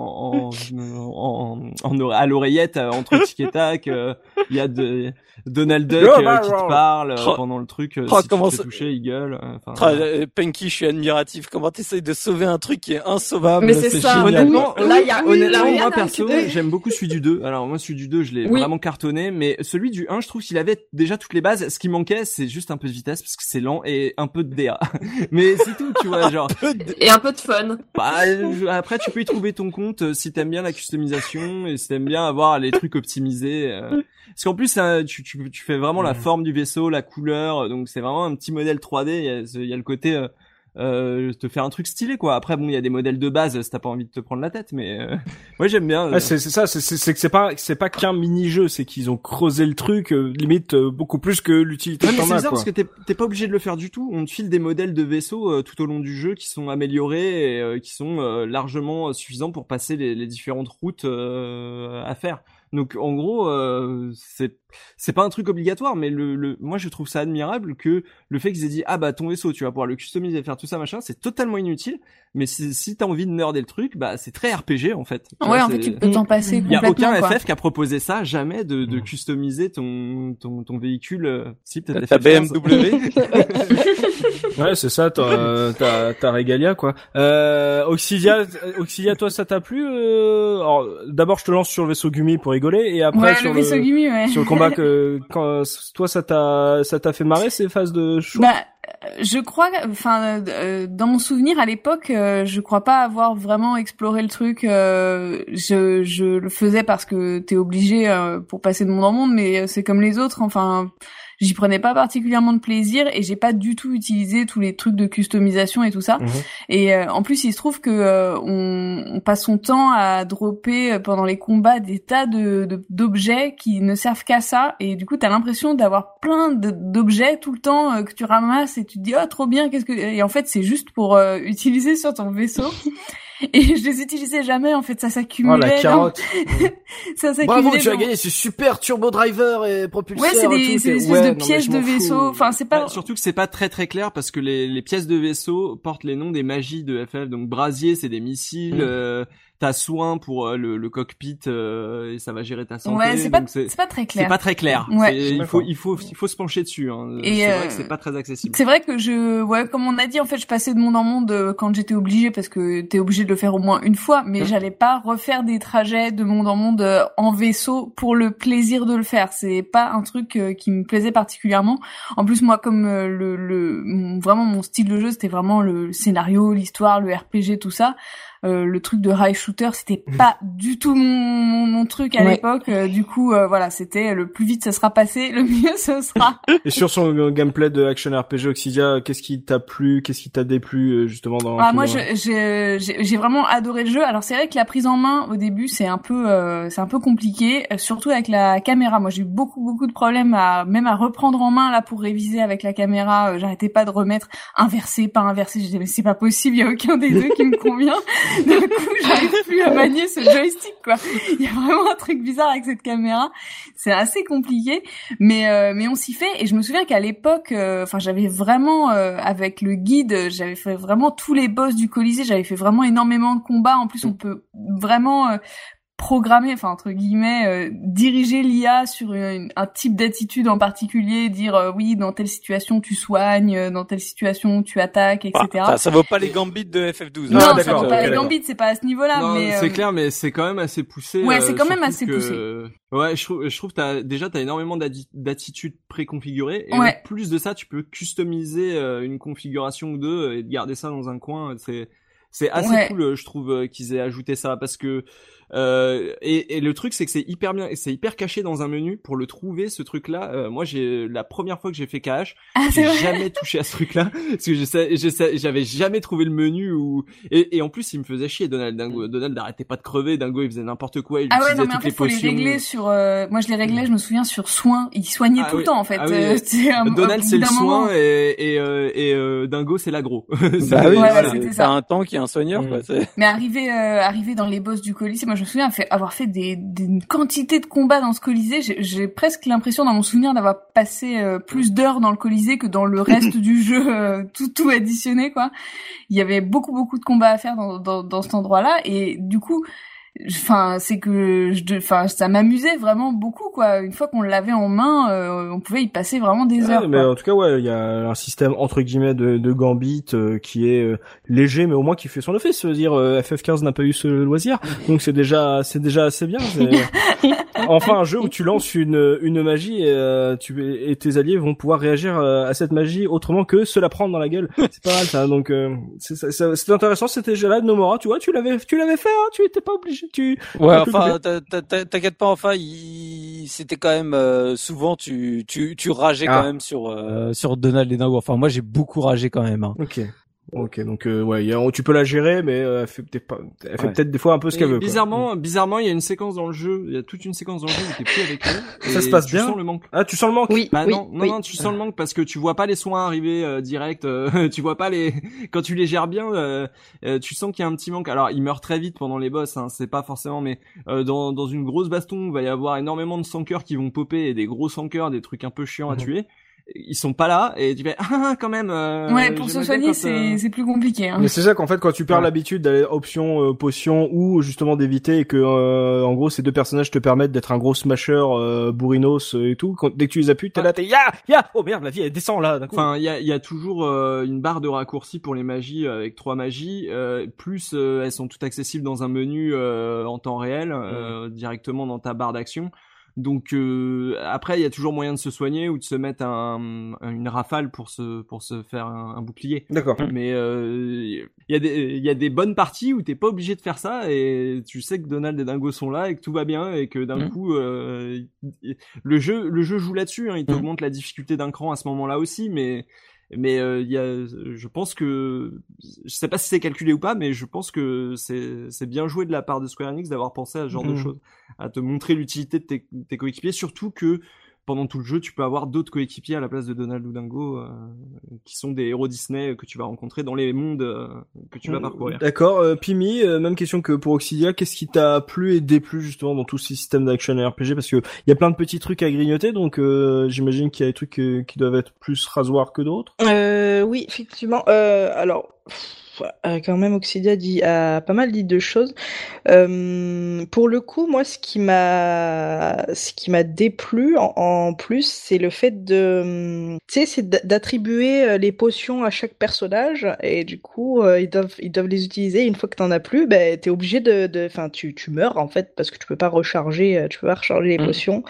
à l'oreillette entre tic et tac. Il y a Donald Duck qui te parle pendant le truc. Si tu te fais toucher, il gueule. Penky, je suis admiratif. Comment t'essayes de sauver un truc qui est insauvable? Mais c'est ça. Honnêtement, honnêtement, moi perso, j'aime beaucoup celui du 2. Alors moi, celui du 2, je l'ai vraiment cartonné. Mais celui du 1, je trouve qu'il avait déjà toutes les bases. Ce qui manquait, c'est juste un peu de vitesse parce que c'est lent et un peu de DA. Mais c'est tout, tu vois, genre. Et un peu de fun. Bah, après, tu peux y trouver ton compte si t'aimes bien la customisation et si t'aimes bien avoir les trucs optimisés. Parce qu'en plus, tu fais vraiment la forme du vaisseau, la couleur, donc c'est vraiment un petit modèle 3D. Il y a le côté te faire un truc stylé quoi. Après bon, il y a des modèles de base si t'as pas envie de te prendre la tête, mais moi j'aime bien. Ouais, c'est ça, c'est que c'est pas qu'un mini-jeu, c'est qu'ils ont creusé le truc limite beaucoup plus que l'utilité que t'en as, c'est bizarre quoi. Parce que t'es pas obligé de le faire du tout. On te file des modèles de vaisseaux tout au long du jeu qui sont améliorés et qui sont largement suffisants pour passer les différentes routes à faire. Donc en gros c'est pas un truc obligatoire, mais moi je trouve ça admirable que le fait qu'ils aient dit ah bah ton vaisseau tu vas pouvoir le customiser, faire tout ça machin, c'est totalement inutile, mais si t'as envie de nerder le truc, bah c'est très RPG en fait. Ouais, en fait tu peux t'en passer complètement. Il y a aucun quoi. FF qui a proposé ça jamais de customiser ton véhicule. Si peut-être ta BMW. Ouais, c'est ça, t'as Regalia, quoi. Oxidia, toi, ça t'a plu? Alors, d'abord, je te lance sur le vaisseau Gumi pour rigoler, et après, sur le vaisseau Gumi, ouais. sur le combat toi, ça t'a fait marrer, ces phases de shoot? Bah, je crois, enfin, dans mon souvenir, à l'époque, je crois pas avoir vraiment exploré le truc, je le faisais parce que t'es obligé, pour passer de monde en monde, mais c'est comme les autres, enfin, j'y prenais pas particulièrement de plaisir et j'ai pas du tout utilisé tous les trucs de customisation et tout ça. Et en plus, il se trouve que on passe son temps à dropper pendant les combats des tas d'objets qui ne servent qu'à ça. Et du coup, t'as l'impression d'avoir plein d'objets tout le temps que tu ramasses et tu te dis oh trop bien, qu'est-ce que... Et en fait, c'est juste pour utiliser sur ton vaisseau. Et je les utilisais jamais, en fait, ça s'accumulait. Oh, la carotte. Ça s'accumulait. Bravo, tu as gagné, c'est super turbo driver et propulseur. Ouais, c'est des espèces de pièces de vaisseau. Enfin, c'est pas... surtout que c'est pas très très clair parce que les pièces de vaisseau portent les noms des magies de FF. Donc, brasier, c'est des missiles, t'as soin pour le cockpit, et ça va gérer ta santé. Ouais, c'est pas très clair. C'est pas très clair. Ouais. Il faut se pencher dessus, hein. Et c'est vrai que c'est pas très accessible. C'est vrai que comme on a dit, en fait, je passais de monde en monde quand j'étais obligée parce que t'es obligé de le faire au moins une fois, mais j'allais pas refaire des trajets de monde en monde en vaisseau pour le plaisir de le faire. C'est pas un truc qui me plaisait particulièrement. En plus, moi, comme vraiment mon style de jeu, c'était vraiment le scénario, l'histoire, le RPG, tout ça. le truc de rail shooter, c'était pas du tout mon truc à l'époque. Du coup, voilà, c'était le plus vite ça sera passé, le mieux ce sera. Et sur son gameplay de action RPG Oxidia, qu'est-ce qui t'a plu, qu'est-ce qui t'a déplu justement dans moi j'ai vraiment adoré le jeu. Alors c'est vrai que la prise en main au début c'est un peu compliqué, surtout avec la caméra. Moi j'ai eu beaucoup de problèmes à reprendre en main là pour réviser avec la caméra. J'arrêtais pas de remettre inversé, pas inversé. Je disais mais c'est pas possible, il y a aucun des deux qui me convient. D'un coup j'arrive plus à manier ce joystick quoi. Il y a vraiment un truc bizarre avec cette caméra. C'est assez compliqué, mais on s'y fait. Et je me souviens qu'à l'époque, j'avais vraiment avec le guide, j'avais fait vraiment tous les boss du Colisée. J'avais fait vraiment énormément de combats. En plus, on peut vraiment programmer, entre guillemets, diriger l'IA sur un type d'attitude en particulier, dire oui, dans telle situation tu soignes, dans telle situation tu attaques, etc. Ça vaut pas les gambits de FF12. Non, ça vaut pas les gambits, c'est pas à ce niveau-là. Non, mais c'est clair, mais c'est quand même assez poussé. Ouais, c'est quand même assez poussé. Ouais, je trouve que t'as énormément d'attitudes préconfigurées. Et en plus de ça, tu peux customiser une configuration ou deux et garder ça dans un coin. C'est assez cool, je trouve, qu'ils aient ajouté ça parce que et le truc c'est que c'est hyper bien et c'est hyper caché dans un menu pour le trouver ce truc là. Moi la première fois que j'ai fait KH, j'ai jamais touché à ce truc là parce que j'avais jamais trouvé le menu et en plus il me faisait chier Donald. Donald n'arrêtait pas de crever, Dingo il faisait n'importe quoi, il utilisait toutes les potions. Faut les régler sur moi je les réglais, je me souviens sur soin, il soignait tout le temps en fait. Donald c'est le soin et Dingo c'est l'aggro. C'était ça. Un tank et un soigneur quoi. Mais arrivé dans les boss du Colisée, moi je me souviens avoir fait des quantités de combats dans ce Colisée. J'ai presque l'impression dans mon souvenir d'avoir passé plus d'heures dans le Colisée que dans le reste du jeu, tout additionné quoi. Il y avait beaucoup de combats à faire dans cet endroit-là et du coup c'est que ça m'amusait vraiment beaucoup quoi. Une fois qu'on l'avait en main, on pouvait y passer vraiment des heures. Mais en tout cas il y a un système entre guillemets de gambit qui est léger mais au moins qui fait son effet. C'est-à-dire FF15 n'a pas eu ce loisir, donc c'est déjà assez bien. Enfin un jeu où tu lances une magie et tes alliés vont pouvoir réagir à cette magie autrement que se la prendre dans la gueule. C'est pas mal ça. Donc c'était intéressant. C'était là de Nomura, tu vois, tu l'avais fait, hein, tu étais pas obligé. T'inquiète pas, c'était quand même souvent tu rageais quand même sur Donald et Dingo. Enfin moi j'ai beaucoup ragé quand même. Hein. Ok, donc tu peux la gérer, mais elle fait peut-être des fois un peu ce qu'elle veut. Bizarrement, il y a une séquence dans le jeu, il y a toute une séquence dans le jeu où t'es plus avec eux. Ça se passe bien. Tu sens le manque. Ah, tu sens le manque? Oui. Non, tu sens le manque parce que tu vois pas les soins arriver direct. Tu vois pas quand tu les gères bien, tu sens qu'il y a un petit manque. Alors, il meurt très vite pendant les boss, hein, c'est pas forcément, mais dans une grosse baston, il va y avoir énormément de sankers qui vont popper et des gros sankers, des trucs un peu chiants à tuer. Ils sont pas là et tu fais quand même pour se soigner c'est plus compliqué hein. Mais c'est ça qu'en fait quand tu perds l'habitude d'aller option potion ou justement d'éviter et que en gros ces deux personnages te permettent d'être un gros smasher bourrinos et tout, dès que tu les appuies t'es là oh merde la vie elle descend là d'un coup. Enfin il y a toujours une barre de raccourci pour les magies avec 3 magies plus elles sont toutes accessibles dans un menu en temps réel directement dans ta barre d'action. Donc après il y a toujours moyen de se soigner ou de se mettre une rafale pour se faire un bouclier. D'accord. Mais il y a des bonnes parties où t'es pas obligé de faire ça et tu sais que Donald et Dingo sont là et que tout va bien et que d'un coup le jeu joue là-dessus, hein, il t'augmente la difficulté d'un cran à ce moment-là aussi, mais je pense que je sais pas si c'est calculé ou pas, mais je pense que c'est bien joué de la part de Square Enix d'avoir pensé à ce genre de choses, à te montrer l'utilité de tes coéquipiers, surtout que pendant tout le jeu, tu peux avoir d'autres coéquipiers à la place de Donald ou Dingo qui sont des héros Disney que tu vas rencontrer dans les mondes que tu vas parcourir. D'accord. Pimi, même question que pour Oxidia, qu'est-ce qui t'a plu et déplu justement dans tous ces systèmes d'action RPG, parce que il y a plein de petits trucs à grignoter, donc j'imagine qu'il y a des trucs qui doivent être plus rasoirs que d'autres. Oui, effectivement. Alors quand même Oxidia a pas mal dit de choses. Pour le coup, moi, ce qui m'a déplu en plus, c'est le fait c'est d'attribuer les potions à chaque personnage et du coup, ils doivent les utiliser. Une fois que t'en as plus, t'es obligé tu meurs en fait parce que tu peux pas recharger les potions.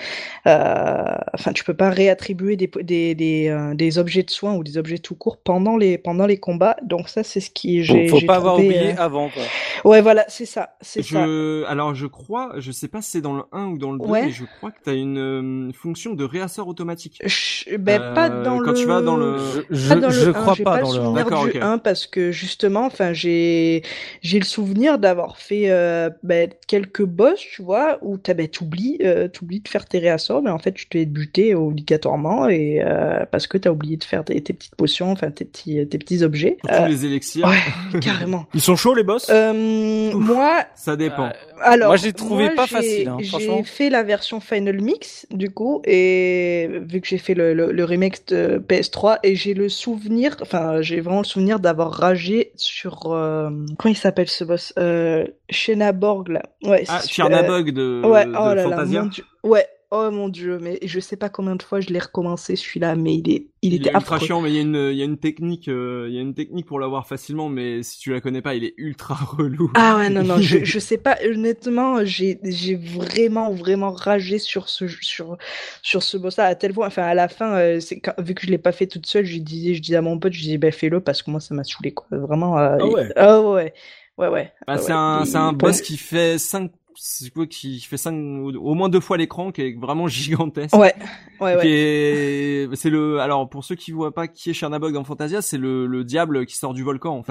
Tu peux pas réattribuer des objets de soins ou des objets tout court pendant les combats. Donc ça, c'est ce qui faut pas avoir oublié avant quoi. Ouais, voilà, c'est ça. Alors je crois, je sais pas si c'est dans le 1 ou dans le 2, Ouais. mais je crois que t'as une fonction de réassort automatique. Pas dans quand le... tu vas dans le... Je crois j'ai pas le dans le 1. souvenir D'accord, du ok. 1 parce que justement, enfin, j'ai le souvenir d'avoir fait quelques boss, tu vois, où t'oublies de faire tes réassorts, mais en fait, tu te fais buter obligatoirement et parce que t'as oublié de faire tes petites potions, enfin tes petits objets. Surtout les élixirs. Ouais, carrément. Ils sont chauds les boss? Moi, Ça dépend. alors, moi, j'ai trouvé pas facile, franchement. J'ai fait la version Final Mix, du coup, et vu que j'ai fait le remake de PS3, et j'ai vraiment le souvenir d'avoir ragé sur, comment il s'appelle ce boss? Shenaborg, là. Ouais, Chernabog de oh là là, Fantasia. mon Dieu. Ouais, oh mon Dieu, mais je sais pas combien de fois je l'ai recommencé celui-là, mais il était Il est ultra affreux. chiant, mais il y a une technique pour l'avoir facilement, mais si tu la connais pas, il est ultra relou. Ah ouais, non, je sais pas, honnêtement, j'ai vraiment ragé sur ce boss-là, à tel point, enfin, à la fin, vu que je l'ai pas fait toute seule, je disais à mon pote, je disais, fais-le, parce que moi, ça m'a saoulé, quoi, vraiment, ouais. Ouais. Bah, c'est un boss qui fait 5, au moins 2 fois l'écran, qui est vraiment gigantesque. Ouais. C'est alors, pour ceux qui voient pas qui est Chernabog dans Fantasia, c'est le diable qui sort du volcan, en fait.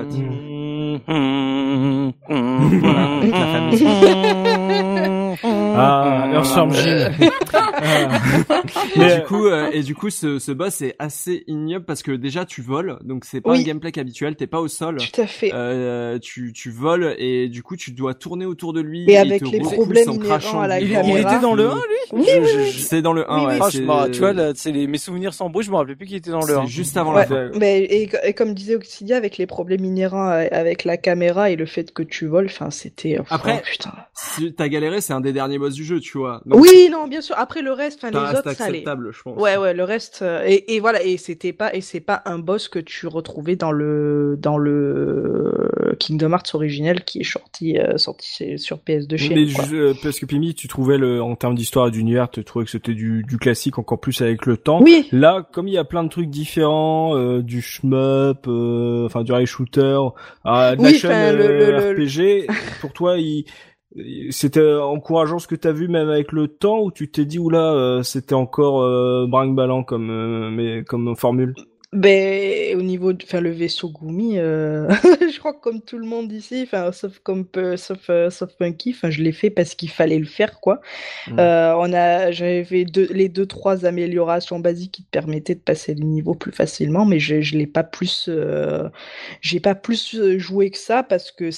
Voilà, avec la fameuse. Earthworm Jim. Et du coup, ce boss est assez ignoble parce que déjà tu voles, donc c'est pas un gameplay habituel, t'es pas au sol. Tout à fait. Tu voles et du coup tu dois tourner autour de lui. Et avec les problèmes inhérents à la caméra. Il était dans le 1, lui? Oui. C'est dans le 1, ouais. Franchement, tu vois, là, mes souvenirs sans bruit, je me rappelais plus qu'il était dans le 1. C'est juste avant la fin. Mais, et comme disait Oxidia, avec les problèmes inhérents avec la caméra et le fait que tu voles, enfin, c'était... Après, putain. Si t'as galéré, c'est un des derniers boss du jeu, tu vois. Donc, oui, non, bien sûr. Après, le reste, enfin, les autres, ça allait. acceptable, je pense. Ouais, le reste, et voilà, et c'est pas un boss que tu retrouvais dans le Kingdom Hearts originel qui est sorti sur PS2 chez nous, quoi. Parce que Pimi, tu trouvais en termes d'histoire et d'univers, tu trouvais que c'était du classique encore plus avec le temps. Oui. Là, comme il y a plein de trucs différents, du shmup, enfin du rail shooter, de l'action RPG, pour toi, c'était encourageant ce que t'as vu même avec le temps, ou tu t'es dit oula, c'était encore brinque-ballant comme formule? Ben, au niveau le vaisseau Gumi, je crois que comme tout le monde ici, enfin, sauf Punky, enfin, je l'ai fait parce qu'il fallait le faire, quoi. J'avais fait les 2-3 améliorations basiques qui te permettaient de passer les niveaux plus facilement, mais je l'ai pas plus, j'ai pas plus joué que ça parce que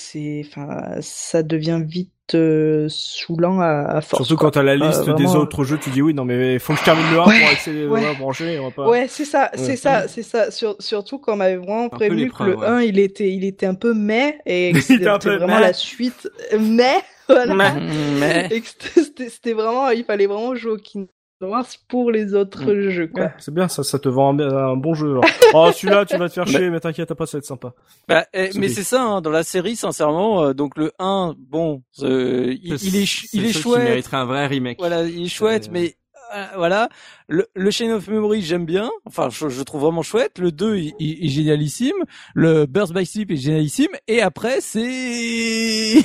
ça devient vite saoulant à force. Surtout quand t'as la liste des vraiment... autres jeux, tu dis oui, non mais faut que je termine le 1 pour accéder, pour enchaîner, on va pas... Ouais, c'est ça. Surtout quand on m'avait vraiment prévenu que le 1, il était un peu et que c'était vraiment la suite, voilà. Et que c'était vraiment, il fallait vraiment jouer au Kingdom Hearts pour les autres jeux, quoi. Ouais, c'est bien, ça te vend un bon jeu, genre. Oh, celui-là, tu vas te faire chier, mais t'inquiète pas, ça va être sympa. Mais c'est ça, hein, dans la série, sincèrement, donc le 1, bon, il est chouette. Il mériterait un vrai remake. Voilà, il est chouette, mais voilà, le Chain of Memory j'aime bien, enfin je trouve vraiment chouette, le 2 il est génialissime, le Birth by Sleep est génialissime, et après c'est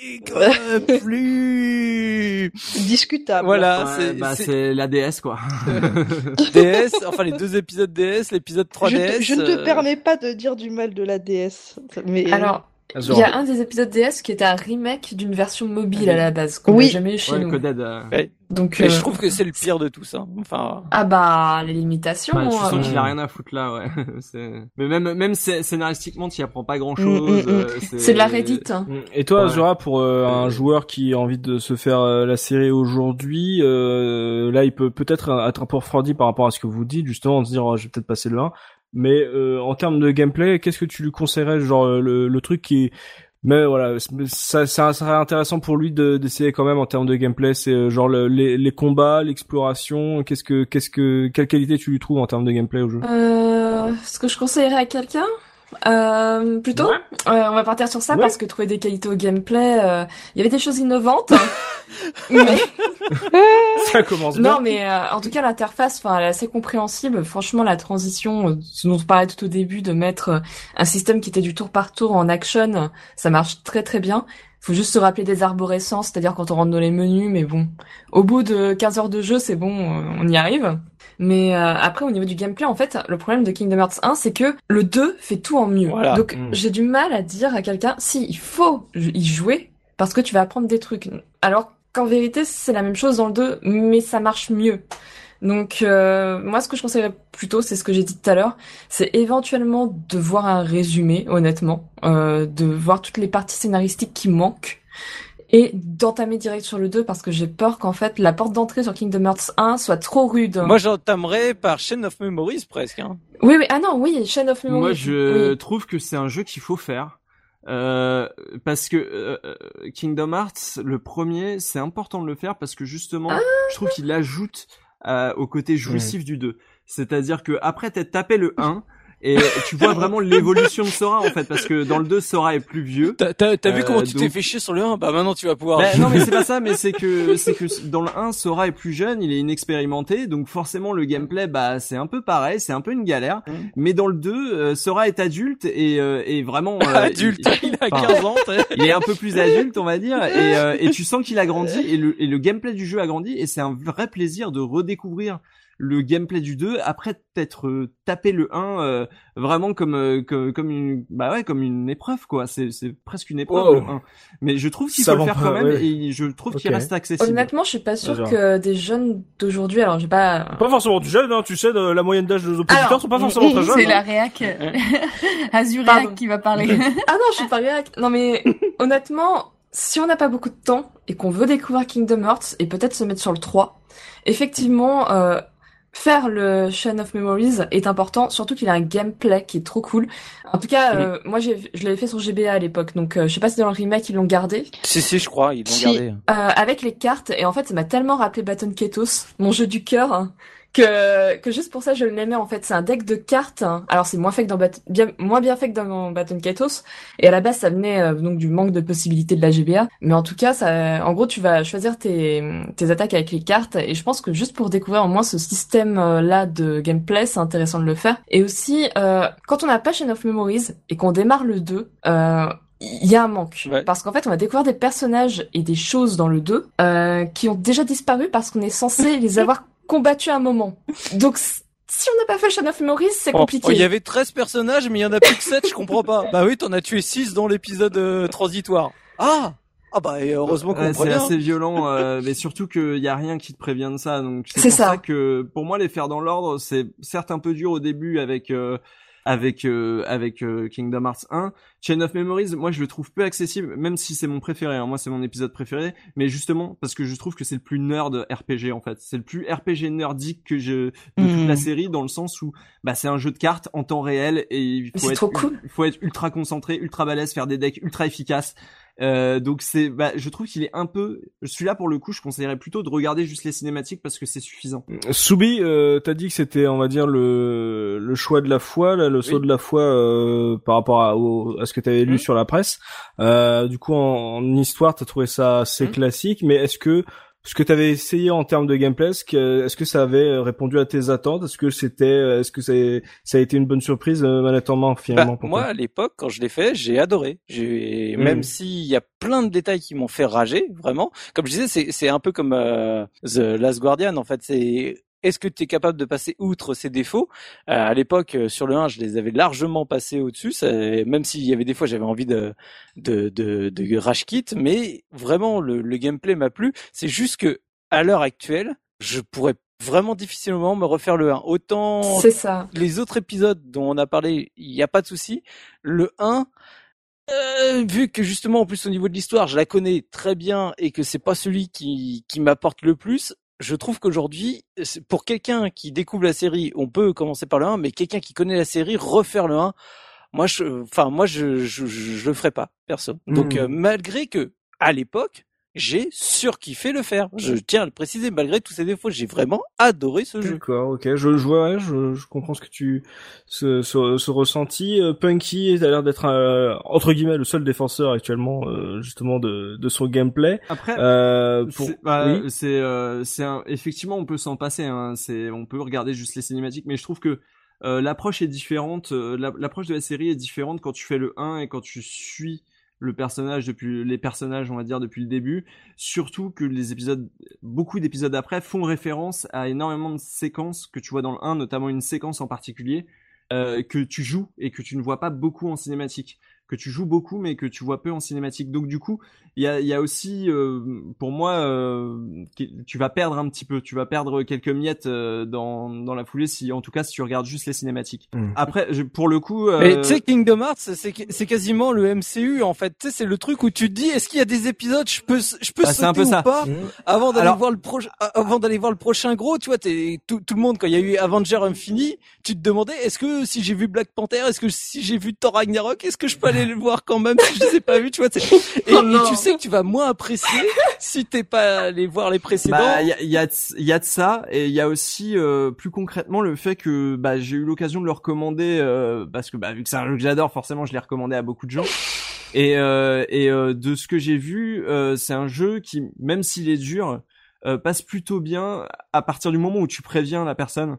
plus discutable. Voilà, c'est la DS, quoi. DS, enfin les 2 épisodes DS, l'épisode 3 DS. Je ne te permets pas de dire du mal de la DS, mais alors il y a un des épisodes DS qui était un remake d'une version mobile à la base, qu'on n'a jamais eu chez nous. Coded, Donc, je trouve que c'est le pire de tout ça. Enfin. Ah bah, les limitations. Je sens qu'il a rien à foutre là, ouais. Mais même scénaristiquement, t'y apprends pas grand chose. C'est de la Reddit. Et toi, Azura, pour un joueur qui a envie de se faire la série aujourd'hui, là, il peut peut-être être un peu refroidi par rapport à ce que vous dites, justement, en se dire, je vais peut-être passer le 1. Mais en termes de gameplay, qu'est-ce que tu lui conseillerais, genre le truc qui... Mais voilà, ça serait intéressant pour lui d'essayer quand même en termes de gameplay, c'est genre les combats, l'exploration, quelle qualité tu lui trouves en termes de gameplay au jeu? Ce que je conseillerais à quelqu'un, Plutôt, on va partir sur ça parce que trouver des qualités au gameplay, il y avait des choses innovantes. Mais... ça commence bien. Non, mais en tout cas, l'interface, elle est assez compréhensible. Franchement, la transition, ce dont on parlait tout au début, de mettre un système qui était du tour par tour en action, ça marche très très bien. Faut juste se rappeler des arborescences, c'est-à-dire quand on rentre dans les menus, mais bon, au bout de 15 heures de jeu, c'est bon, on y arrive. Mais après, au niveau du gameplay, en fait, le problème de Kingdom Hearts 1, c'est que le 2 fait tout en mieux. Voilà. Donc, j'ai du mal à dire à quelqu'un, si, il faut y jouer, parce que tu vas apprendre des trucs. Alors qu'en vérité, c'est la même chose dans le 2, mais ça marche mieux. Donc, moi, ce que je conseillerais plutôt, c'est ce que j'ai dit tout à l'heure, c'est éventuellement de voir un résumé, honnêtement, de voir toutes les parties scénaristiques qui manquent, et d'entamer direct sur le 2 parce que j'ai peur qu'en fait la porte d'entrée sur Kingdom Hearts 1 soit trop rude. Moi j'entamerais par Chain of Memories presque. Hein. Oui, ah non, oui, Chain of Memories. Moi je trouve que c'est un jeu qu'il faut faire. Parce que Kingdom Hearts, le premier, c'est important de le faire parce que justement, je trouve qu'il ajoute au côté jouissif du 2. C'est-à-dire que après t'être tapé le 1, et tu vois vraiment l'évolution de Sora en fait, parce que dans le 2 Sora est plus vieux. T'as vu comment tu t'es fait chier sur le 1? Bah maintenant tu vas pouvoir. Non mais c'est pas ça, mais c'est que dans le 1 Sora est plus jeune, il est inexpérimenté, donc forcément le gameplay c'est un peu pareil, c'est un peu une galère. Mais dans le 2 Sora est adulte et vraiment adulte, il a 15 ans. Il est un peu plus adulte on va dire, et tu sens qu'il a grandi et le gameplay du jeu a grandi, et c'est un vrai plaisir de redécouvrir le gameplay du 2 après t'être tapé le 1 vraiment comme une épreuve quoi, c'est presque une épreuve le 1. Mais je trouve qu'il faut le faire quand même, et je trouve qu'il reste accessible. Honnêtement, je suis pas sûre que des jeunes d'aujourd'hui, alors j'ai pas forcément du jeune, hein, tu sais, la moyenne d'âge de nos auditeurs sont pas forcément très jeunes. C'est la réac Azuréac qui va parler. Ah non, je suis pas réac. Non mais honnêtement, si on n'a pas beaucoup de temps et qu'on veut découvrir Kingdom Hearts et peut-être se mettre sur le 3, effectivement faire le Chain of Memories est important, surtout qu'il a un gameplay qui est trop cool. En tout cas, moi je l'avais fait sur GBA à l'époque, donc je sais pas si dans le remake ils l'ont gardé. Si, je crois, ils l'ont gardé. Avec les cartes, et en fait ça m'a tellement rappelé Baton Kaitos, mon jeu du cœur, hein, que juste pour ça je l'aimais en fait. C'est un deck de cartes, hein. Alors c'est moins fait que moins bien fait que dans Baton Kaitos, et à la base ça venait donc du manque de possibilités de la GBA, mais en tout cas ça, en gros tu vas choisir tes attaques avec les cartes, et je pense que juste pour découvrir au moins ce système là de gameplay, c'est intéressant de le faire. Et aussi quand on n'a pas Chain of Memories et qu'on démarre le 2, il y a un manque, parce qu'en fait on va découvrir des personnages et des choses dans le 2 qui ont déjà disparu parce qu'on est censé les avoir combattu un moment. Donc, si on n'a pas fait Chain of Memories, c'est compliqué. Il y avait 13 personnages, mais il y en a plus que 7, je comprends pas. Bah oui, t'en as tué 6 dans l'épisode transitoire. Ah bah, et heureusement qu'on c'est assez violent, mais surtout qu'il y a rien qui te prévient de ça. Donc, c'est pour ça que, pour moi, les faire dans l'ordre, c'est certes un peu dur au début avec Kingdom Hearts 1. Chain of Memories, moi je le trouve peu accessible, même si c'est mon préféré, hein. Moi c'est mon épisode préféré, mais justement parce que je trouve que c'est le plus nerd RPG en fait. C'est le plus RPG nerdique de toute la série, dans le sens où c'est un jeu de cartes en temps réel, et il faut être ultra concentré, ultra balèze, faire des decks ultra efficaces. Donc je trouve qu'il est un peu, celui-là pour le coup je conseillerais plutôt de regarder juste les cinématiques parce que c'est suffisant. Soubi, t'as dit que c'était, on va dire, le choix de la foi, là, le saut de la foi par rapport à ce que t'avais lu sur la presse. Du coup en histoire t'as trouvé ça assez classique, mais est-ce que ce que t'avais essayé en termes de gameplay, est-ce que ça avait répondu à tes attentes? Est-ce que ça a été une bonne surprise, manette en main, finalement? Moi, à l'époque, quand je l'ai fait, j'ai adoré. Même s'il y a plein de détails qui m'ont fait rager, vraiment. Comme je disais, c'est un peu comme The Last Guardian, en fait. Est-ce que tu es capable de passer outre ces défauts? À l'époque, sur le 1, je les avais largement passés au-dessus, même s'il y avait des fois, j'avais envie de rage quit, mais vraiment, le gameplay m'a plu. C'est juste que, à l'heure actuelle, je pourrais vraiment difficilement me refaire le 1. Autant les autres épisodes dont on a parlé, il n'y a pas de souci. Le 1, vu que justement, en plus, au niveau de l'histoire, je la connais très bien et que c'est pas celui qui m'apporte le plus, je trouve qu'aujourd'hui, pour quelqu'un qui découvre la série, on peut commencer par le 1, mais quelqu'un qui connaît la série, refaire le 1, moi je le ferais pas, perso. Donc malgré que à l'époque, j'ai surkiffé le faire. Je tiens à le préciser, malgré tous ses défauts, j'ai vraiment adoré ce jeu. D'accord, ok, je vois, je comprends ce que ce ressenti. Punky a l'air d'être entre guillemets le seul défenseur actuellement, justement de son gameplay. Après, effectivement, on peut s'en passer. Hein. On peut regarder juste les cinématiques, mais je trouve que l'approche est différente. L'approche de la série est différente quand tu fais le 1 et quand tu suis les personnages, on va dire, depuis le début. Surtout que beaucoup d'épisodes après font référence à énormément de séquences que tu vois dans le 1, notamment une séquence en particulier, que tu joues et que tu ne vois pas beaucoup en cinématique. Que tu joues beaucoup mais que tu vois peu en cinématique. Donc du coup, il y a aussi pour moi tu vas perdre un petit peu, tu vas perdre quelques miettes dans la foulée si tu regardes juste les cinématiques. Après pour le coup mais tu sais Kingdom Hearts c'est quasiment le MCU en fait. Tu sais c'est le truc où tu te dis est-ce qu'il y a des épisodes je peux sauter un peu ou pas avant d'aller voir le prochain gros, tu vois, tout le monde quand il y a eu Avengers Infinity, tu te demandais est-ce que si j'ai vu Black Panther, est-ce que si j'ai vu Thor Ragnarok, est-ce que je peux aller le voir quand même si je les ai pas vus, tu vois. Et tu sais que tu vas moins apprécier si t'es pas allé voir les précédents. Bah il y a de ça, et il y a aussi plus concrètement le fait que j'ai eu l'occasion de le recommander parce que vu que c'est un jeu que j'adore, forcément je l'ai recommandé à beaucoup de gens. Et de ce que j'ai vu, c'est un jeu qui, même s'il est dur, passe plutôt bien à partir du moment où tu préviens la personne.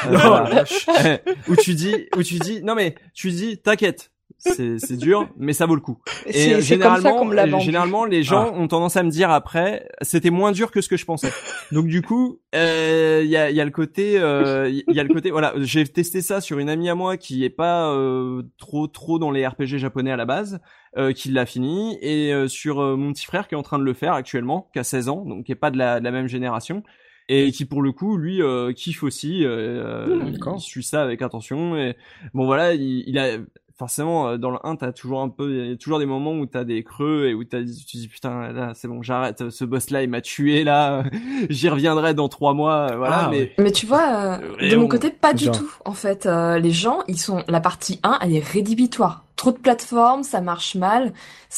Où tu dis non mais tu dis t'inquiète. C'est dur, mais ça vaut le coup. Et généralement, les gens ont tendance à me dire après, c'était moins dur que ce que je pensais. Donc du coup, il y a le côté, voilà, j'ai testé ça sur une amie à moi qui est pas trop dans les RPG japonais à la base, qui l'a fini, et sur mon petit frère qui est en train de le faire actuellement, qui a 16 ans, donc qui est pas de la même génération. Et qui pour le coup lui kiffe aussi, il suit ça avec attention, et bon voilà, il a forcément dans le 1 t'as toujours des moments où t'as des creux et où tu dis putain là c'est bon j'arrête, ce boss là il m'a tué là, j'y reviendrai dans 3 mois, voilà. Mais tu vois de mon côté pas du tout en fait, les gens la partie 1 elle est rédhibitoire, trop de plateformes, ça marche mal,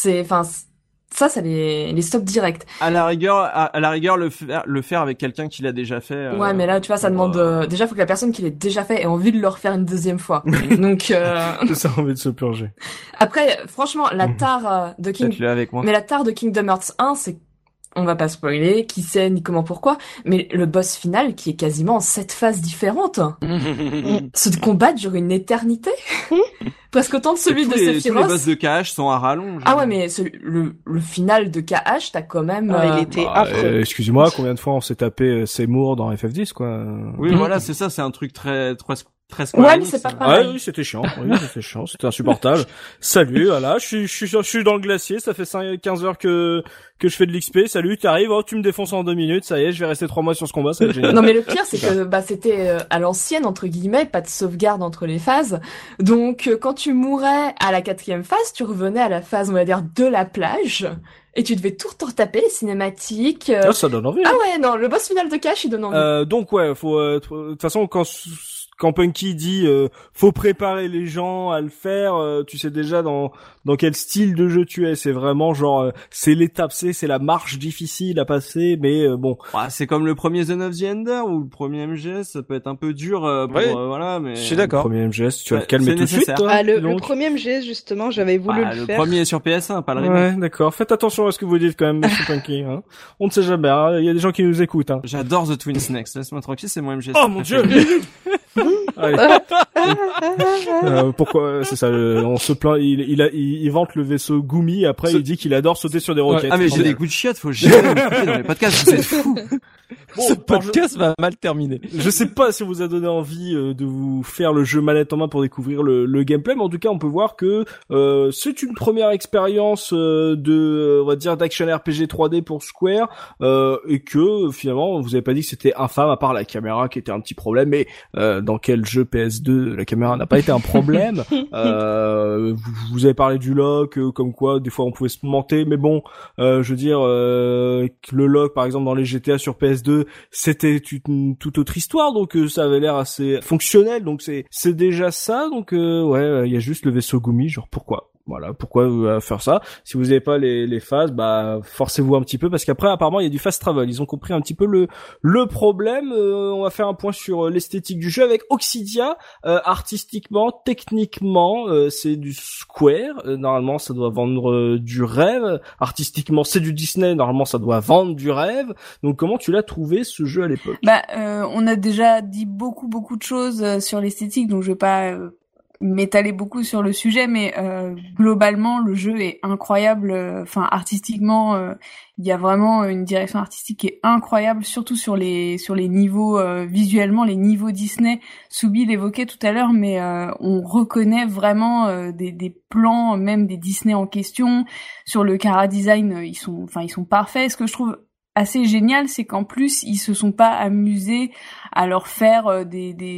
ça les stoppe direct. À la rigueur, le faire avec quelqu'un qui l'a déjà fait. Ouais, mais là, tu vois, ça demande, déjà, faut que la personne qui l'ait déjà fait ait envie de le refaire une deuxième fois. Donc, ça a envie de se purger. Après, franchement, la tare de Kingdom Hearts 1, c'est, on va pas spoiler, qui sait, ni comment, pourquoi, mais le boss final, qui est quasiment en 7 phases différentes. Ce combat dure une éternité. Presque autant de celui de Sephiroth. Tous les boss de KH sont à rallonge. Ah ouais, mais le final de KH, t'as quand même... il était affreux. Excusez-moi, combien de fois on s'est tapé Seymour dans FF10, quoi. Oui, voilà, c'est ça, c'est un truc très ouais, mais c'est pas pareil. Ouais, oui, c'était chiant. C'était insupportable. Salut, voilà, je suis dans le glacier, ça fait 15 heures que je fais de l'XP. Salut, t'arrives, tu me défonces en 2 minutes, ça y est, je vais rester 3 mois sur ce combat, ça va être génial. Non, mais le pire, c'est que, c'était à l'ancienne, entre guillemets, pas de sauvegarde entre les phases. Donc, quand tu mourais à la 4e phase, tu revenais à la phase, on va dire, de la plage. Et tu devais tout retaper, les cinématiques. Ça donne envie. Ah ouais, non, le boss final de Cash, il donne envie. Donc ouais, faut, de toute façon, quand Punky dit faut préparer les gens à le faire, tu sais déjà dans quel style de jeu tu es. C'est vraiment genre c'est l'étape C, c'est la marche difficile à passer, mais bon. Ouais, c'est comme le premier Zone of the Ender ou le premier MGS, ça peut être un peu dur voilà, mais je suis d'accord. Le premier MGS, tu vas te calmer tout de suite, toi. Le premier MGS justement, j'avais voulu le faire. Le premier sur PS1, pas le remake. Ouais, d'accord. Faites attention à ce que vous dites quand même, monsieur Punky, hein. On ne sait jamais, hein. Il y a des gens qui nous écoutent, hein. J'adore The Twin Snakes, laisse-moi tranquille, c'est mon MGS. Oh mon dieu. Allez. Pourquoi c'est ça, on se plaint, il vante le vaisseau Gumi, après il dit qu'il adore sauter sur des roquettes. Ah mais j'ai des coups de chiottes, faut jamais me dans les podcasts, vous êtes fous. Bon, ce podcast va mal terminer. Je sais pas si on vous a donné envie de vous faire le jeu manette en main pour découvrir le gameplay, mais en tout cas on peut voir que c'est une première expérience on va dire d'action RPG 3D pour Square, et que finalement vous avez pas dit que c'était infâme à part la caméra qui était un petit problème, mais dans quel jeu PS2 la caméra n'a pas été un problème. Vous avez parlé du lock, comme quoi des fois on pouvait se monter, mais bon, je veux dire le lock par exemple dans les GTA sur PS2 c'était une toute autre histoire, donc ça avait l'air assez fonctionnel, donc c'est déjà ça, donc ouais, il y a juste le vaisseau Gumi, genre pourquoi Voilà, pourquoi faire ça? Si vous n'avez pas les phases, bah forcez-vous un petit peu parce qu'après apparemment il y a du fast travel. Ils ont compris un petit peu le problème. On va faire un point sur l'esthétique du jeu avec Obsidia. Artistiquement, techniquement, c'est du Square. Normalement, ça doit vendre du rêve. Artistiquement, c'est du Disney. Normalement, ça doit vendre du rêve. Donc, comment tu l'as trouvé ce jeu à l'époque? On a déjà dit beaucoup de choses sur l'esthétique, donc je vais pas m'étaler beaucoup sur le sujet, mais globalement le jeu est incroyable. Artistiquement, il y a vraiment une direction artistique qui est incroyable, surtout sur les niveaux visuellement, les niveaux Disney. Soubi l'évoquait tout à l'heure, mais on reconnaît vraiment des plans, même des Disney en question. Sur le chara design, ils sont parfaits. Ce que je trouve assez génial, c'est qu'en plus ils se sont pas amusés à leur faire un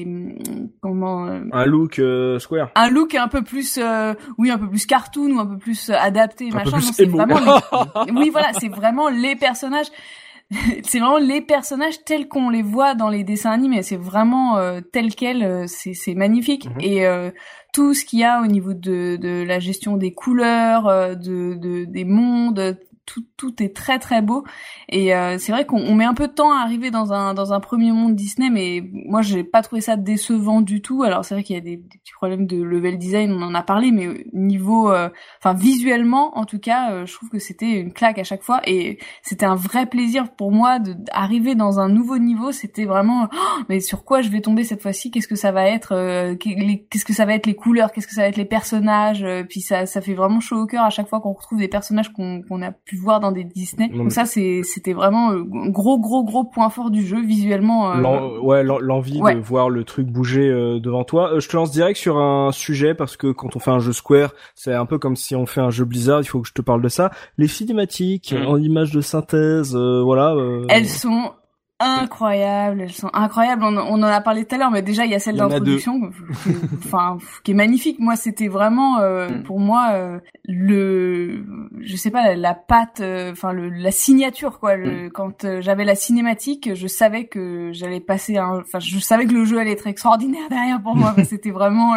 look Square, un look un peu plus un peu plus cartoon ou un peu plus adapté, un machin. peu plus non, c'est émo. vraiment oui, voilà, c'est vraiment les personnages. C'est vraiment les personnages tels qu'on les voit dans les dessins animés. C'est vraiment tel quel. C'est magnifique. Et tout ce qu'il y a au niveau de la gestion des couleurs, des mondes. Tout est très très beau et c'est vrai qu'on met un peu de temps à arriver dans un premier monde Disney, mais moi j'ai pas trouvé ça décevant du tout. Alors c'est vrai qu'il y a des petits problèmes de level design, on en a parlé, mais niveau visuellement en tout cas, je trouve que c'était une claque à chaque fois et c'était un vrai plaisir pour moi d'arriver dans un nouveau niveau. C'était vraiment mais sur quoi je vais tomber cette fois-ci, qu'est-ce que ça va être, qu'est-ce que ça va être les couleurs, qu'est-ce que ça va être les personnages, puis ça fait vraiment chaud au cœur à chaque fois qu'on retrouve des personnages qu'on a pu voir dans des Disney. Donc ça c'était vraiment gros point fort du jeu visuellement. L'envie de voir le truc bouger devant toi. Je te lance direct sur un sujet parce que quand on fait un jeu Square, c'est un peu comme si on fait un jeu Blizzard, il faut que je te parle de ça. Les cinématiques en images de synthèse, elles sont incroyables, elles sont incroyables. On en a parlé tout à l'heure, mais déjà il y a celle d'introduction, qui est magnifique. Moi, c'était vraiment pour moi je sais pas, la patte, la signature quoi. Quand j'avais la cinématique, je savais que j'allais passer je savais que le jeu allait être extraordinaire derrière pour moi. C'était vraiment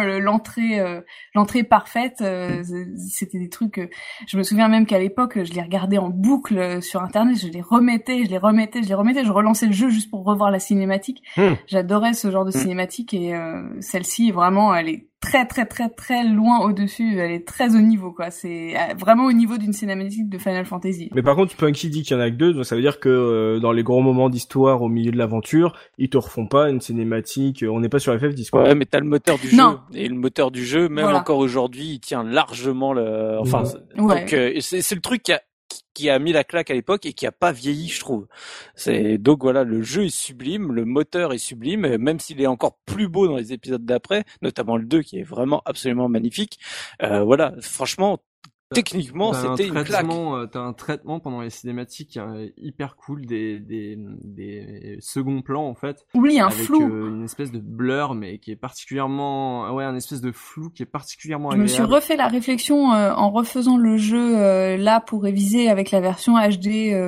l'entrée parfaite. C'était des trucs. Je me souviens même qu'à l'époque, je les regardais en boucle sur internet. Je les remettais. Je relançais le jeu juste pour revoir la cinématique. J'adorais ce genre de cinématique et celle-ci vraiment elle est très très très très loin au-dessus, elle est très au niveau quoi, c'est vraiment au niveau d'une cinématique de Final Fantasy. Mais par contre, Punky dit qu'il y en a que deux, donc ça veut dire que dans les gros moments d'histoire au milieu de l'aventure, ils te refont pas une cinématique, on n'est pas sur FF10 quoi. Ouais, mais t'as le moteur du jeu et le moteur du jeu même encore aujourd'hui, il tient largement donc c'est le truc qui a mis la claque à l'époque et qui a pas vieilli, je trouve. Donc voilà, le jeu est sublime, le moteur est sublime, même s'il est encore plus beau dans les épisodes d'après, notamment le 2 qui est vraiment absolument magnifique. Voilà, franchement, techniquement, c'était une claque. T'as un traitement pendant les cinématiques hyper cool, des seconds plans en fait. Oui, un avec flou. Une espèce de blur, mais qui est particulièrement, un espèce de flou qui est particulièrement agréable. Je me suis refait la réflexion en refaisant le jeu là pour réviser avec la version HD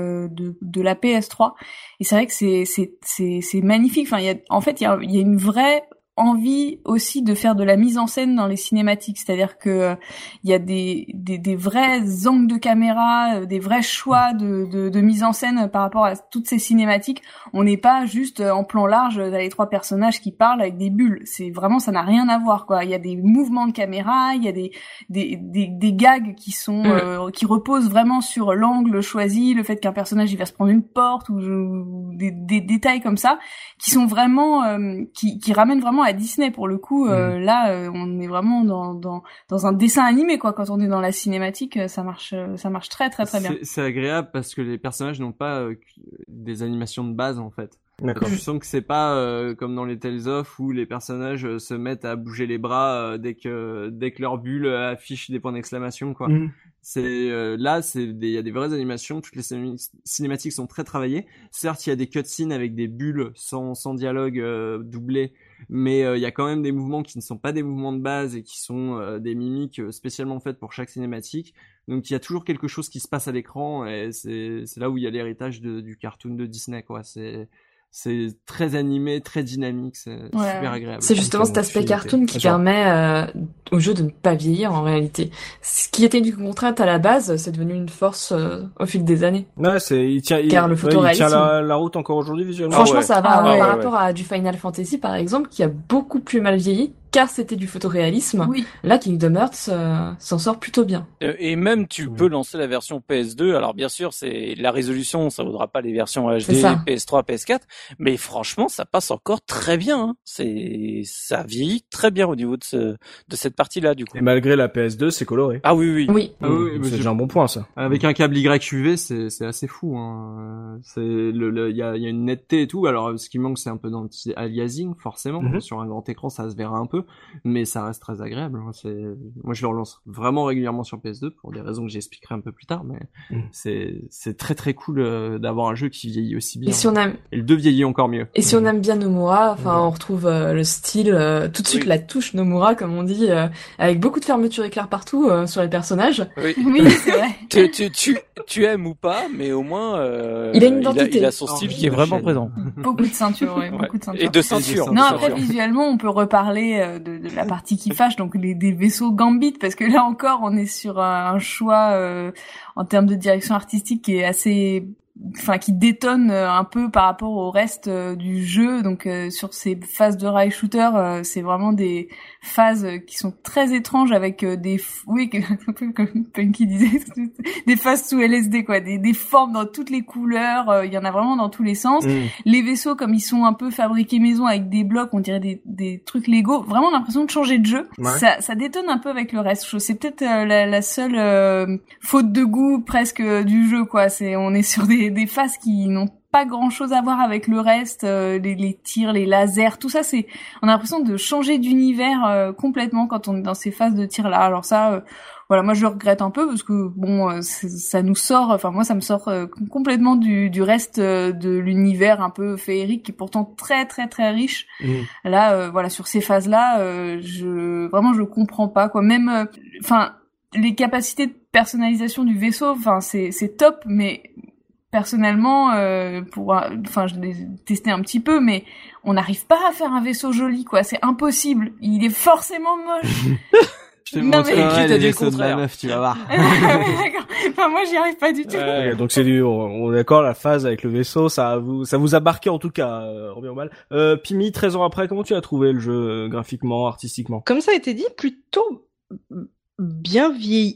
de la PS3. Et c'est vrai que c'est magnifique. Enfin, il y a une vraie envie aussi de faire de la mise en scène dans les cinématiques, c'est-à-dire que il y a des vrais angles de caméra, des vrais choix de mise en scène par rapport à toutes ces cinématiques. On n'est pas juste en plan large, t'as les trois personnages qui parlent avec des bulles. C'est vraiment, ça n'a rien à voir quoi. Il y a des mouvements de caméra, il y a des gags qui sont qui reposent vraiment sur l'angle choisi, le fait qu'un personnage il va se prendre une porte ou des détails comme ça qui sont vraiment qui ramènent vraiment à Disney pour le coup. Là on est vraiment dans un dessin animé quoi. Quand on est dans la cinématique, ça marche très très très bien. C'est agréable parce que les personnages n'ont pas des animations de base en fait. D'accord. Je sens que c'est pas comme dans les Tales of où les personnages se mettent à bouger les bras dès que leur bulle affiche des points d'exclamation quoi. C'est là il y a des vraies animations, toutes les cinématiques sont très travaillées. Certes, il y a des cutscenes avec des bulles sans dialogue doublés, mais il y a quand même des mouvements qui ne sont pas des mouvements de base et qui sont des mimiques spécialement faites pour chaque cinématique. Donc il y a toujours quelque chose qui se passe à l'écran et c'est là où il y a l'héritage du cartoon de Disney quoi. c'est très animé, très dynamique, c'est super agréable. C'est justement cet aspect cartoon qui permet au jeu de ne pas vieillir en réalité. Ce qui était une contrainte à la base, c'est devenu une force au fil des années. Ouais, il tient la route encore aujourd'hui visuellement. Franchement, ça va par rapport à du Final Fantasy par exemple, qui a beaucoup plus mal vieilli. Car c'était du photoréalisme. Oui. Là, Kingdom Hearts s'en sort plutôt bien. Et même, tu peux lancer la version PS2. Alors, bien sûr, c'est la résolution, ça vaudra pas les versions HD, PS3, PS4. Mais franchement, ça passe encore très bien. Hein. Ça vieillit très bien au niveau de cette partie-là, du coup. Et malgré la PS2, c'est coloré. Ah oui. C'est déjà un bon point, ça. Avec un câble YUV, c'est assez fou. Hein. Il y a une netteté et tout. Alors, ce qui manque, c'est un peu d'anti-aliasing, forcément. Sur un grand écran, ça se verra un peu. Mais ça reste très agréable. Moi, je le relance vraiment régulièrement sur PS2 pour des raisons que j'expliquerai un peu plus tard. Mais c'est très très cool d'avoir un jeu qui vieillit aussi bien. Et le 2 vieillit encore mieux. Et si on aime bien Nomura, on retrouve le style, tout de suite la touche Nomura, comme on dit, avec beaucoup de fermeture éclair partout sur les personnages. Oui, c'est vrai. Tu aimes ou pas, mais au moins il a une identité. Il a son style qui est vraiment présent. Beaucoup de ceintures, beaucoup de ceintures. Et de ceintures. Non, après visuellement, on peut reparler de la partie qui fâche, donc des vaisseaux Gambit, parce que là encore on est sur un choix en termes de direction artistique qui est assez qui détonne un peu par rapport au reste du jeu. Donc sur ces phases de rail shooter, c'est vraiment des phases qui sont très étranges avec un peu comme Punky disait, des phases sous LSD quoi, des formes dans toutes les couleurs, il y en a vraiment dans tous les sens. Les vaisseaux comme ils sont un peu fabriqués maison avec des blocs, on dirait des trucs Lego, vraiment l'impression de changer de jeu. Ça détonne un peu avec le reste. C'est peut-être la seule faute de goût presque du jeu quoi, on est sur des phases qui n'ont pas grand chose à voir avec le reste, les tirs, les lasers, tout ça on a l'impression de changer d'univers complètement quand on est dans ces phases de tir là. Alors ça moi je le regrette un peu parce que ça nous sort, moi ça me sort complètement du reste de l'univers un peu féerique qui est pourtant très très très riche. Là sur ces phases là je comprends pas quoi, même les capacités de personnalisation du vaisseau, c'est top, mais personnellement, je l'ai testé un petit peu, mais on n'arrive pas à faire un vaisseau joli, quoi. C'est impossible. Il est forcément moche. Je te montrerai les vaisseaux de la meuf, tu vas voir. D'accord. Moi, j'y arrive pas du tout. Donc on est d'accord, la phase avec le vaisseau, ça vous a marqué en tout cas, bien ou mal. Pimi, 13 ans après, comment tu as trouvé le jeu graphiquement, artistiquement? Comme ça a été dit, plutôt bien vieilli,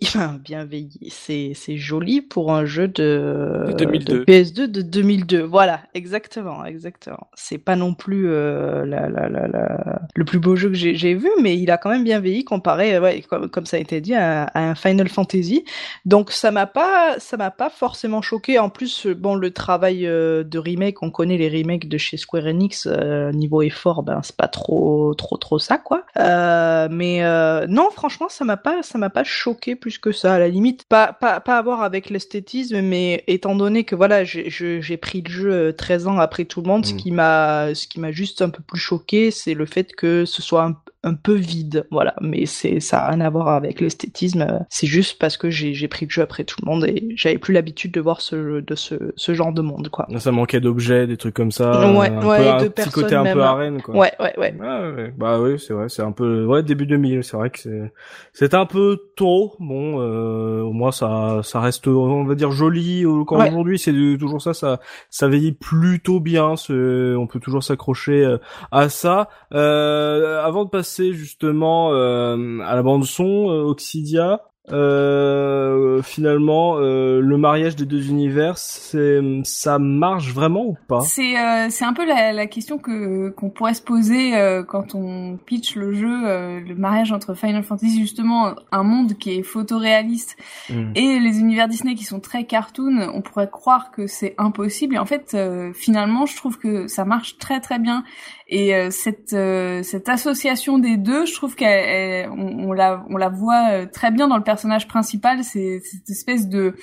c'est joli pour un jeu de 2002. De PS2 de 2002. Voilà, exactement. C'est pas non plus le plus beau jeu que j'ai vu, mais il a quand même bien vieilli comparé, comme ça a été dit, à un Final Fantasy. Donc ça m'a pas forcément choqué. En plus, le travail de remake, on connaît les remakes de chez Square Enix, niveau effort, c'est pas trop ça, quoi. Mais non, franchement, ça m'a pas choqué plus que ça. À la limite, pas à voir avec l'esthétisme, mais étant donné que j'ai pris le jeu 13 ans après tout le monde, ce qui m'a juste un peu plus choqué, c'est le fait que ce soit un peu vide, voilà. Mais ça a rien à voir avec l'esthétisme. C'est juste parce que j'ai pris le jeu après tout le monde et j'avais plus l'habitude de voir ce genre de monde, quoi. Ça manquait d'objets, des trucs comme ça. De petit côté un peu arène, quoi. Ouais. Bah oui, c'est vrai, c'est un peu début 2000. C'est vrai que c'est un peu tôt. Bon, au moins ça reste, on va dire, joli. Quand aujourd'hui c'est toujours ça vieillit plutôt bien. On peut toujours s'accrocher à ça. Avant de passer justement à la bande son, Oxidia, finalement le mariage des deux univers, ça marche vraiment ou pas? C'est un peu la question qu'on pourrait se poser quand on pitch le jeu, le mariage entre Final Fantasy, justement un monde qui est photoréaliste et les univers Disney qui sont très cartoon. On pourrait croire que c'est impossible et en fait finalement je trouve que ça marche très très bien. Et cette association des deux, je trouve qu'on la voit très bien dans le personnage principal. C'est cette espèce de,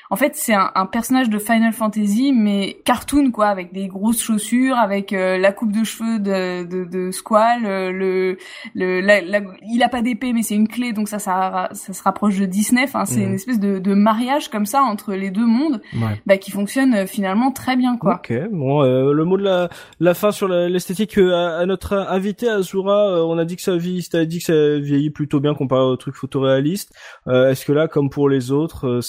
en fait, c'est un personnage de Final Fantasy, mais cartoon, quoi, avec des grosses chaussures, avec la coupe de cheveux de Squall, il a pas d'épée, mais c'est une clé, donc ça se rapproche de Disney. Enfin, c'est une espèce de mariage comme ça entre les deux mondes, qui fonctionne finalement très bien, quoi. Ok, bon, le mot de la fin sur l'esthétique à notre invité Azura, on a dit que ça vieillit plutôt bien comparé aux trucs photoréalistes. Est-ce que là, comme pour les autres,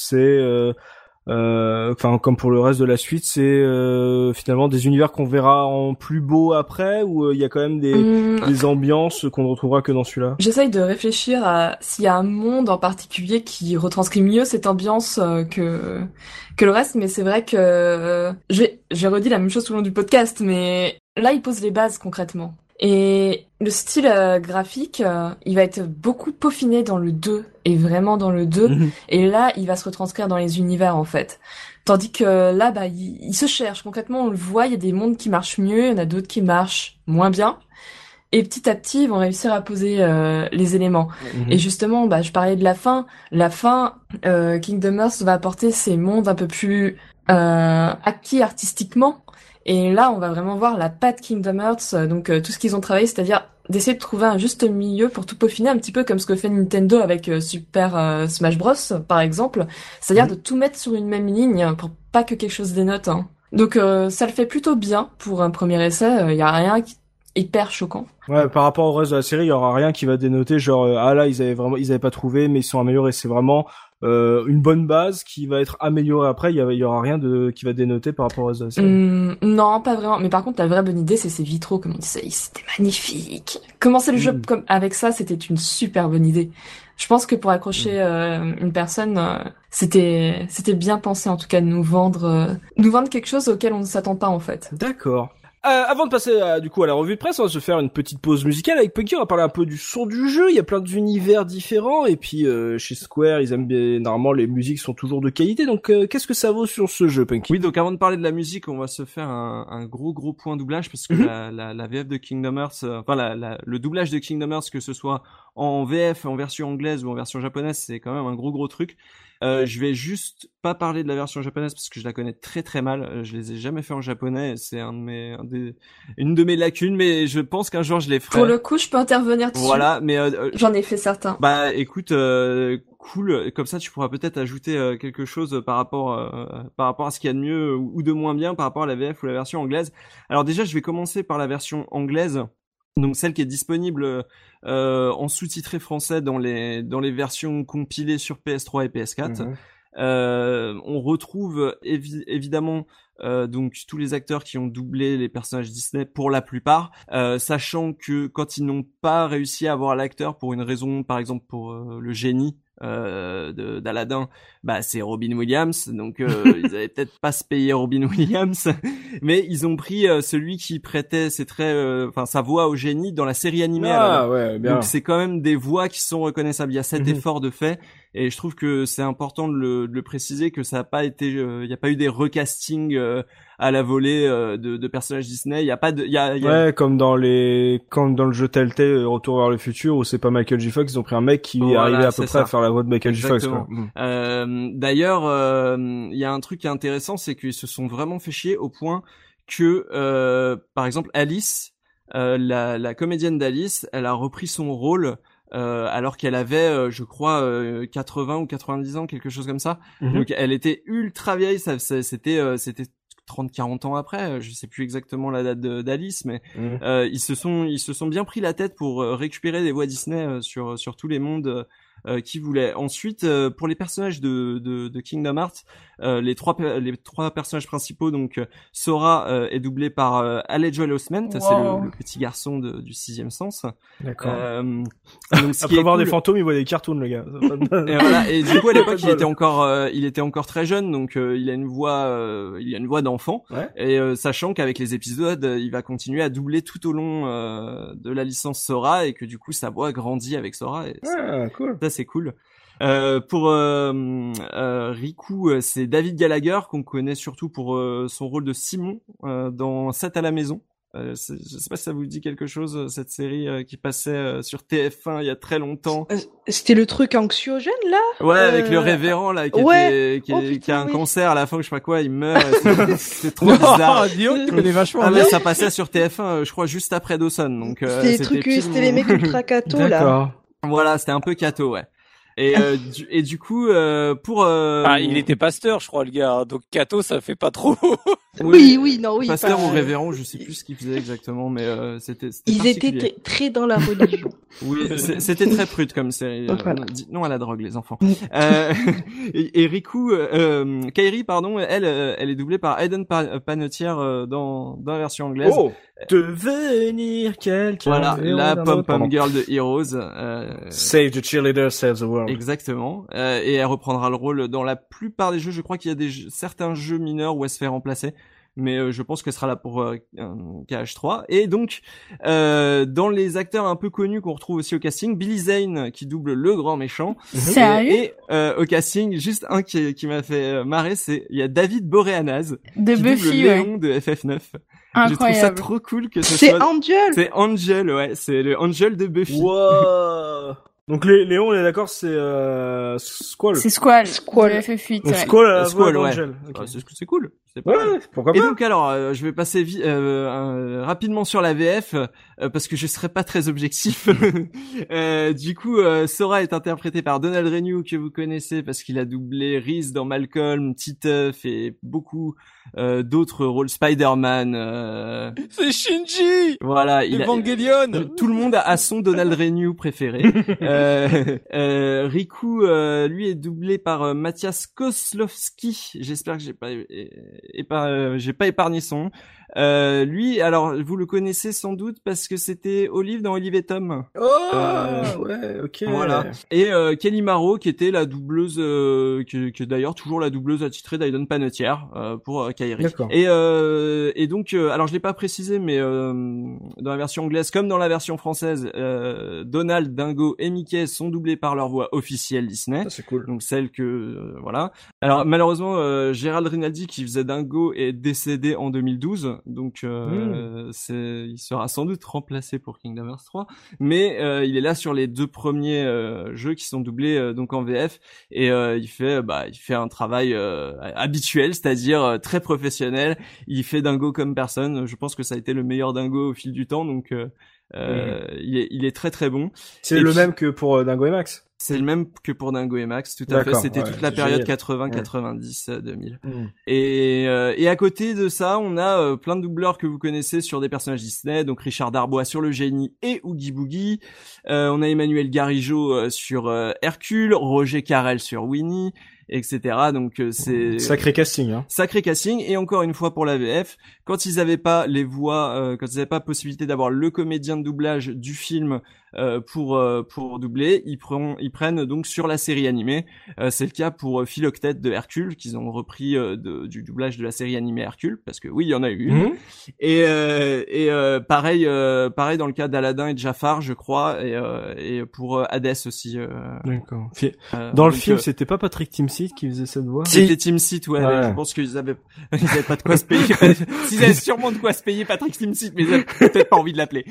comme pour le reste de la suite, c'est finalement des univers qu'on verra en plus beau après, ou il y a quand même des ambiances qu'on ne retrouvera que dans celui-là? J'essaye de réfléchir à s'il y a un monde en particulier qui retranscrit mieux cette ambiance que le reste, mais c'est vrai que j'ai redit la même chose tout le long du podcast, mais là il pose les bases concrètement. Et le style graphique, il va être beaucoup peaufiné dans le 2, et vraiment dans le 2, et là, il va se retranscrire dans les univers, en fait. Tandis que là, il se cherche. Concrètement, on le voit, il y a des mondes qui marchent mieux, il y en a d'autres qui marchent moins bien. Et petit à petit, ils vont réussir à poser les éléments. Et justement, je parlais de la fin. La fin, Kingdom Hearts va apporter ces mondes un peu plus acquis artistiquement. Et là, on va vraiment voir la patte Kingdom Hearts, donc tout ce qu'ils ont travaillé, c'est-à-dire d'essayer de trouver un juste milieu pour tout peaufiner, un petit peu comme ce que fait Nintendo avec Super Smash Bros, par exemple. C'est-à-dire de tout mettre sur une même ligne pour pas que quelque chose dénote. Hein. Donc ça le fait plutôt bien pour un premier essai. Y a rien hyper choquant. Ouais, par rapport au reste de la série, il y aura rien qui va dénoter genre là ils avaient pas trouvé, mais ils sont améliorés. C'est vraiment une bonne base qui va être améliorée après. Il y aura rien qui va dénoter par rapport au reste de la série. Non, pas vraiment. Mais par contre, la vraie bonne idée, c'est ces vitraux, comme on disait. C'était magnifique. Commencer le jeu comme avec ça, c'était une super bonne idée. Je pense que pour accrocher une personne, c'était bien pensé en tout cas de nous vendre quelque chose auquel on ne s'attend pas en fait. D'accord. Avant de passer du coup à la revue de presse, on va se faire une petite pause musicale avec Punky. On va parler un peu du son du jeu. Il y a plein d'univers différents et puis chez Square, ils aiment bien, normalement les musiques sont toujours de qualité. Donc qu'est-ce que ça vaut sur ce jeu, Punky? Oui, donc avant de parler de la musique, on va se faire un gros point doublage parce que la VF de Kingdom Hearts, le doublage de Kingdom Hearts, que ce soit en VF, en version anglaise ou en version japonaise, c'est quand même un gros truc. Je vais juste pas parler de la version japonaise parce que je la connais très mal. Je les ai jamais fait en japonais. C'est une de mes lacunes, mais je pense qu'un jour je les ferai. Pour le coup, je peux intervenir dessus. Voilà, mais j'en ai fait certains. Bah, écoute, cool. Comme ça, tu pourras peut-être ajouter quelque chose par rapport à ce qu'il y a de mieux ou de moins bien par rapport à la VF ou la version anglaise. Alors déjà, je vais commencer par la version anglaise. Donc celle qui est disponible en sous-titré français dans les versions compilées sur PS3 et PS4. On retrouve évidemment donc tous les acteurs qui ont doublé les personnages Disney pour la plupart, sachant que quand ils n'ont pas réussi à avoir l'acteur pour une raison, par exemple pour le génie d'Aladin, c'est Robin Williams, donc ils avaient peut-être pas se payer Robin Williams, mais ils ont pris celui qui prêtait sa voix au génie dans la série animée. Ouais, bien. Donc c'est quand même des voix qui sont reconnaissables. Il y a cet effort de fait, et je trouve que c'est important de le préciser, que ça a pas été, il y a pas eu des recastings à la volée de personnages Disney. Il y a pas de, ouais, comme dans le jeu Telltale Retour vers le futur, où c'est pas Michael J. Fox, ils ont pris un mec qui arrivait à peu près à faire la voix de Michael J. Fox. Quoi. D'ailleurs, il y a un truc qui est intéressant, c'est qu'ils se sont vraiment fait chier au point que, par exemple, Alice, la comédienne d'Alice, elle a repris son rôle alors qu'elle avait, je crois, 80 ou 90 ans, quelque chose comme ça. Donc elle était ultra vieille, c'était 30-40 ans après, je sais plus exactement la date d'Alice, mais ils se sont bien pris la tête pour récupérer des voix Disney sur tous les mondes qu'ils voulaient. Ensuite, pour les personnages de Kingdom Hearts, les trois personnages principaux, donc Sora est doublé par Haley Joel Osment, c'est le petit garçon du sixième sens. D'accord. Donc, après voir des fantômes, il voit des cartoons, le gars. Et voilà. Et du coup, à l'époque, il était encore très jeune, donc il a une voix d'enfant. Ouais. Et sachant qu'avec les épisodes, il va continuer à doubler tout au long de la licence Sora, et que du coup, sa voix grandit avec Sora. Et cool. Ça, c'est cool. Pour Riku, c'est David Gallagher, qu'on connaît surtout pour son rôle de Simon dans 7 à la maison. Je sais pas si ça vous dit quelque chose, cette série qui passait sur TF1 il y a très longtemps. C'était le truc anxiogène là. Ouais, avec le révérend là qui a un cancer à la fin ou je sais pas quoi, il meurt. C'est trop bizarre. Dis donc, tu connais vachement Ah bien. mais ça passait sur TF1, je crois juste après Dawson. Donc c'était les mecs ultra cato là. D'accord. Voilà, c'était un peu cato, ouais. Et du coup, pour il était pasteur, je crois, le gars. Donc Cato, ça fait pas trop. Oui, pasteur pas- ou révérend, je sais plus ce qu'ils faisaient exactement, mais c'était Ils particulier. étaient très dans la religion. Oui, c'était très prude comme série. Voilà. Dites non à la drogue, les enfants. Et Riku, Kairi, pardon, elle est doublée par Hayden Panettiere dans la version anglaise. Oh, devenir quelqu'un. Voilà, la Pardon. pom-pom girl de Heroes. Save the cheerleader, save the world. Exactement. Et elle reprendra le rôle dans la plupart des jeux. Je crois qu'il y a certains jeux mineurs où elle se fait remplacer. Mais je pense qu'elle sera là pour KH3. Et donc, dans les acteurs un peu connus qu'on retrouve aussi au casting, Billy Zane qui double le grand méchant. Sérieux? Et au casting, juste un qui m'a fait marrer, il y a David Boreanaz De qui Buffy, double ouais. Léon de FF9. Je trouve ça Incroyable. trop cool que ce C'est soit... Angel. C'est Angel, ouais. C'est le Angel de Buffy. Wow. Donc Léon, on est d'accord, c'est Squall. C'est Squall. Squall. De FF8, Donc ouais. Squall à la Squall, voix ouais. d'Angel. Ok. Ah, c'est cool. C'est pas mal. Ouais, pourquoi Et pas. donc alors, je vais passer rapidement sur la VF parce que je serai pas très objectif. Du coup, Sora est interprété par Donald Renew que vous connaissez parce qu'il a doublé Reese dans Malcolm, Titeuf et beaucoup d'autres rôles. Spider-Man. C'est Shinji. Voilà, Evangelion. tout le monde a son Donald Renew préféré. Riku, lui, est doublé par Mathias Kozlowski. J'espère que j'ai pas épargné son nom. Lui, alors, vous le connaissez sans doute parce que c'était Olive dans Olive et Tom. Oh, ouais, ok. Voilà. Et Kelly Maro, qui était la doubleuse, qui est d'ailleurs toujours la doubleuse attitrée d'Hayden Panettiere pour Kairi. D'accord. Et donc, alors je l'ai pas précisé, mais dans la version anglaise comme dans la version française, Donald, Dingo et Mickey sont doublés par leur voix officielle Disney. Ça, c'est cool. Donc celle que voilà. Alors malheureusement, Gérald Rinaldi qui faisait Dingo est décédé en 2012, donc il sera sans doute remplacé pour Kingdom Hearts 3, mais il est là sur les deux premiers jeux qui sont doublés donc en VF et il fait un travail habituel, c'est-à-dire très professionnel. Il fait Dingo comme personne. Je pense que ça a été le meilleur Dingo au fil du temps, donc il est très très bon. C'est Et le puis- même que pour Dingo et Max. C'est le même que pour Dingo et Max, tout à fait. D'accord, C'était ouais, toute la c'est période génial. 80, 90, 2000. Mm. Et à côté de ça, on a plein de doubleurs que vous connaissez sur des personnages Disney, donc Richard Darbois sur le Génie et Oogie Boogie. On a Emmanuel Garigeau sur Hercule, Roger Carrel sur Winnie, etc. Donc c'est Sacré casting, hein. sacré casting. Et encore une fois pour la VF, quand ils avaient pas les voix, quand ils avaient pas possibilité d'avoir le comédien de doublage du film pour doubler, ils prennent donc sur la série animée. C'est le cas pour Philoctète de Hercule qu'ils ont repris du doublage de la série animée Hercule, parce que oui, il y en a eu une. Mhm. Et pareil dans le cas d'Aladin et de Jafar, je crois, et pour Hadès aussi. D'accord. Dans le donc, film, c'était pas Patrick Timsit qui faisait cette voix? c'était Team Seat, ouais. Ouais. Je pense qu'ils avaient pas de quoi se payer. S'ils avaient sûrement de quoi se payer Patrick Timsit, mais ils avaient peut-être pas envie de l'appeler.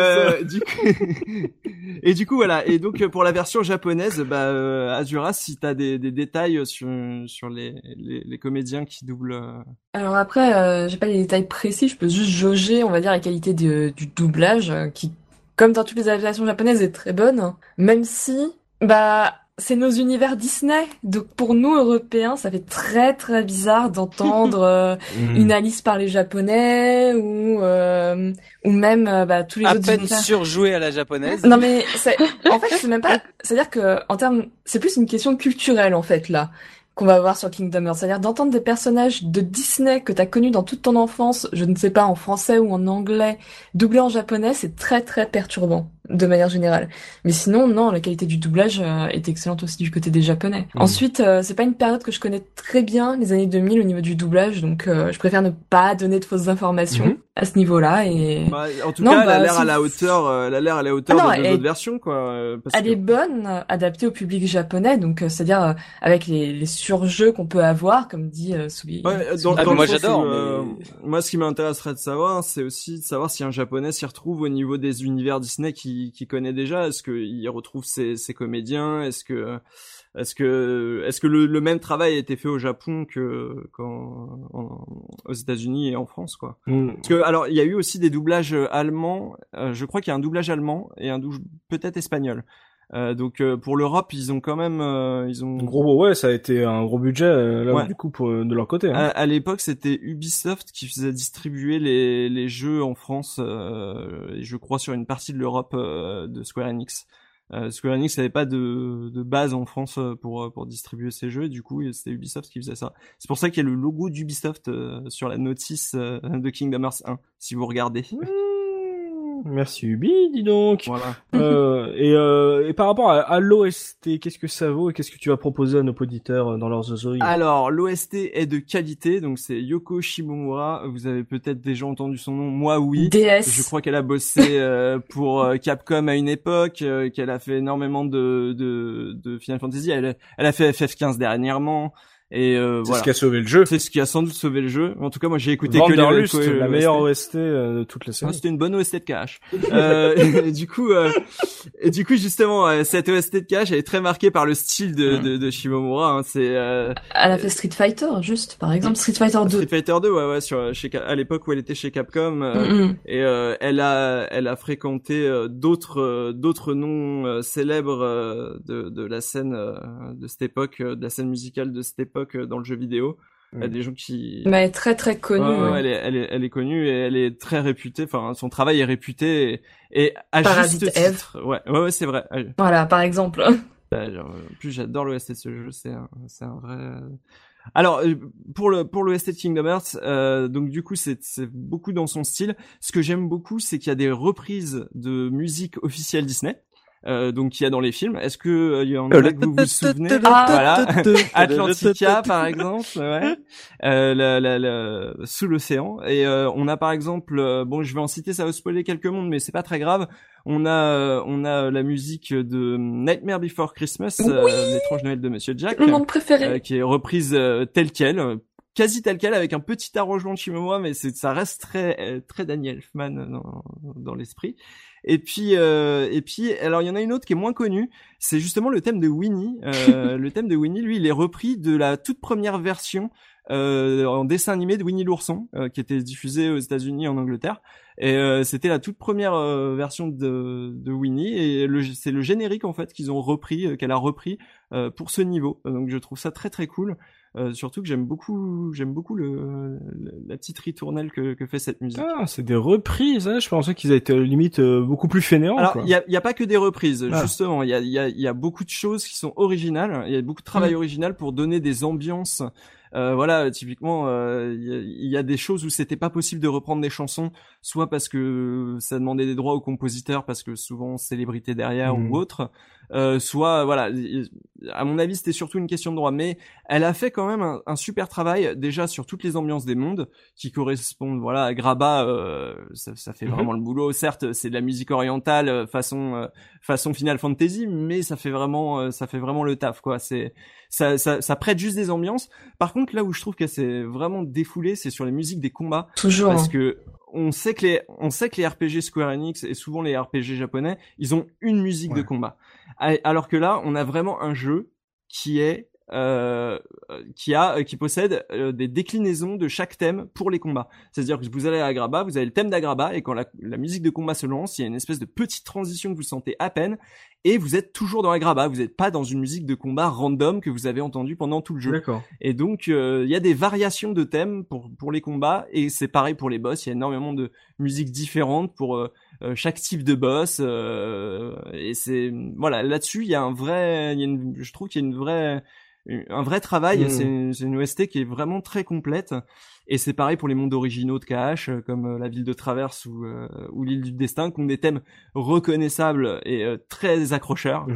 Du coup, voilà. Et donc, pour la version japonaise, Azura, si t'as des détails sur les comédiens qui doublent, Alors après, j'ai pas les détails précis, je peux juste jauger, on va dire, la qualité du doublage, qui, comme dans toutes les adaptations japonaises, est très bonne, même si, c'est nos univers Disney. Donc pour nous, Européens, ça fait très très bizarre d'entendre une Alice parler japonais ou même tous les À autres peine univers. surjoué à la japonaise. Non mais en fait c'est même pas, c'est-à-dire que en termes, c'est plus une question culturelle en fait là qu'on va voir sur Kingdom Hearts, c'est-à-dire d'entendre des personnages de Disney que t'as connus dans toute ton enfance, je ne sais pas en français ou en anglais, doublés en japonais, c'est très très perturbant. de manière générale. Mais sinon, non, la qualité du doublage est excellente aussi du côté des Japonais. Ensuite, c'est pas une période que je connais très bien, les années 2000 au niveau du doublage, donc je préfère ne pas donner de fausses informations à ce niveau-là. Et en tout cas, elle a l'air à la hauteur, de deux autres versions, quoi. Elle est bonne, adaptée au public japonais, donc c'est-à-dire avec les surjeux qu'on peut avoir, comme dit Soubi. Moi j'adore. Moi, ce qui m'intéresserait de savoir, c'est aussi de savoir si un Japonais s'y retrouve au niveau des univers Disney qu'il connaît déjà. Est-ce qu'il retrouve ses comédiens? Est-ce que le même travail a été fait au Japon aux États-Unis et en France, quoi? Parce que alors il y a eu aussi des doublages allemands. Je crois qu'il y a un doublage allemand et peut-être espagnol. Donc pour l'Europe, ils ont quand même ça a été un gros budget du coup de leur côté. À l'époque, c'était Ubisoft qui faisait distribuer les jeux en France, je crois sur une partie de l'Europe de Square Enix. Square Enix n'avait pas de base en France pour distribuer ses jeux, et du coup c'était Ubisoft qui faisait ça. C'est pour ça qu'il y a le logo d'Ubisoft sur la notice de Kingdom Hearts 1, si vous regardez. Merci Ubi, dis donc. Voilà. Et par rapport à l'OST, qu'est-ce que ça vaut et qu'est-ce que tu vas proposer à nos auditeurs dans leurs oreilles? Alors, l'OST est de qualité, donc c'est Yoko Shimomura. Vous avez peut-être déjà entendu son nom. Moi, oui. DS. Je crois qu'elle a bossé pour Capcom à une époque, qu'elle a fait énormément de Final Fantasy. Elle a fait FF15 dernièrement. Et c'est voilà. Ce qui a sauvé le jeu. C'est ce qui a sans doute sauvé le jeu. En tout cas, moi j'ai écouté Wanderlust, la meilleure OST de toute la série. C'était une bonne OST de cash. et du coup justement cette OST de cash elle est très marquée par le style de Shimomura. C'est elle a fait Street Fighter, juste par exemple Street Fighter 2. Street Fighter 2, ouais, à l'époque où elle était chez Capcom. Et elle a fréquenté d'autres noms célèbres de la scène de cette époque, de la scène musicale de cette époque dans le jeu vidéo. Il y a des gens qui... Mais elle est très très connue. Ouais. Elle est connue et elle est très réputée. Enfin, son travail est réputé et à Parasite juste titre. Ouais, c'est vrai. Voilà, par exemple. En plus, j'adore l'OST de ce jeu. C'est un vrai... Alors, pour l'OST de Kingdom Hearts, donc du coup, c'est beaucoup dans son style. Ce que j'aime beaucoup, c'est qu'il y a des reprises de musique officielle Disney. Donc il y a dans les films. Est-ce que il y en a que vous vous souvenez? Voilà, Atlantica par exemple, ouais. Sous l'océan. Et on a par exemple, bon, je vais en citer, ça va spoiler quelques mondes, mais c'est pas très grave. On a la musique de Nightmare Before Christmas, l'étrange Noël de Monsieur Jack, mon monde préféré, qui est reprise telle quelle. Quasi tel quel, avec un petit arrangement de Shimomura, mais ça reste très Danny Elfman dans l'esprit. Et puis, alors il y en a une autre qui est moins connue, c'est justement le thème de Winnie. Le thème de Winnie, lui, il est repris de la toute première version en dessin animé de Winnie l'ourson, qui était diffusée aux États-Unis et en Angleterre. Et c'était la toute première version de Winnie, et c'est le générique en fait qu'elle a repris pour ce niveau. Donc je trouve ça très très cool. Surtout que j'aime beaucoup la petite ritournelle que fait cette musique. Ah, c'est des reprises, hein. Je pensais qu'ils étaient limite beaucoup plus fainéants. Alors, il y a pas que des reprises, justement. Il y a beaucoup de choses qui sont originales. Il y a beaucoup de travail original pour donner des ambiances. Voilà, typiquement, il y a des choses où c'était pas possible de reprendre des chansons, soit parce que ça demandait des droits aux compositeurs, parce que souvent célébrité derrière ou autre, soit voilà, à mon avis c'était surtout une question de droit, mais elle a fait quand même un super travail déjà sur toutes les ambiances des mondes qui correspondent, voilà, à Graba, ça fait vraiment le boulot. Certes, c'est de la musique orientale façon Final Fantasy, mais ça fait vraiment le taf, quoi. Ça prête juste des ambiances. Par contre, là où je trouve qu'elle s'est vraiment défoulée, c'est sur les musiques des combats. Toujours. Parce que on sait que les RPG Square Enix et souvent les RPG japonais, ils ont une musique de combat. Alors que là, on a vraiment un jeu qui possède des déclinaisons de chaque thème pour les combats. C'est-à-dire que vous allez à Agrabah, vous avez le thème d'Agrabah, et quand la musique de combat se lance, il y a une espèce de petite transition que vous sentez à peine, et vous êtes toujours dans Agrabah. Vous n'êtes pas dans une musique de combat random que vous avez entendue pendant tout le jeu. D'accord. Et donc il y a des variations de thèmes pour les combats, et c'est pareil pour les boss. Il y a énormément de musiques différentes pour chaque type de boss, et c'est voilà, là-dessus il y a je trouve qu'il y a un vrai travail. Mmh. C'est une OST qui est vraiment très complète. Et c'est pareil pour les mondes originaux de KH, comme la ville de Traverse ou l'île du destin, qui ont des thèmes reconnaissables et très accrocheurs.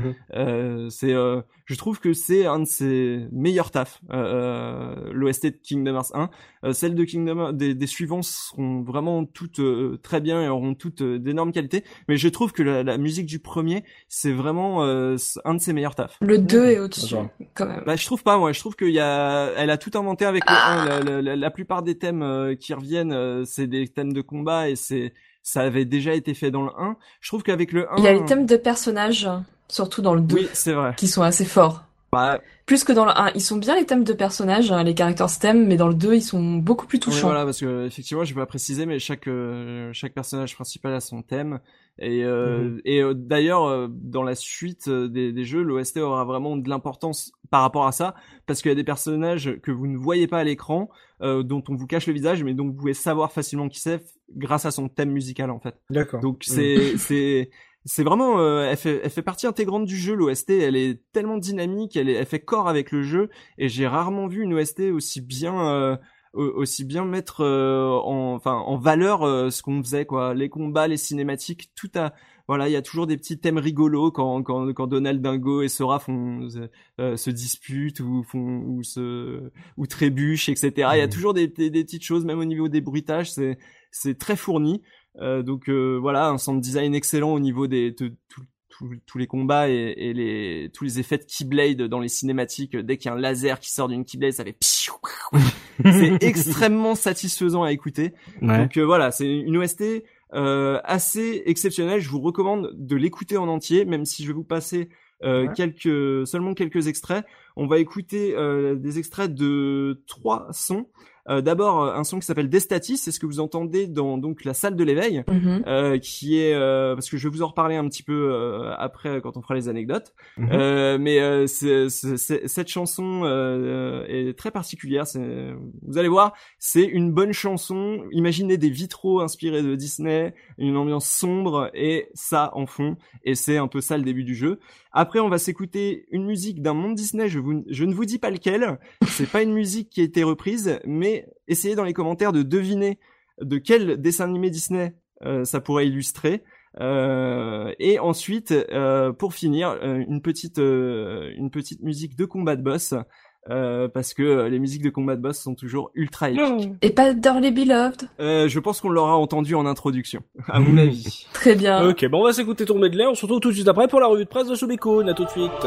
Je trouve que c'est un de ses meilleurs tafs, l'OST de Kingdom Hearts 1. Celles de Kingdom des suivants seront vraiment toutes très bien et auront toutes d'énormes qualités. Mais je trouve que la musique du premier, c'est vraiment un de ses meilleurs tafs. Le 2 est au-dessus, quand même. Bah, je trouve pas, moi. Je trouve elle a tout inventé avec le 1. La plupart des thèmes qui reviennent, c'est des thèmes de combat et ça avait déjà été fait dans le 1. Je trouve qu'avec le 1... Il y a les thèmes de personnages, surtout dans le 2, oui, c'est vrai, qui sont assez forts. Bah, plus que dans le 1. Ils sont bien les thèmes de personnages, les characters thèmes, mais dans le 2, ils sont beaucoup plus touchants. Oui, voilà, parce que effectivement, je vais pas préciser, mais chaque personnage principal a son thème. Et d'ailleurs, dans la suite des jeux, l'OST aura vraiment de l'importance par rapport à ça, parce qu'il y a des personnages que vous ne voyez pas à l'écran, dont on vous cache le visage, mais dont vous pouvez savoir facilement qui c'est grâce à son thème musical en fait. D'accord. Donc c'est vraiment, elle fait partie intégrante du jeu, l'OST. Elle est tellement dynamique, elle fait corps avec le jeu, et j'ai rarement vu une OST aussi bien mettre en valeur ce qu'on faisait, quoi. Les combats, les cinématiques, voilà, il y a toujours des petits thèmes rigolos quand Donald Dingo et Sora se disputent ou trébuchent, etc. Il y a toujours des petites choses, même au niveau des bruitages, c'est très fourni. Donc voilà, un sound design excellent au niveau de tous les combats et tous les effets de Keyblade dans les cinématiques. Dès qu'il y a un laser qui sort d'une Keyblade, ça fait c'est extrêmement satisfaisant à écouter. Ouais. Donc voilà, c'est une OST assez exceptionnelle. Je vous recommande de l'écouter en entier, même si je vais vous passer seulement quelques extraits. On va écouter des extraits de 3 sons. D'abord un son qui s'appelle Destatis, c'est ce que vous entendez dans donc la salle de l'éveil, qui est parce que je vais vous en reparler un petit peu après quand on fera les anecdotes. Mais cette chanson est très particulière. Vous allez voir, c'est une bonne chanson. Imaginez des vitraux inspirés de Disney, une ambiance sombre et ça en fond. Et c'est un peu ça le début du jeu. Après, on va s'écouter une musique d'un monde Disney. Je ne vous dis pas lequel. C'est pas une musique qui a été reprise, mais essayez dans les commentaires de deviner de quel dessin animé Disney ça pourrait illustrer. Et ensuite, pour finir, une petite musique de combat de boss. Parce que les musiques de combat de boss sont toujours ultra épiques. Et pas Darly Beloved. Je pense qu'on l'aura entendu en introduction, à mon avis. Très bien. Ok, bon, on va s'écouter ton medley. On se retrouve tout de suite après pour la revue de presse de Soubikoun. À tout de suite.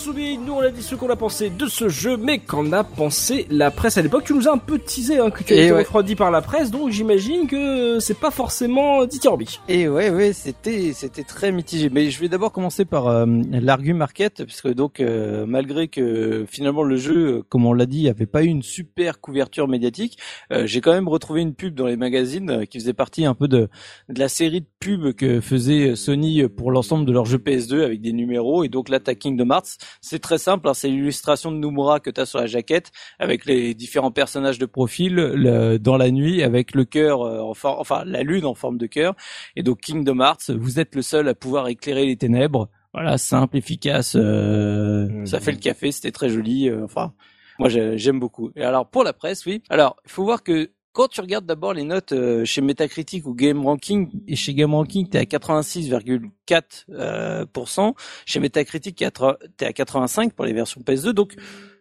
Tsubiri, nous on a dit ce qu'on a pensé de ce jeu, mais qu'en a pensé la presse à l'époque. Tu nous as un peu teasé que tu as été refroidi par la presse, donc j'imagine que c'est pas forcément dithyrambique. Et ouais, c'était très mitigé. Mais je vais d'abord commencer par l'argu market, puisque donc malgré que finalement le jeu, comme on l'a dit, avait pas eu une super couverture médiatique, j'ai quand même retrouvé une pub dans les magazines qui faisait partie un peu de la série de pubs que faisait Sony pour l'ensemble de leurs jeux PS2 avec des numéros. Et donc là, t'as Kingdom Hearts. C'est très simple, c'est l'illustration de Nomura que t'as sur la jaquette avec les différents personnages de profil dans la nuit avec le cœur, enfin la lune en forme de cœur. Et donc Kingdom Hearts, vous êtes le seul à pouvoir éclairer les ténèbres. Voilà, simple, efficace, ça fait le café, c'était très joli. Moi j'aime beaucoup. Et alors pour la presse, oui. Alors il faut voir que quand tu regardes d'abord les notes chez Metacritic ou Game Ranking, et chez Game Ranking t'es à 86,4%, chez Metacritic t'es à 85 pour les versions PS2, donc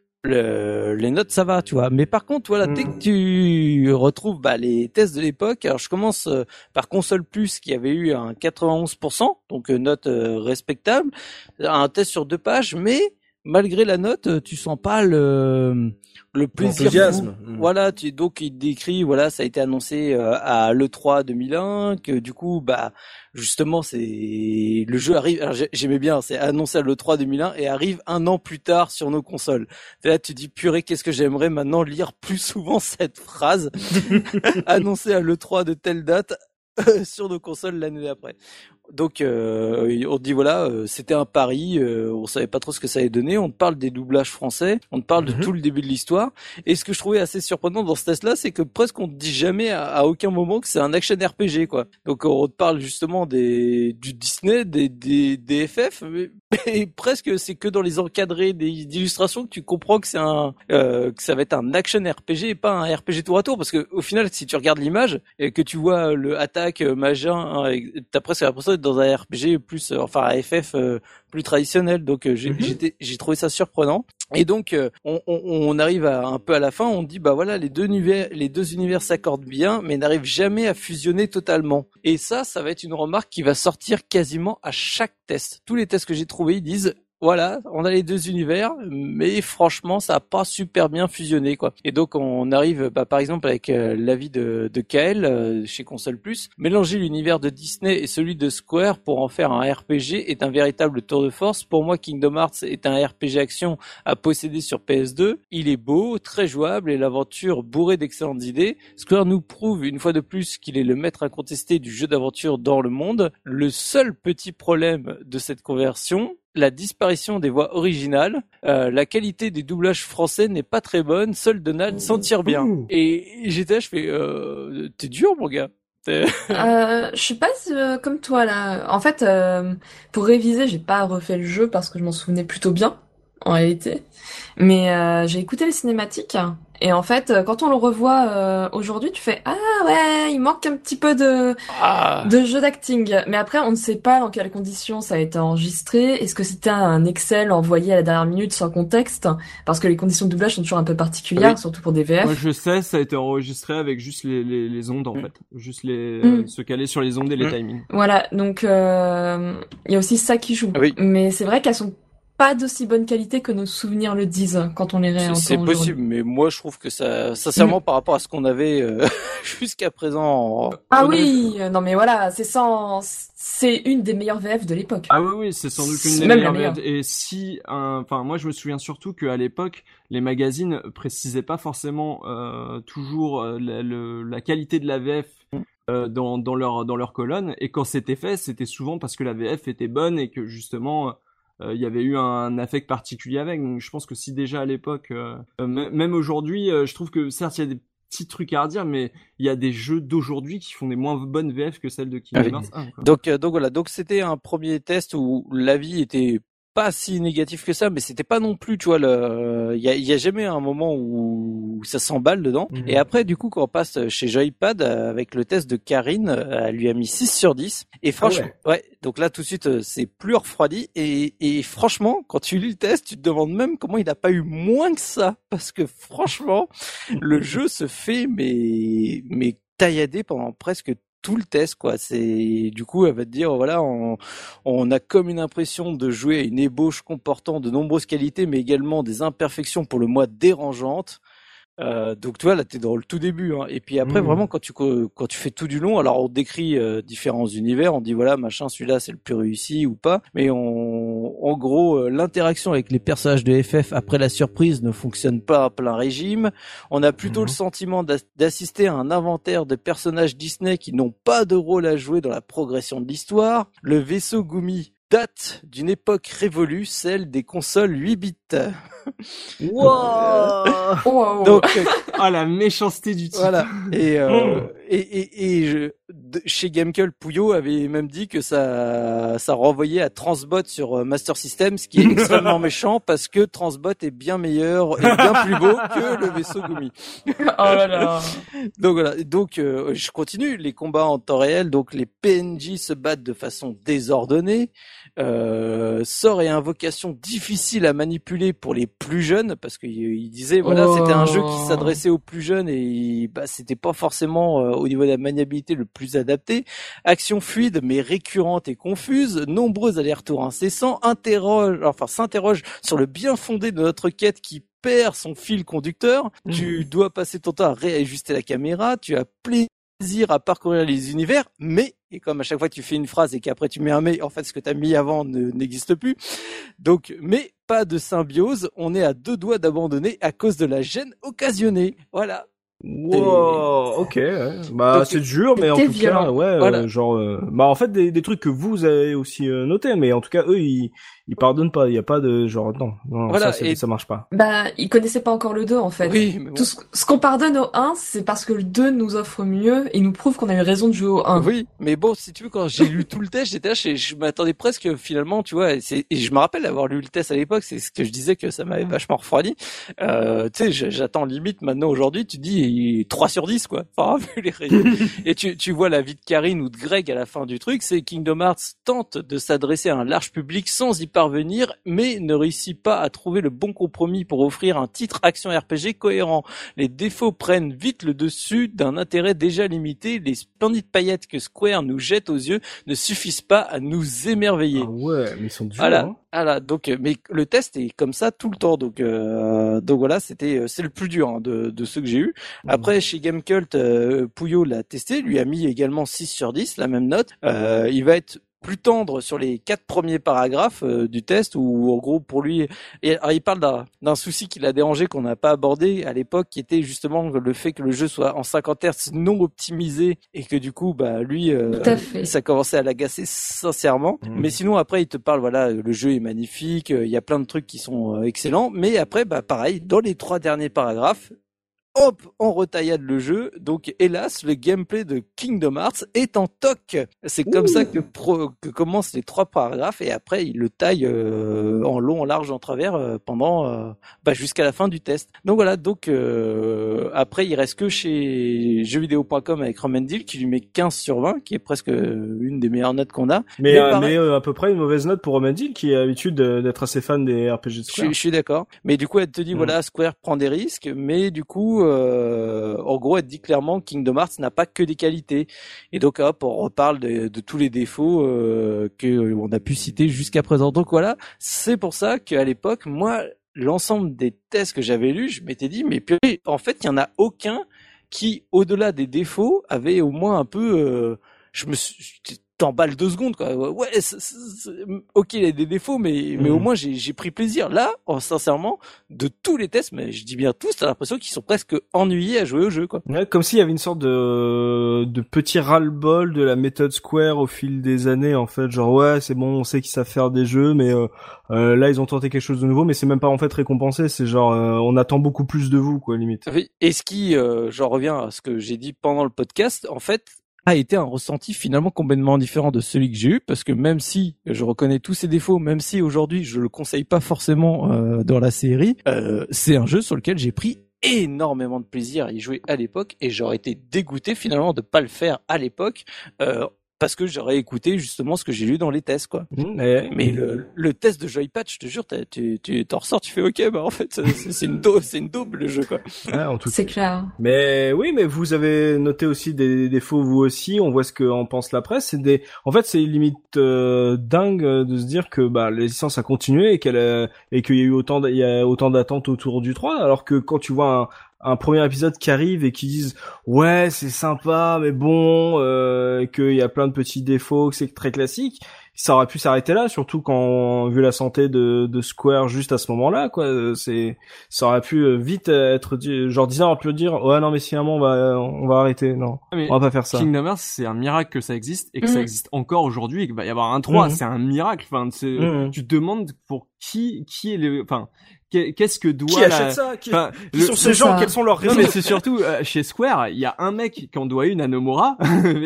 les notes ça va, tu vois. Mais par contre, voilà, dès que tu retrouves les tests de l'époque, alors je commence par Console Plus qui avait eu un 91%, donc note respectable, un test sur 2 pages, mais malgré la note, tu sens pas le plaisir fou. Voilà, donc il décrit, voilà, ça a été annoncé à l'E3 2001, que du coup, justement, le jeu arrive, alors j'aimais bien, c'est annoncé à l'E3 2001 et arrive 1 an plus tard sur nos consoles. Et là, tu dis, purée, qu'est-ce que j'aimerais maintenant lire plus souvent cette phrase, annoncée à l'E3 de telle date, sur nos consoles l'année d'après. Donc on dit voilà, c'était un pari, on savait pas trop ce que ça allait donner, on te parle des doublages français, on te parle de tout le début de l'histoire, et ce que je trouvais assez surprenant dans ce test-là, c'est que presque on te dit jamais à aucun moment que c'est un action RPG, quoi. Donc on te parle justement du Disney, des FF, mais presque c'est que dans les encadrés d'illustrations que tu comprends que c'est que ça va être un action RPG et pas un RPG tour à tour, parce que au final si tu regardes l'image et que tu vois le attaque machin, t'as presque l'impression dans un RPG plus, un FF plus traditionnel. Donc j'ai trouvé ça surprenant. Et donc on arrive un peu à la fin, on dit voilà, les deux univers s'accordent bien, mais n'arrivent jamais à fusionner totalement. Et ça va être une remarque qui va sortir quasiment à chaque test. Tous les tests que j'ai trouvés, ils disent voilà, on a les 2 univers, mais franchement, ça a pas super bien fusionné, quoi. Et donc, on arrive, par exemple, avec l'avis de Kael chez Console Plus, mélanger l'univers de Disney et celui de Square pour en faire un RPG est un véritable tour de force. Pour moi, Kingdom Hearts est un RPG action à posséder sur PS2. Il est beau, très jouable et l'aventure bourrée d'excellentes idées. Square nous prouve une fois de plus qu'il est le maître incontesté du jeu d'aventure dans le monde. Le seul petit problème de cette conversion, la disparition des voix originales, la qualité des doublages français n'est pas très bonne, seul Donald s'en tire bien. Et j'étais là, je fais, t'es dur mon gars. Je suis pas comme toi là. En fait, pour réviser, j'ai pas refait le jeu parce que je m'en souvenais plutôt bien, en réalité. Mais j'ai écouté les cinématiques. Et en fait, quand on le revoit aujourd'hui, tu fais ouais, il manque un petit peu de jeu d'acting. Mais après, on ne sait pas dans quelles conditions ça a été enregistré. Est-ce que c'était un Excel envoyé à la dernière minute sans contexte? Parce que les conditions de doublage sont toujours un peu particulières, surtout pour des VF. Moi, je sais, ça a été enregistré avec juste les ondes en fait, juste se caler sur les ondes et les timings. Voilà, donc il y a aussi ça qui joue. Oui. Mais c'est vrai qu'elles sont pas d'aussi bonne qualité que nos souvenirs le disent quand on les réentend. C'est possible, mais moi je trouve que ça, sincèrement, par rapport à ce qu'on avait jusqu'à présent. Oui, non mais voilà, c'est une des meilleures VF de l'époque. Ah oui, c'est sans doute une des meilleures VF. Et moi je me souviens surtout qu'à l'époque, les magazines précisaient pas forcément toujours la qualité de la VF. Dans leur colonne, et quand c'était fait, c'était souvent parce que la VF était bonne et que justement il y avait eu un affect particulier avec. Donc je pense que si déjà à l'époque, même aujourd'hui, je trouve que certes il y a des petits trucs à redire, mais il y a des jeux d'aujourd'hui qui font des moins bonnes VF que celles de Kingdom Hearts 1. Donc voilà, donc c'était un premier test où l'avis était pas si négatif que ça, mais c'était pas non plus, tu vois, il y a jamais un moment où ça s'emballe dedans. Et après, du coup, quand on passe chez Joypad avec le test de Karine, elle lui a mis 6 sur 10. Et franchement, ouais, donc là, tout de suite, c'est plus refroidi. Et franchement, quand tu lis le test, tu te demandes même comment il a pas eu moins que ça. Parce que franchement, le jeu se fait, mais tailladé pendant presque tout le test, quoi. C'est du coup, elle va te dire, voilà, on a comme une impression de jouer à une ébauche comportant de nombreuses qualités, mais également des imperfections pour le moins dérangeantes. Donc tu vois, là t'es dans le tout début, hein. Et puis après vraiment quand tu fais tout du long, alors on décrit différents univers, on dit voilà machin, celui-là c'est le plus réussi ou pas, mais en gros l'interaction avec les personnages de FF après la surprise ne fonctionne pas à plein régime. On a plutôt le sentiment d'assister à un inventaire de personnages Disney qui n'ont pas de rôle à jouer dans la progression de l'histoire. Le vaisseau Gumi date d'une époque révolue, celle des consoles 8 bits. Wow. Donc, la méchanceté du titre. Voilà. Chez Gamecult, Puyo avait même dit que ça renvoyait à Transbot sur Master System, ce qui est extrêmement méchant parce que Transbot est bien meilleur et bien plus beau que le vaisseau Gumi. Oh là là. Donc voilà. Donc je continue les combats en temps réel. Donc les PNJ se battent de façon désordonnée. Sorts et invocations difficiles à manipuler pour les plus jeunes parce qu'il disait voilà c'était un jeu qui s'adressait aux plus jeunes et c'était pas forcément au niveau de la maniabilité le plus adapté. Action fluide mais récurrente et confuse, nombreux allers-retours incessants, s'interroge sur le bien fondé de notre quête qui perd son fil conducteur. Tu dois passer ton temps à réajuster la caméra, tu as plaisir à parcourir les univers, mais, et comme à chaque fois tu fais une phrase et qu'après tu mets un mais, en fait ce que tu as mis avant n'existe plus. Donc, mais pas de symbiose, on est à 2 doigts d'abandonner à cause de la gêne occasionnée. Voilà. Wow, ok, ouais. Bah donc, c'est dur, mais en tout violent. cas, ouais, voilà. en fait des trucs que vous avez aussi notés, mais en tout cas eux ils pardonnent pas, il y a pas de genre non voilà, ça marche pas. Bah, ils connaissaient pas encore le 2 en fait. Oui, mais bon. Tout ce qu'on pardonne au 1, c'est parce que le 2 nous offre mieux et nous prouve qu'on a eu raison de jouer au 1. Oui, mais bon, si tu veux, quand j'ai lu tout le test, j'étais là, je m'attendais presque finalement, tu vois, et je me rappelle avoir lu le test à l'époque, c'est ce que je disais que ça m'avait vachement refroidi. Tu sais, j'attends limite maintenant aujourd'hui, tu dis 3 sur 10 quoi. Enfin, vu les rayons. Et tu vois la vie de Karine ou de Greg à la fin du truc, c'est Kingdom Hearts tente de s'adresser à un large public sans y parvenir, mais ne réussit pas à trouver le bon compromis pour offrir un titre action RPG cohérent. Les défauts prennent vite le dessus d'un intérêt déjà limité. Les splendides paillettes que Square nous jette aux yeux ne suffisent pas à nous émerveiller. Ah ouais, mais ils sont durs. Voilà. Hein. Voilà, donc mais le test est comme ça tout le temps, donc voilà, c'est le plus dur hein, de ceux que j'ai eu. Après chez Gamecult, Puyo l'a testé, lui a mis également 6 sur 10, la même note. Il va être plus tendre sur les 4 premiers paragraphes du test où en gros pour lui alors il parle d'un souci qui l'a dérangé qu'on n'a pas abordé à l'époque qui était justement le fait que le jeu soit en 50 Hz non optimisé et que du coup bah lui ça commençait à l'agacer sincèrement. Mais sinon après il te parle voilà le jeu est magnifique, il y a plein de trucs qui sont excellents, mais après bah pareil dans les 3 derniers paragraphes hop, on retaillade le jeu. Donc, hélas, le gameplay de Kingdom Hearts est en toc. C'est comme ça que commencent les 3 paragraphes et après, il le taille en long, en large, en travers pendant jusqu'à la fin du test. Donc voilà. Donc après, il reste que chez jeuxvideo.com avec Romendil qui lui met 15 sur 20, qui est presque une des meilleures notes qu'on a. Mais à peu près une mauvaise note pour Romendil qui a l'habitude d'être assez fan des RPG de Square. Je suis d'accord. Mais du coup, elle te dit voilà, Square prend des risques, mais du coup en gros, elle dit clairement que Kingdom Hearts n'a pas que des qualités. Et donc, hop, on reparle de tous les défauts que on a pu citer jusqu'à présent. Donc voilà, c'est pour ça qu'à l'époque, moi, l'ensemble des tests que j'avais lus, je m'étais dit, mais purée, en fait, il y en a aucun qui, au-delà des défauts, avait au moins un peu... t'emballes 2 secondes quoi. Ouais, ok, il y a des défauts, mais au moins j'ai pris plaisir. Là, sincèrement, de tous les tests, mais je dis bien tous, t'as l'impression qu'ils sont presque ennuyés à jouer au jeu quoi. Ouais, comme s'il y avait une sorte de petit ras-le-bol de la méthode Square au fil des années en fait. Genre ouais, c'est bon, on sait qu'ils savent faire des jeux, mais là ils ont tenté quelque chose de nouveau, mais c'est même pas en fait récompensé. C'est genre on attend beaucoup plus de vous quoi, limite. Oui. Et ce qui, j'en reviens à ce que j'ai dit pendant le podcast, en fait, a été un ressenti finalement complètement différent de celui que j'ai eu, parce que même si je reconnais tous ses défauts, même si aujourd'hui je le conseille pas forcément dans la série, c'est un jeu sur lequel j'ai pris énormément de plaisir à y jouer à l'époque, et j'aurais été dégoûté finalement de pas le faire à l'époque. parce que j'aurais écouté justement ce que j'ai lu dans les tests, quoi. Mais le test de Joypad, je te jure, tu t'en ressors, tu fais ok, bah en fait c'est une daube le jeu, quoi. Ouais, c'est clair. Mais oui, mais vous avez noté aussi des défauts vous aussi. On voit ce qu'en pense la presse. En fait, c'est limite dingue de se dire que la licence a continué et qu'il y a eu autant d'attentes autour du 3, alors que quand tu vois un premier épisode qui arrive et qui disent ouais c'est sympa mais bon qu'il y a plein de petits défauts, que c'est très classique, ça aurait pu s'arrêter là, surtout quand vu la santé de Square juste à ce moment-là, quoi. Ça aurait pu vite être genre Disney aurait pu dire ouais non mais finalement on va arrêter, non on va pas faire ça. Kingdom Hearts, c'est un miracle que ça existe et que ça existe encore aujourd'hui et qu'il va y avoir un 3, c'est un miracle. Enfin tu te demandes pour qui est le, enfin qu'est-ce que doit qui achète ça, qui sont ces gens, quels sont leurs raisons? Non mais c'est surtout chez Square, il y a un mec qui en doit une à Nomura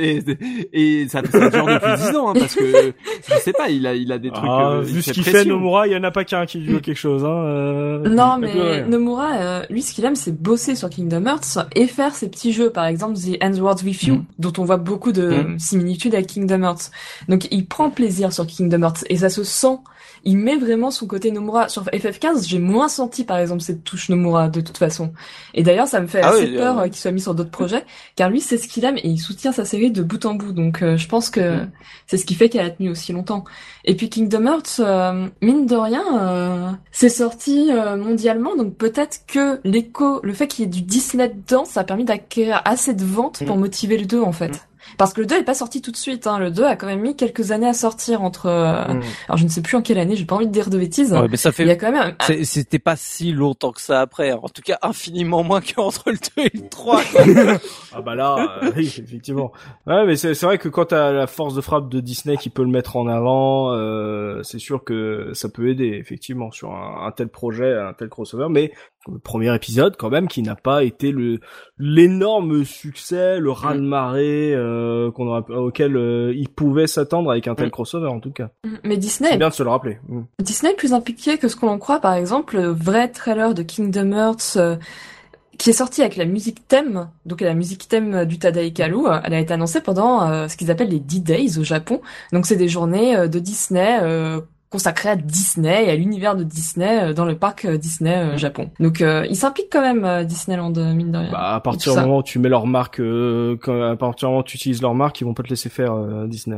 et ça dure depuis 10 ans hein, parce que je sais pas, il a des trucs vu ce qu'il fait Nomura, il y en a pas qu'un qui joue quelque chose hein. Non mais Nomura lui ce qu'il aime c'est bosser sur Kingdom Hearts et faire ses petits jeux, par exemple The Ends World With You dont on voit beaucoup de similitudes avec Kingdom Hearts. Donc il prend plaisir sur Kingdom Hearts et ça se sent. Il met vraiment son côté Nomura. Sur FF15, j'ai moins senti, par exemple, cette touche Nomura, de toute façon. Et d'ailleurs, ça me fait assez peur qu'il soit mis sur d'autres projets, car lui, c'est ce qu'il aime et il soutient sa série de bout en bout. Donc, je pense que c'est ce qui fait qu'elle a tenu aussi longtemps. Et puis, Kingdom Hearts, mine de rien, c'est sorti mondialement, donc peut-être que le fait qu'il y ait du Disney dedans, ça a permis d'acquérir assez de ventes pour motiver le 2, en fait. Parce que le 2 est pas sorti tout de suite, hein. Le 2 a quand même mis quelques années à sortir entre, alors je ne sais plus en quelle année, j'ai pas envie de dire de bêtises. Ouais, mais ça fait, il y a quand même c'était pas si longtemps que ça après. En tout cas, infiniment moins qu'entre le 2 et le 3. Ah bah là, oui, effectivement. Ouais, mais c'est vrai que quand t'as la force de frappe de Disney qui peut le mettre en avant, c'est sûr que ça peut aider, effectivement, sur un tel projet, un tel crossover, mais le premier épisode, quand même, qui n'a pas été l'énorme succès, le raz-de-marée, auquel il pouvait s'attendre avec un tel crossover, en tout cas. Mais Disney. C'est bien de se le rappeler. Disney est plus impliqué que ce qu'on en croit, par exemple, le vrai trailer de Kingdom Hearts, qui est sorti avec la musique thème, donc la musique thème du Tadaikalu, elle a été annoncée pendant ce qu'ils appellent les D-Days au Japon. Donc c'est des journées de Disney consacrées à Disney et à l'univers de Disney dans le parc Disney Japon. Donc ils s'impliquent quand même Disneyland, mine de rien. Bah à partir du moment où tu mets leur marque, à partir du moment où tu utilises leur marque, ils vont pas te laisser faire Disney.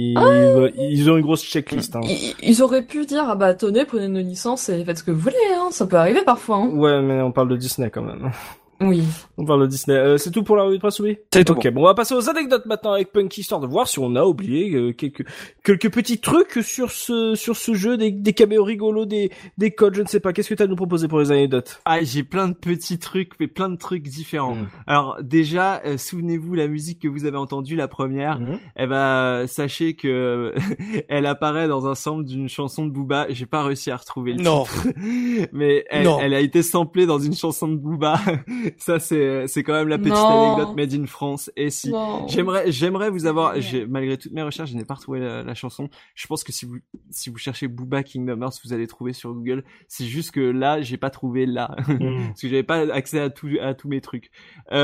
Ils ont une grosse checklist. Hein. Ils auraient pu dire ah bah tenez, prenez nos licences et faites ce que vous voulez, hein. Ça peut arriver parfois. Hein. Ouais, mais on parle de Disney quand même. Oui. On parle de Disney. C'est tout pour la revue de presse, oui. C'est tout. Ok, bon, on va passer aux anecdotes maintenant avec Punky, histoire de voir si on a oublié quelques petits trucs sur ce jeu, des caméos rigolos, des codes, je ne sais pas. Qu'est-ce que t'as à nous proposer pour les anecdotes? Ah, j'ai plein de petits trucs, mais plein de trucs différents. Alors déjà, souvenez-vous la musique que vous avez entendue, la première. Eh ben, sachez que elle apparaît dans un sample d'une chanson de Booba. J'ai pas réussi à retrouver le titre. Mais elle a été samplée dans une chanson de Booba. Ça c'est quand même la petite anecdote made in France. Et si j'aimerais vous avoir, malgré toutes mes recherches, je n'ai pas retrouvé la chanson. Je pense que si vous cherchez Booba Kingdom Hearts, vous allez trouver sur Google. C'est juste que là, j'ai pas trouvé là parce que j'avais pas accès à tous mes trucs. Il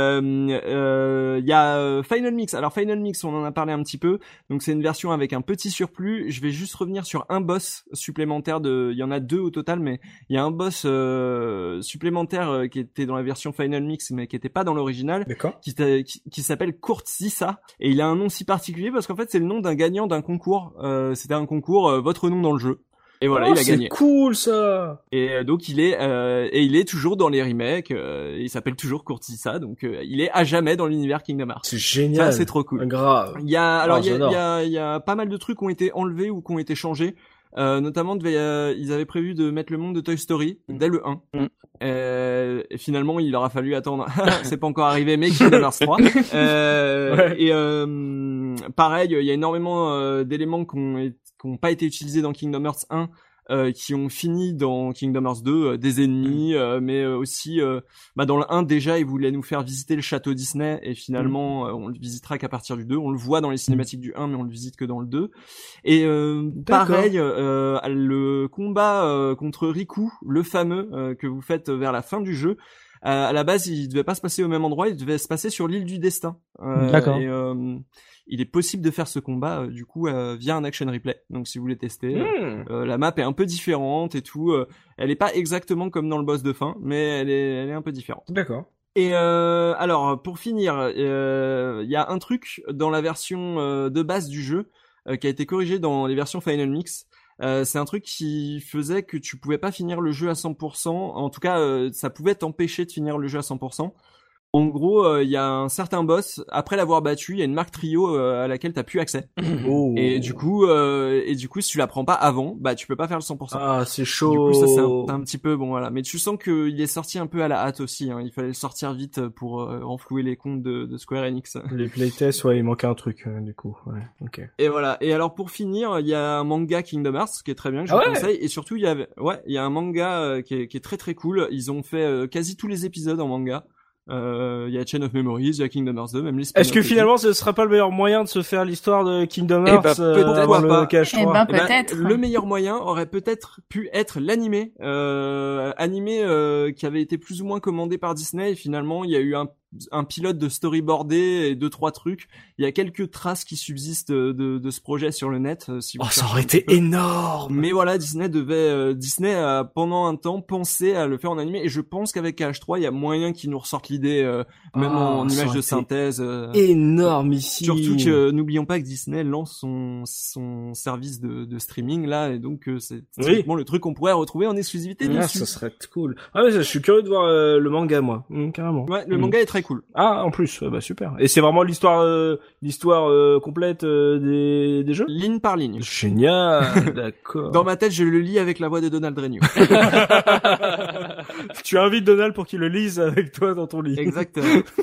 y a Final Mix. Alors Final Mix, on en a parlé un petit peu. Donc c'est une version avec un petit surplus. Je vais juste revenir sur un boss supplémentaire il y en a 2 au total, mais il y a un boss supplémentaire qui était dans la version Final Mix mais qui était pas dans l'original, qui s'appelle Kurt Zisa, et il a un nom si particulier parce qu'en fait c'est le nom d'un gagnant d'un concours. C'était un concours votre nom dans le jeu. Et voilà, il a gagné. C'est cool ça. Et donc il est toujours dans les remakes. Il s'appelle toujours Kurt Zisa, donc il est à jamais dans l'univers Kingdom Hearts. C'est génial. Ça, c'est trop cool. Grave. Il y a pas mal de trucs qui ont été enlevés ou qui ont été changés. Notamment ils avaient prévu de mettre le monde de Toy Story dès le 1. Et finalement il aura fallu attendre. C'est pas encore arrivé, mais Kingdom Hearts 3. Et pareil, il y a énormément d'éléments qui ont pas été utilisés dans Kingdom Hearts 1. Qui ont fini dans Kingdom Hearts 2, des ennemis, mais aussi dans le 1 déjà ils voulaient nous faire visiter le château Disney et finalement on le visitera qu'à partir du 2. On le voit dans les cinématiques du 1 mais on le visite que dans le 2. Et pareil, le combat contre Riku, le fameux que vous faites vers la fin du jeu, À la base, il devait pas se passer au même endroit, il devait se passer sur l'île du Destin. D'accord. Et il est possible de faire ce combat du coup via un action replay. Donc si vous voulez tester, la map est un peu différente et tout. Elle est pas exactement comme dans le boss de fin, mais elle est un peu différente. D'accord. Et alors pour finir, il y a un truc dans la version de base du jeu qui a été corrigé dans les versions Final Mix. C'est un truc qui faisait que tu pouvais pas finir le jeu à 100%. En tout cas, ça pouvait t'empêcher de finir le jeu à 100%. En gros, il y a un certain boss, après l'avoir battu, il y a une marque trio à laquelle t'as plus accès. Oh. Et du coup, si tu la prends pas avant, bah tu peux pas faire le 100%. Ah, c'est chaud. Du coup, ça c'est un petit peu bon, voilà. Mais tu sens qu'il est sorti un peu à la hâte aussi. Hein. Il fallait le sortir vite pour renflouer les comptes de Square Enix. Les playtests, ouais, il manquait un truc du coup. Ouais, ok. Et voilà. Et alors pour finir, il y a un manga Kingdom Hearts qui est très bien, que je vous conseille. Et surtout, il y a un manga qui est très très cool. Ils ont fait quasi tous les épisodes en manga. Il y a Chain of Memories, il y a Kingdom Hearts 2, même les spin-offs. Est-ce que finalement ce sera pas le meilleur moyen de se faire l'hisure de Kingdom Hearts peut-être avant pas. le KH3? Peut-être. Le meilleur moyen aurait peut-être pu être l'animé, qui avait été plus ou moins commandé par Disney et finalement il y a eu un pilote de storyboardé et 2-3 trucs. Il y a quelques traces qui subsistent de ce projet sur le net. Si vous ça aurait été énorme. Mais voilà, Disney a pendant un temps pensé à le faire en animé et je pense qu'avec KH3 il y a moyen qu'ils nous ressortent l'idée même en image de synthèse. Énorme ici. Surtout que n'oublions pas que Disney lance son service de streaming là et donc c'est typiquement le truc qu'on pourrait retrouver en exclusivité dessus. Ça serait cool. Ah mais je suis curieux de voir le manga moi. Carrément. Ouais, le manga est très cool. Ah, en plus, bah super. Et c'est vraiment l'histoire complète des jeux, ligne par ligne. Génial, d'accord. Dans ma tête, je le lis avec la voix de Donald Renew. Tu invites Donald pour qu'il le lise avec toi dans ton lit. Exactement.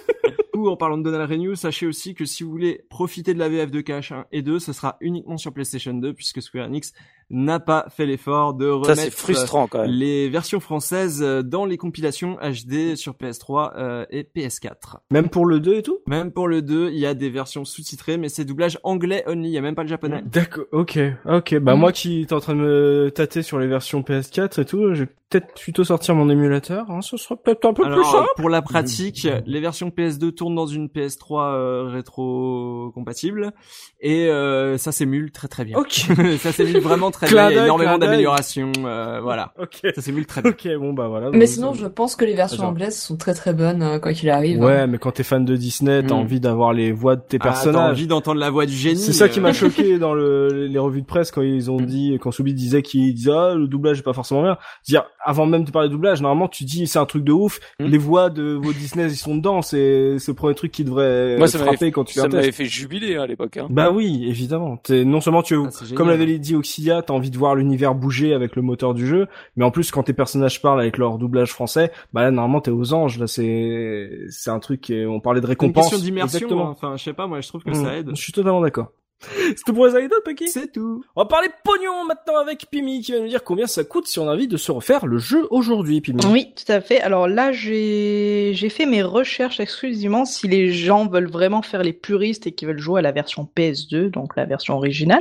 En parlant de Donald Renew, sachez aussi que si vous voulez profiter de la VF de KH1 et 2, ce sera uniquement sur PlayStation 2 puisque Square Enix n'a pas fait l'effort de remettre c'est frustrant, quand même. Les versions françaises dans les compilations HD sur PS3 et PS4. Même pour le 2 et tout? Même pour le 2, il y a des versions sous-titrées, mais c'est doublage anglais only, il y a même pas le japonais. D'accord, ok. Bah moi qui étais en train de me tâter sur les versions PS4 et tout, je vais peut-être plutôt sortir mon émulateur, hein, ce sera peut-être un peu plus simple. Pour la pratique, les versions PS2 tournent dans une PS3 rétro-compatible, et ça s'émule très très bien. Ok. Ça s'émule vraiment très bien, il y a énormément d'améliorations, voilà. Ok. Ça s'émule très bien. Ok, bon bah voilà. Mais sinon, je pense que les versions anglaises sont très très bonnes, quoi qu'il arrive. Ouais, mais quand t'es fan de Disney, t'as envie d'avoir les voix de tes personnages. T'as envie d'entendre la voix du génie. C'est ça qui m'a choqué dans les revues de presse quand ils ont dit, quand Soubi disait le doublage est pas forcément bien. Dire, avant même de parler de doublage, normalement tu dis c'est un truc de ouf, les voix de vos Disney ils sont dedans, c'est le premier truc qui devrait frapper quand tu fais un test. Ça m'avait fait jubiler à l'époque. Hein. Bah oui, évidemment. Non seulement comme l'avait dit Oxidia, t'as envie de voir l'univers bouger avec le moteur du jeu, mais en plus quand tes personnages parlent avec leur doublage français, bah là normalement t'es aux anges, là c'est un truc, on parlait de récompense. Une question d'immersion, exactement. Enfin je sais pas, moi je trouve que ça aide. Je suis totalement d'accord. C'est tout pour les anecdotes, Paki? C'est tout. On va parler pognon maintenant avec Pimi qui va nous dire combien ça coûte si on a envie de se refaire le jeu aujourd'hui, Pimi. Oui, tout à fait. Alors là, j'ai fait mes recherches exclusivement si les gens veulent vraiment faire les puristes et qui veulent jouer à la version PS2, donc la version originale.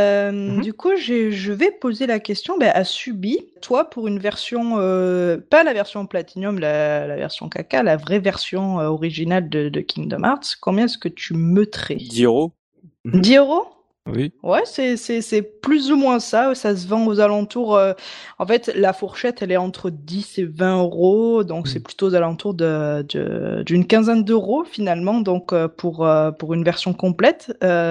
Du coup, je vais poser la question à Subi. Toi, pour une version, pas la version Platinum, la version caca, la vraie version originale de Kingdom Hearts, combien est-ce que tu mettrais? 10 €. 10 €? Oui. Ouais, c'est plus ou moins ça. Ça se vend aux alentours. En fait, la fourchette, elle est entre 10 et 20 €. Donc, c'est plutôt aux alentours d'une quinzaine d'euros finalement. Donc, pour une version complète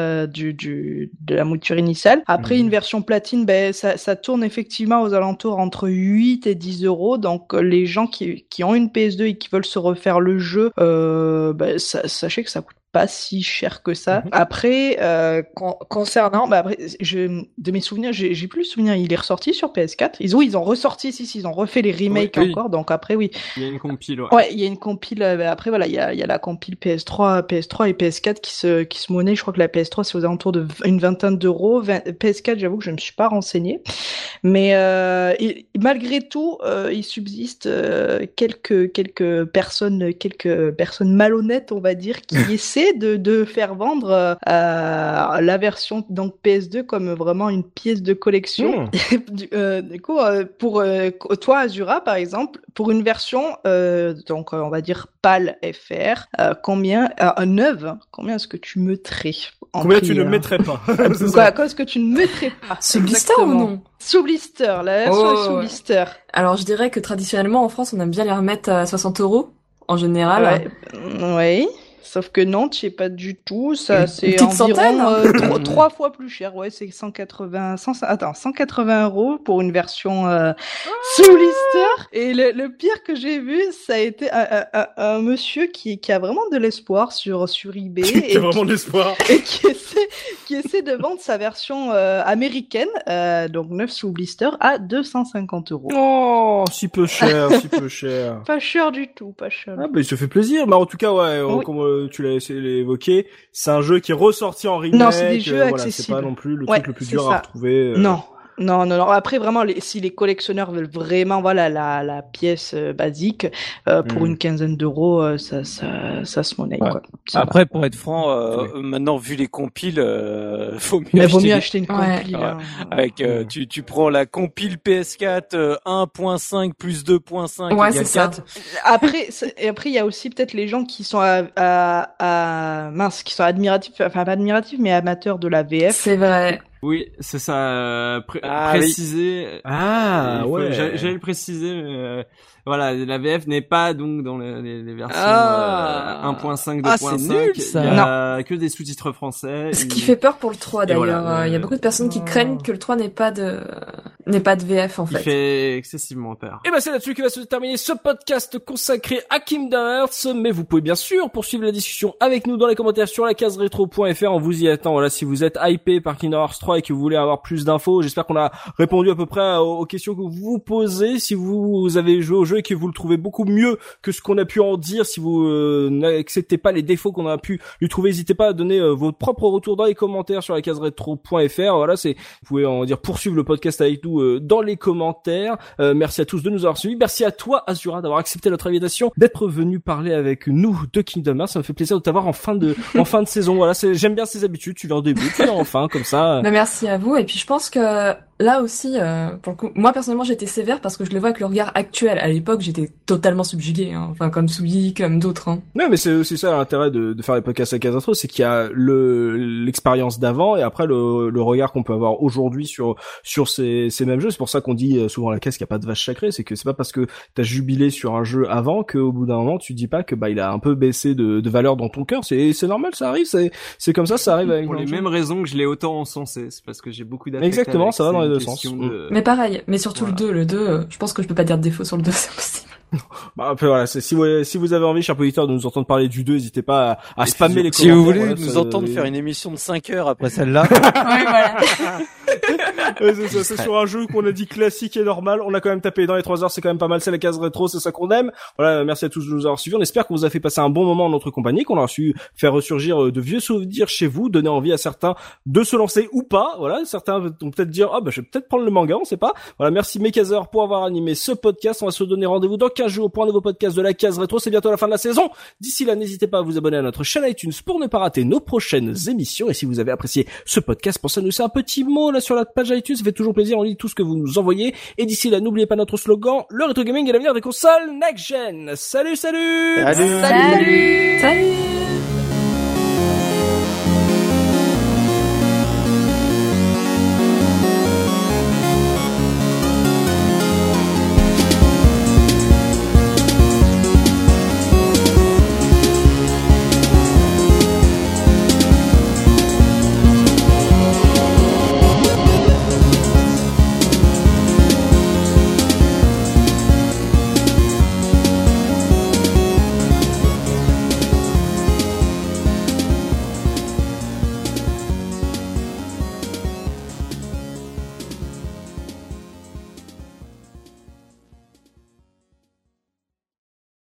de la mouture initiale. Après, une version platine, ça tourne effectivement aux alentours entre 8 et 10 €. Donc, les gens qui ont une PS2 et qui veulent se refaire le jeu, sachez que ça coûte pas si cher que ça. Après, concernant, après, de mes souvenirs, j'ai plus le souvenir. Il est ressorti sur PS4. Ils ont ressorti, ils ont refait les remakes encore. Donc après, oui. Il y a une compile. Ouais, il y a une compile. Après, voilà, il y a la compile PS3 et PS4 qui se monnaie. Je crois que la PS3 c'est aux alentours de une vingtaine d'euros. PS4, j'avoue que je me suis pas renseignée. Mais malgré tout, il subsiste quelques personnes malhonnêtes, on va dire, qui essaient idée de faire vendre la version donc PS2 comme vraiment une pièce de collection. Du coup, pour toi, Azura, par exemple, pour une version, donc on va dire PAL FR, combien est-ce que tu mettrais Combien tu ne mettrais pas? Quoi, est-ce que tu ne mettrais pas? Sous blister ou non? Sous blister, la version est sous blister. Alors, je dirais que traditionnellement, en France, on aime bien les remettre à 60 € en général. Ouais. Sauf que non, tu sais pas du tout. Ça, c'est environ 3 fois plus cher. Ouais, c'est 180 € pour une version sous blister. Et le pire que j'ai vu, ça a été un monsieur qui a vraiment de l'espoir sur eBay. Qui a vraiment de l'espoir. Et qui essaie de vendre sa version américaine, donc 9 sous blister, à 250 €. Oh, si peu cher, si peu cher. Pas cher du tout, pas cher. Ah, bah, il se fait plaisir. Mais en tout cas, ouais, oui. comme tu l'as évoqué, c'est un jeu qui est ressorti en remake. Non, c'est des jeux accessibles. C'est pas non plus le truc le plus dur à retrouver. Non. Après, vraiment, si les collectionneurs veulent vraiment, voilà, la pièce basique, pour une quinzaine d'euros, ça se monnaie, quoi. Après, pour être franc, maintenant, vu les compiles, vaut mieux acheter une compile. Ouais. Avec, tu prends la compile PS4, 1.5 plus 2.5 égale 4. Après, il y a aussi peut-être les gens qui sont qui sont admiratifs, enfin, pas admiratifs, mais amateurs de la VF. C'est vrai. Oui, c'est ça, préciser. Oui. Ouais. J'allais le préciser, mais voilà, la VF n'est pas donc dans les versions 1.5, 2.5. C'est nul, ça. Il y a que des sous-titres français. Ce qui fait peur pour le 3 d'ailleurs. Voilà, il y a beaucoup de personnes qui craignent que le 3 n'ait pas de VF en fait. Il fait excessivement peur. Et ben c'est là-dessus que va se terminer ce podcast consacré à Kingdom Hearts, mais vous pouvez bien sûr poursuivre la discussion avec nous dans les commentaires sur la case rétro.fr. On vous y attend. Voilà, si vous êtes hypé par Kingdom Hearts 3 et que vous voulez avoir plus d'infos, j'espère qu'on a répondu à peu près aux questions que vous vous posez. Si vous avez joué au jeu et que vous le trouvez beaucoup mieux que ce qu'on a pu en dire, si vous n'acceptez pas les défauts qu'on a pu lui trouver, n'hésitez pas à donner votre propre retour dans les commentaires sur la case rétro.fr. Voilà, vous pouvez en dire poursuivre le podcast avec nous dans les commentaires. Merci à tous de nous avoir suivis. Merci à toi, Azura, d'avoir accepté notre invitation, d'être venu parler avec nous de Kingdom Hearts. Ça me fait plaisir de t'avoir en fin de saison. Voilà, j'aime bien ces habitudes. Tu viens en début, tu viens en fin, comme ça. Merci à vous. Et puis je pense que là aussi, pour le coup, moi personnellement j'étais sévère parce que je le vois avec le regard actuel. À l'époque, j'étais totalement subjugué, hein. Enfin comme Soubi, comme d'autres. Hein. Non, mais c'est aussi ça l'intérêt de faire les podcasts à Case Rétro, c'est qu'il y a l'expérience d'avant et après le regard qu'on peut avoir aujourd'hui sur ces mêmes jeux. C'est pour ça qu'on dit souvent à la caisse qu'il n'y a pas de vache sacrée. C'est que c'est pas parce que t'as jubilé sur un jeu avant qu'au bout d'un moment tu dis pas que il a un peu baissé de valeur dans ton cœur. C'est normal, ça arrive. C'est comme ça arrive avec pour les mêmes raisons que je l'ai autant encensé. C'est parce que j'ai beaucoup d'affect. Exactement, ça va dans les deux sens. Mais pareil, mais surtout voilà. Le 2, je pense que je peux pas dire de défaut sur le 2, c'est impossible. Après voilà, si vous avez envie, chers auditeurs, de nous entendre parler du 2, n'hésitez pas à spammer les commentaires. Si vous voulez nous entendre faire une émission de 5 heures après celle-là. Ouais, voilà. C'est sur un jeu qu'on a dit classique et normal. On a quand même tapé dans les 3 heures, c'est quand même pas mal, c'est la case rétro, c'est ça qu'on aime. Voilà, merci à tous de nous avoir suivis. On espère qu'on vous a fait passer un bon moment en notre compagnie, qu'on a su faire ressurgir de vieux souvenirs chez vous, donner envie à certains de se lancer ou pas. Voilà, certains vont peut-être dire, je vais peut-être prendre le manga, on sait pas. Voilà, merci Mekazer pour avoir animé ce podcast. On va se donner rendez-vous dans 15 jours pour un nouveau podcast de la case rétro. C'est bientôt la fin de la saison. D'ici là, n'hésitez pas à vous abonner à notre chaîne iTunes pour ne pas rater nos prochaines émissions. Et si vous avez apprécié ce podcast, pensez à nous laisser un petit mot là sur la page iTunes. Ça fait toujours plaisir. On lit tout ce que vous nous envoyez. Et d'ici là, n'oubliez pas notre slogan, le rétro gaming est l'avenir des consoles next gen. Salut. Salut.